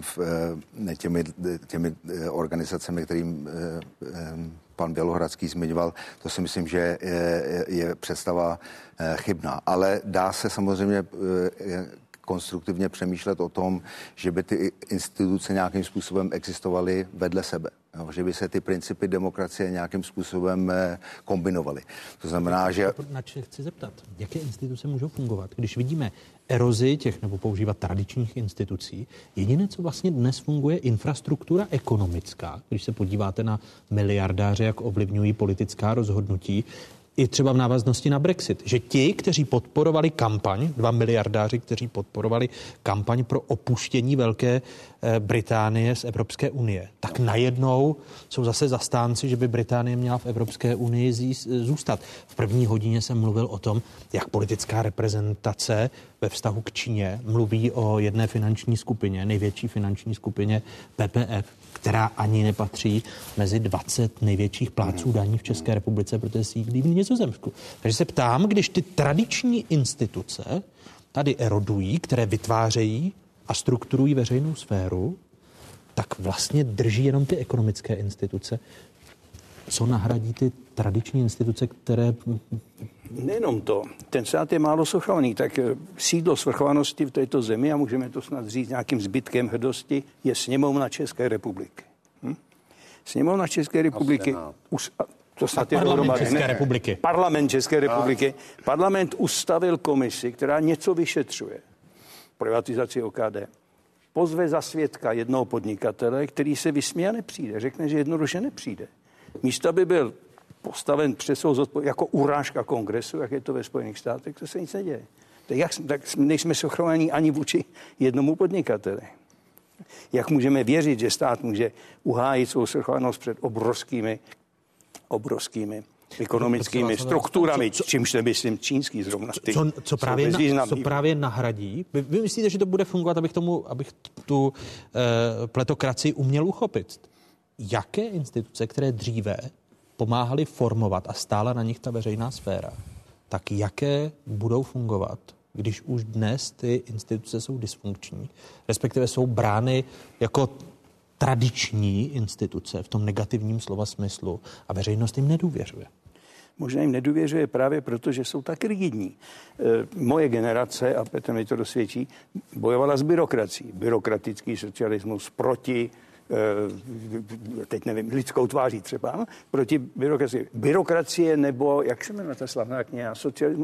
těmi organizacemi, kterým pan Bělohradský zmiňoval, to si myslím, že je představa chybná. Ale dá se samozřejmě konstruktivně přemýšlet o tom, že by ty instituce nějakým způsobem existovaly vedle sebe. Že by se ty principy demokracie nějakým způsobem kombinovaly. To znamená, že... Chci zeptat, jaké instituce můžou fungovat, když vidíme erozi těch, nebo používat tradičních institucí. Jediné, co vlastně dnes funguje, infrastruktura ekonomická. Když se podíváte na miliardáře, jak ovlivňují politická rozhodnutí, i třeba v návaznosti na Brexit, že ti, kteří podporovali kampaň, 2 miliardáři, kteří podporovali kampaň pro opuštění Velké Británie z Evropské unie, tak najednou jsou zase zastánci, že by Británie měla v Evropské unii zůstat. V první hodině jsem mluvil o tom, jak politická reprezentace ve vztahu k Číně mluví o jedné finanční skupině, největší finanční skupině PPF, která ani nepatří mezi 20 největších plátců daní v České republice, protože sídlí v Nizozemsku. Takže se ptám, když ty tradiční instituce tady erodují, které vytvářejí a strukturují veřejnou sféru, tak vlastně drží jenom ty ekonomické instituce. Co nahradí ty tradiční instituce, které... Nejenom to. Ten stát je málo svrchovaný, tak sídlo svrchovanosti v této zemi, a můžeme to snad říct nějakým zbytkem hrdosti, je sněmovna České republiky. Sněmovna České republiky... To snad je Parlament České republiky. Parlament České republiky. Parlament ustavil komisi, která něco vyšetřuje. Privatizaci OKD. Pozve za svědka jednoho podnikatele, který se vysměje a nepřijde. Řekne, že jednoduše nepřijde. Místo by byl postaven před svou zodpovědnost jako urážka kongresu, jak je to ve Spojených státech, to se nic neděje. Tak nejsme svrchovaní ani vůči jednomu podnikateli. Jak můžeme věřit, že stát může uhájit svou svrchovanost před obrovskými ekonomickými strukturami, čímž nemyslím čínský zrovna. Co právě nahradí? Vy myslíte, že to bude fungovat, abych tu pletokracii uměl uchopit? Jaké instituce, které dříve pomáhaly formovat a stála na nich ta veřejná sféra, tak jaké budou fungovat, když už dnes ty instituce jsou dysfunkční, respektive jsou brány jako tradiční instituce v tom negativním slova smyslu a veřejnost jim nedůvěřuje? Možná jim nedůvěřuje právě proto, že jsou tak rigidní. Moje generace, a Petr mi to dosvědčí, bojovala s byrokracií. Byrokratický socialismus proti, teď nevím, lidskou tváří třeba, proti byrokracii. Byrokracie nebo, jak se jmenuje ta slavná kniha,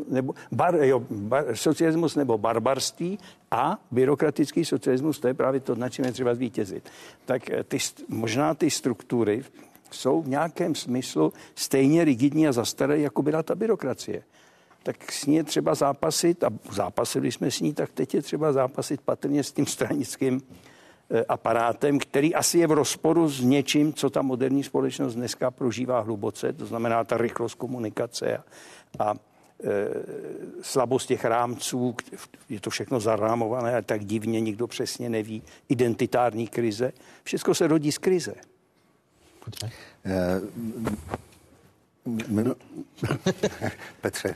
socialismus nebo barbarství a byrokratický socialismus, to je právě to, na čem je třeba zvítězit. Tak možná ty struktury jsou v nějakém smyslu stejně rigidní a zastaré, jako byla ta byrokracie. Tak s ní je třeba zápasit, a zápasili jsme s ní, tak teď je třeba zápasit patrně s tím stranickým aparátem, který asi je v rozporu s něčím, co ta moderní společnost dneska prožívá hluboce, to znamená ta rychlost komunikace a slabost těch rámců, je to všechno zarámované a tak divně, nikdo přesně neví, identitární krize. Všechno se rodí z krize. Petře.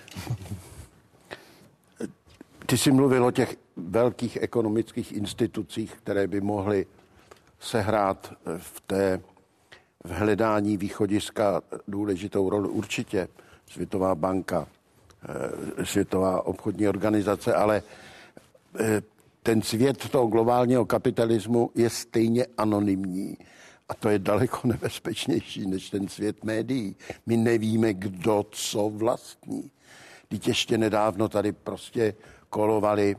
Ty jsi mluvil o těch velkých ekonomických institucích, které by mohly sehrát v hledání východiska důležitou roli. Určitě Světová banka, Světová obchodní organizace, ale ten svět toho globálního kapitalismu je stejně anonymní. A to je daleko nebezpečnější než ten svět médií. My nevíme, kdo co vlastní. Vždyť ještě nedávno tady prostě kolovaly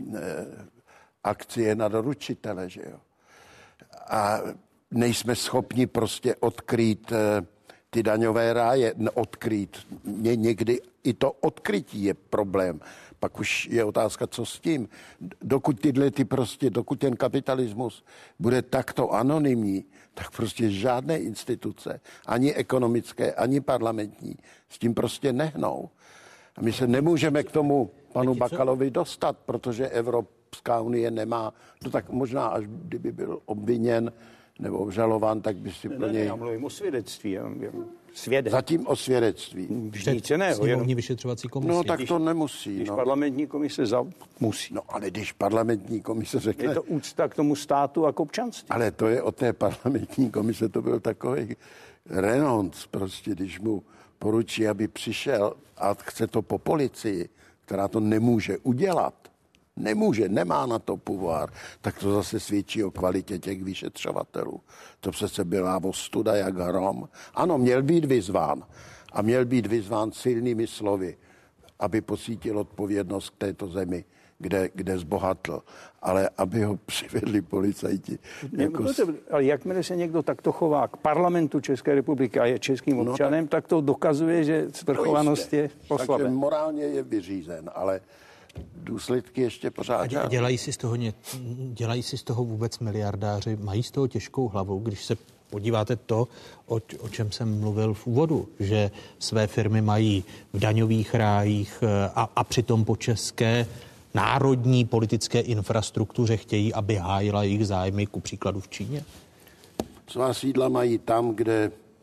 akcie na doručitele, že jo. A nejsme schopni prostě odkrýt ty daňové ráje, odkrýt. Někdy i to odkrytí je problém. Pak už je otázka, co s tím. Dokud ten kapitalismus bude takto anonymní, tak prostě žádné instituce, ani ekonomické, ani parlamentní, s tím prostě nehnou. A my se nemůžeme k tomu panu Bakalovi dostat, protože Evropská unie nemá, to tak možná, až kdyby byl obviněn nebo obžalován, tak by si pro něj... Já mluvím o svědectví. Zatím o svědectví. Nic jiného. Sněmovní vyšetřovací komise. No tak to nemusí. Když parlamentní komise musí. No ale když parlamentní komise řekne... Je to úcta k tomu státu a k občanství. Ale to je od té parlamentní komise, to byl takový renonc prostě, když mu poručí, aby přišel a chce to po policii, která to nemůže udělat. Nemá na to pouvoir, tak to zase svědčí o kvalitě těch vyšetřovatelů. To přece byla ostuda jak hrom. Ano, měl být vyzván silnými slovy, aby pocítil odpovědnost k této zemi, kde zbohatl, ale aby ho přivedli policajti. Ale jakmile se někdo takto chová k parlamentu České republiky a je českým občanem, tak to dokazuje, že svrchovanost je oslaben. Takže morálně je vyřízen, ale důsledky ještě pořád. A dělají si z toho vůbec miliardáři, mají z toho těžkou hlavu, když se podíváte to, o čem jsem mluvil v úvodu, že své firmy mají v daňových rájích a přitom po české národní politické infrastruktuře chtějí, aby hájila jejich zájmy, ku příkladu v Číně? Svá sídla mají tam, kde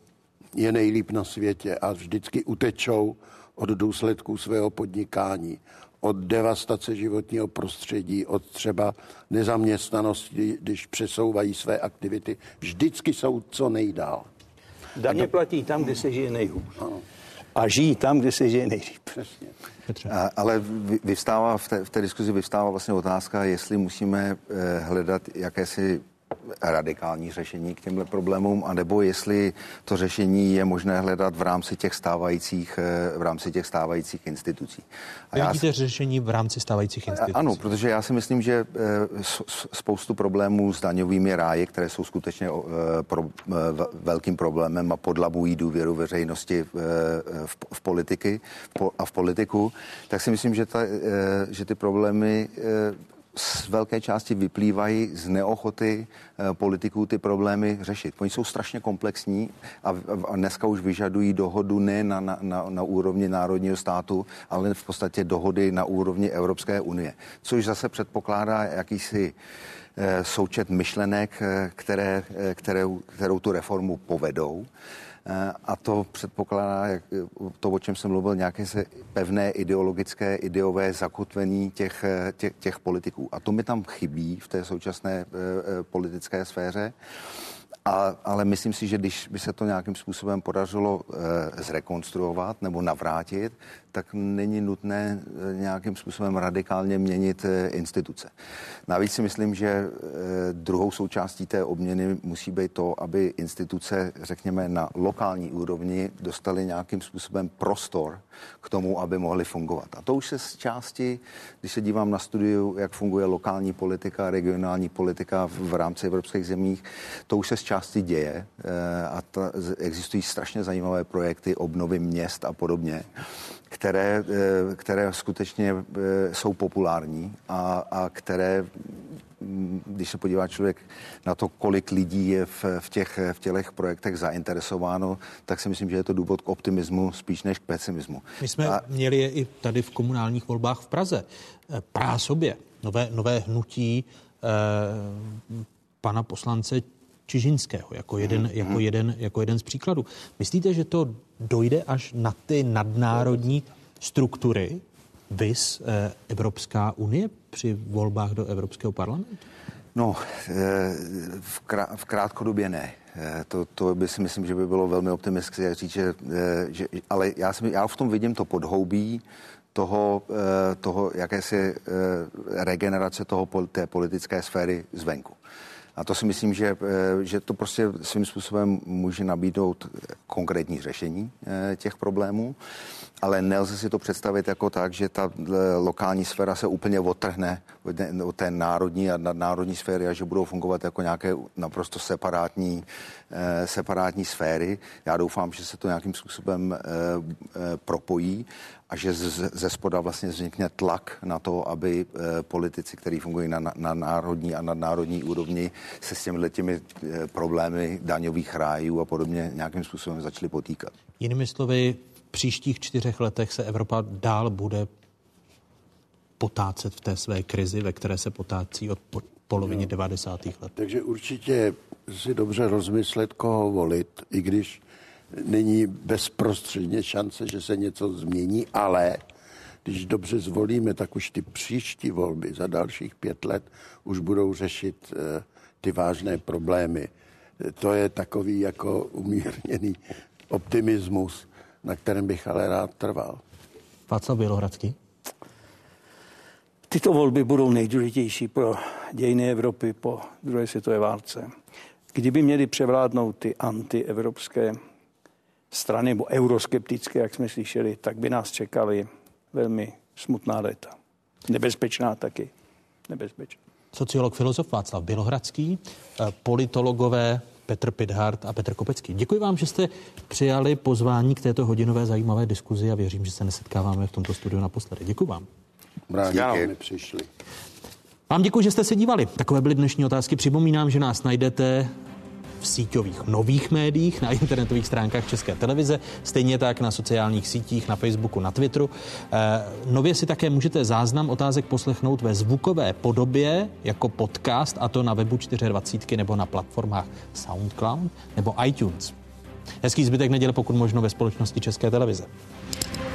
je nejlíp na světě a vždycky utečou od důsledků svého podnikání, od devastace životního prostředí, od třeba nezaměstnanosti, když přesouvají své aktivity. Vždycky jsou co nejdál. Daně platí tam, kde se žije nejhůř. A žijí tam, kde se žije nejlíp. Přesně. Ale vyvstává v té diskuzi vyvstává vlastně otázka, jestli musíme hledat jakési radikální řešení k těmhle problémům, anebo jestli to řešení je možné hledat v rámci těch stávajících institucí. Vy vidíte řešení v rámci stávajících institucí? Ano, protože já si myslím, že spoustu problémů s daňovými ráji, které jsou skutečně velkým problémem a podlabují důvěru veřejnosti v politiku, tak si myslím, že ty problémy z velké části vyplývají z neochoty politiků ty problémy řešit. Oni jsou strašně komplexní a dneska už vyžadují dohodu ne na úrovni národního státu, ale v podstatě dohody na úrovni Evropské unie. Což zase předpokládá jakýsi součet myšlenek, kterou tu reformu povedou. A to předpokládá, to, o čem jsem mluvil, nějaké pevné ideové zakotvení těch politiků. A to mi tam chybí v té současné politické sféře. Ale myslím si, že když by se to nějakým způsobem podařilo zrekonstruovat nebo navrátit, tak není nutné nějakým způsobem radikálně měnit instituce. Navíc si myslím, že druhou součástí té obměny musí být to, aby instituce, řekněme, na lokální úrovni dostaly nějakým způsobem prostor k tomu, aby mohly fungovat. A to už se z části, když se dívám na studiu, jak funguje lokální politika, regionální politika v rámci evropských zemích, to už se z části děje a existují strašně zajímavé projekty obnovy měst a podobně, které skutečně jsou populární a které, když se podívá člověk na to, kolik lidí je v těch projektech zainteresováno, tak si myslím, že je to důvod k optimismu spíš než k pesimismu. My jsme měli je i tady v komunálních volbách v Praze. Prásobě, nové hnutí pana poslance Čižinského jako jeden z příkladů. Myslíte, že to dojde až na ty nadnárodní struktury, viz Evropská unie při volbách do Evropského parlamentu? No, v krátkodobě ne. To by si myslím, že by bylo velmi optimistické říct, ale já v tom vidím to podhoubí toho jakési regenerace té politické sféry zvenku. A to si myslím, že to prostě svým způsobem může nabídnout konkrétní řešení těch problémů, ale nelze si to představit jako tak, že ta lokální sféra se úplně odtrhne od té národní a nadnárodní sféry a že budou fungovat jako nějaké naprosto separátní sféry. Já doufám, že se to nějakým způsobem propojí a že ze spoda vlastně vznikne tlak na to, aby politici, kteří fungují na národní a nadnárodní úrovni, se s těmi problémy daňových rájů a podobně nějakým způsobem začali potýkat. Jinými slovy, v příštích 4 letech se Evropa dál bude potácet v té své krizi, ve které se potácí od polovině 90. let. Takže určitě si dobře rozmyslet, koho volit, i když není bezprostředně šance, že se něco změní, ale když dobře zvolíme, tak už ty příští volby za dalších 5 let už budou řešit ty vážné problémy. To je takový jako umírněný optimismus, na kterém bych ale rád trval. Václav Bělohradský. Tyto volby budou nejdůležitější pro dějiny Evropy po druhé světové válce. Kdyby měly převládnout ty antievropské strany, nebo euroskeptické, jak jsme slyšeli, tak by nás čekaly velmi smutná léta. Nebezpečná taky. Nebezpečná. Sociolog, filozof Václav Bělohradský, politologové Petr Pidhart a Petr Kopecký. Děkuji vám, že jste přijali pozvání k této hodinové zajímavé diskuzi a věřím, že se nesetkáváme v tomto studiu naposledy. Děkuji vám. Díky. Přišli. Vám děkuji, že jste se dívali. Takové byly dnešní otázky. Připomínám, že nás najdete v síťových nových médiích, na internetových stránkách České televize, stejně tak na sociálních sítích, na Facebooku, na Twitteru. Nově si také můžete záznam otázek poslechnout ve zvukové podobě jako podcast, a to na webu 24 nebo na platformách SoundCloud nebo iTunes. Hezký zbytek neděle, pokud možno ve společnosti České televize.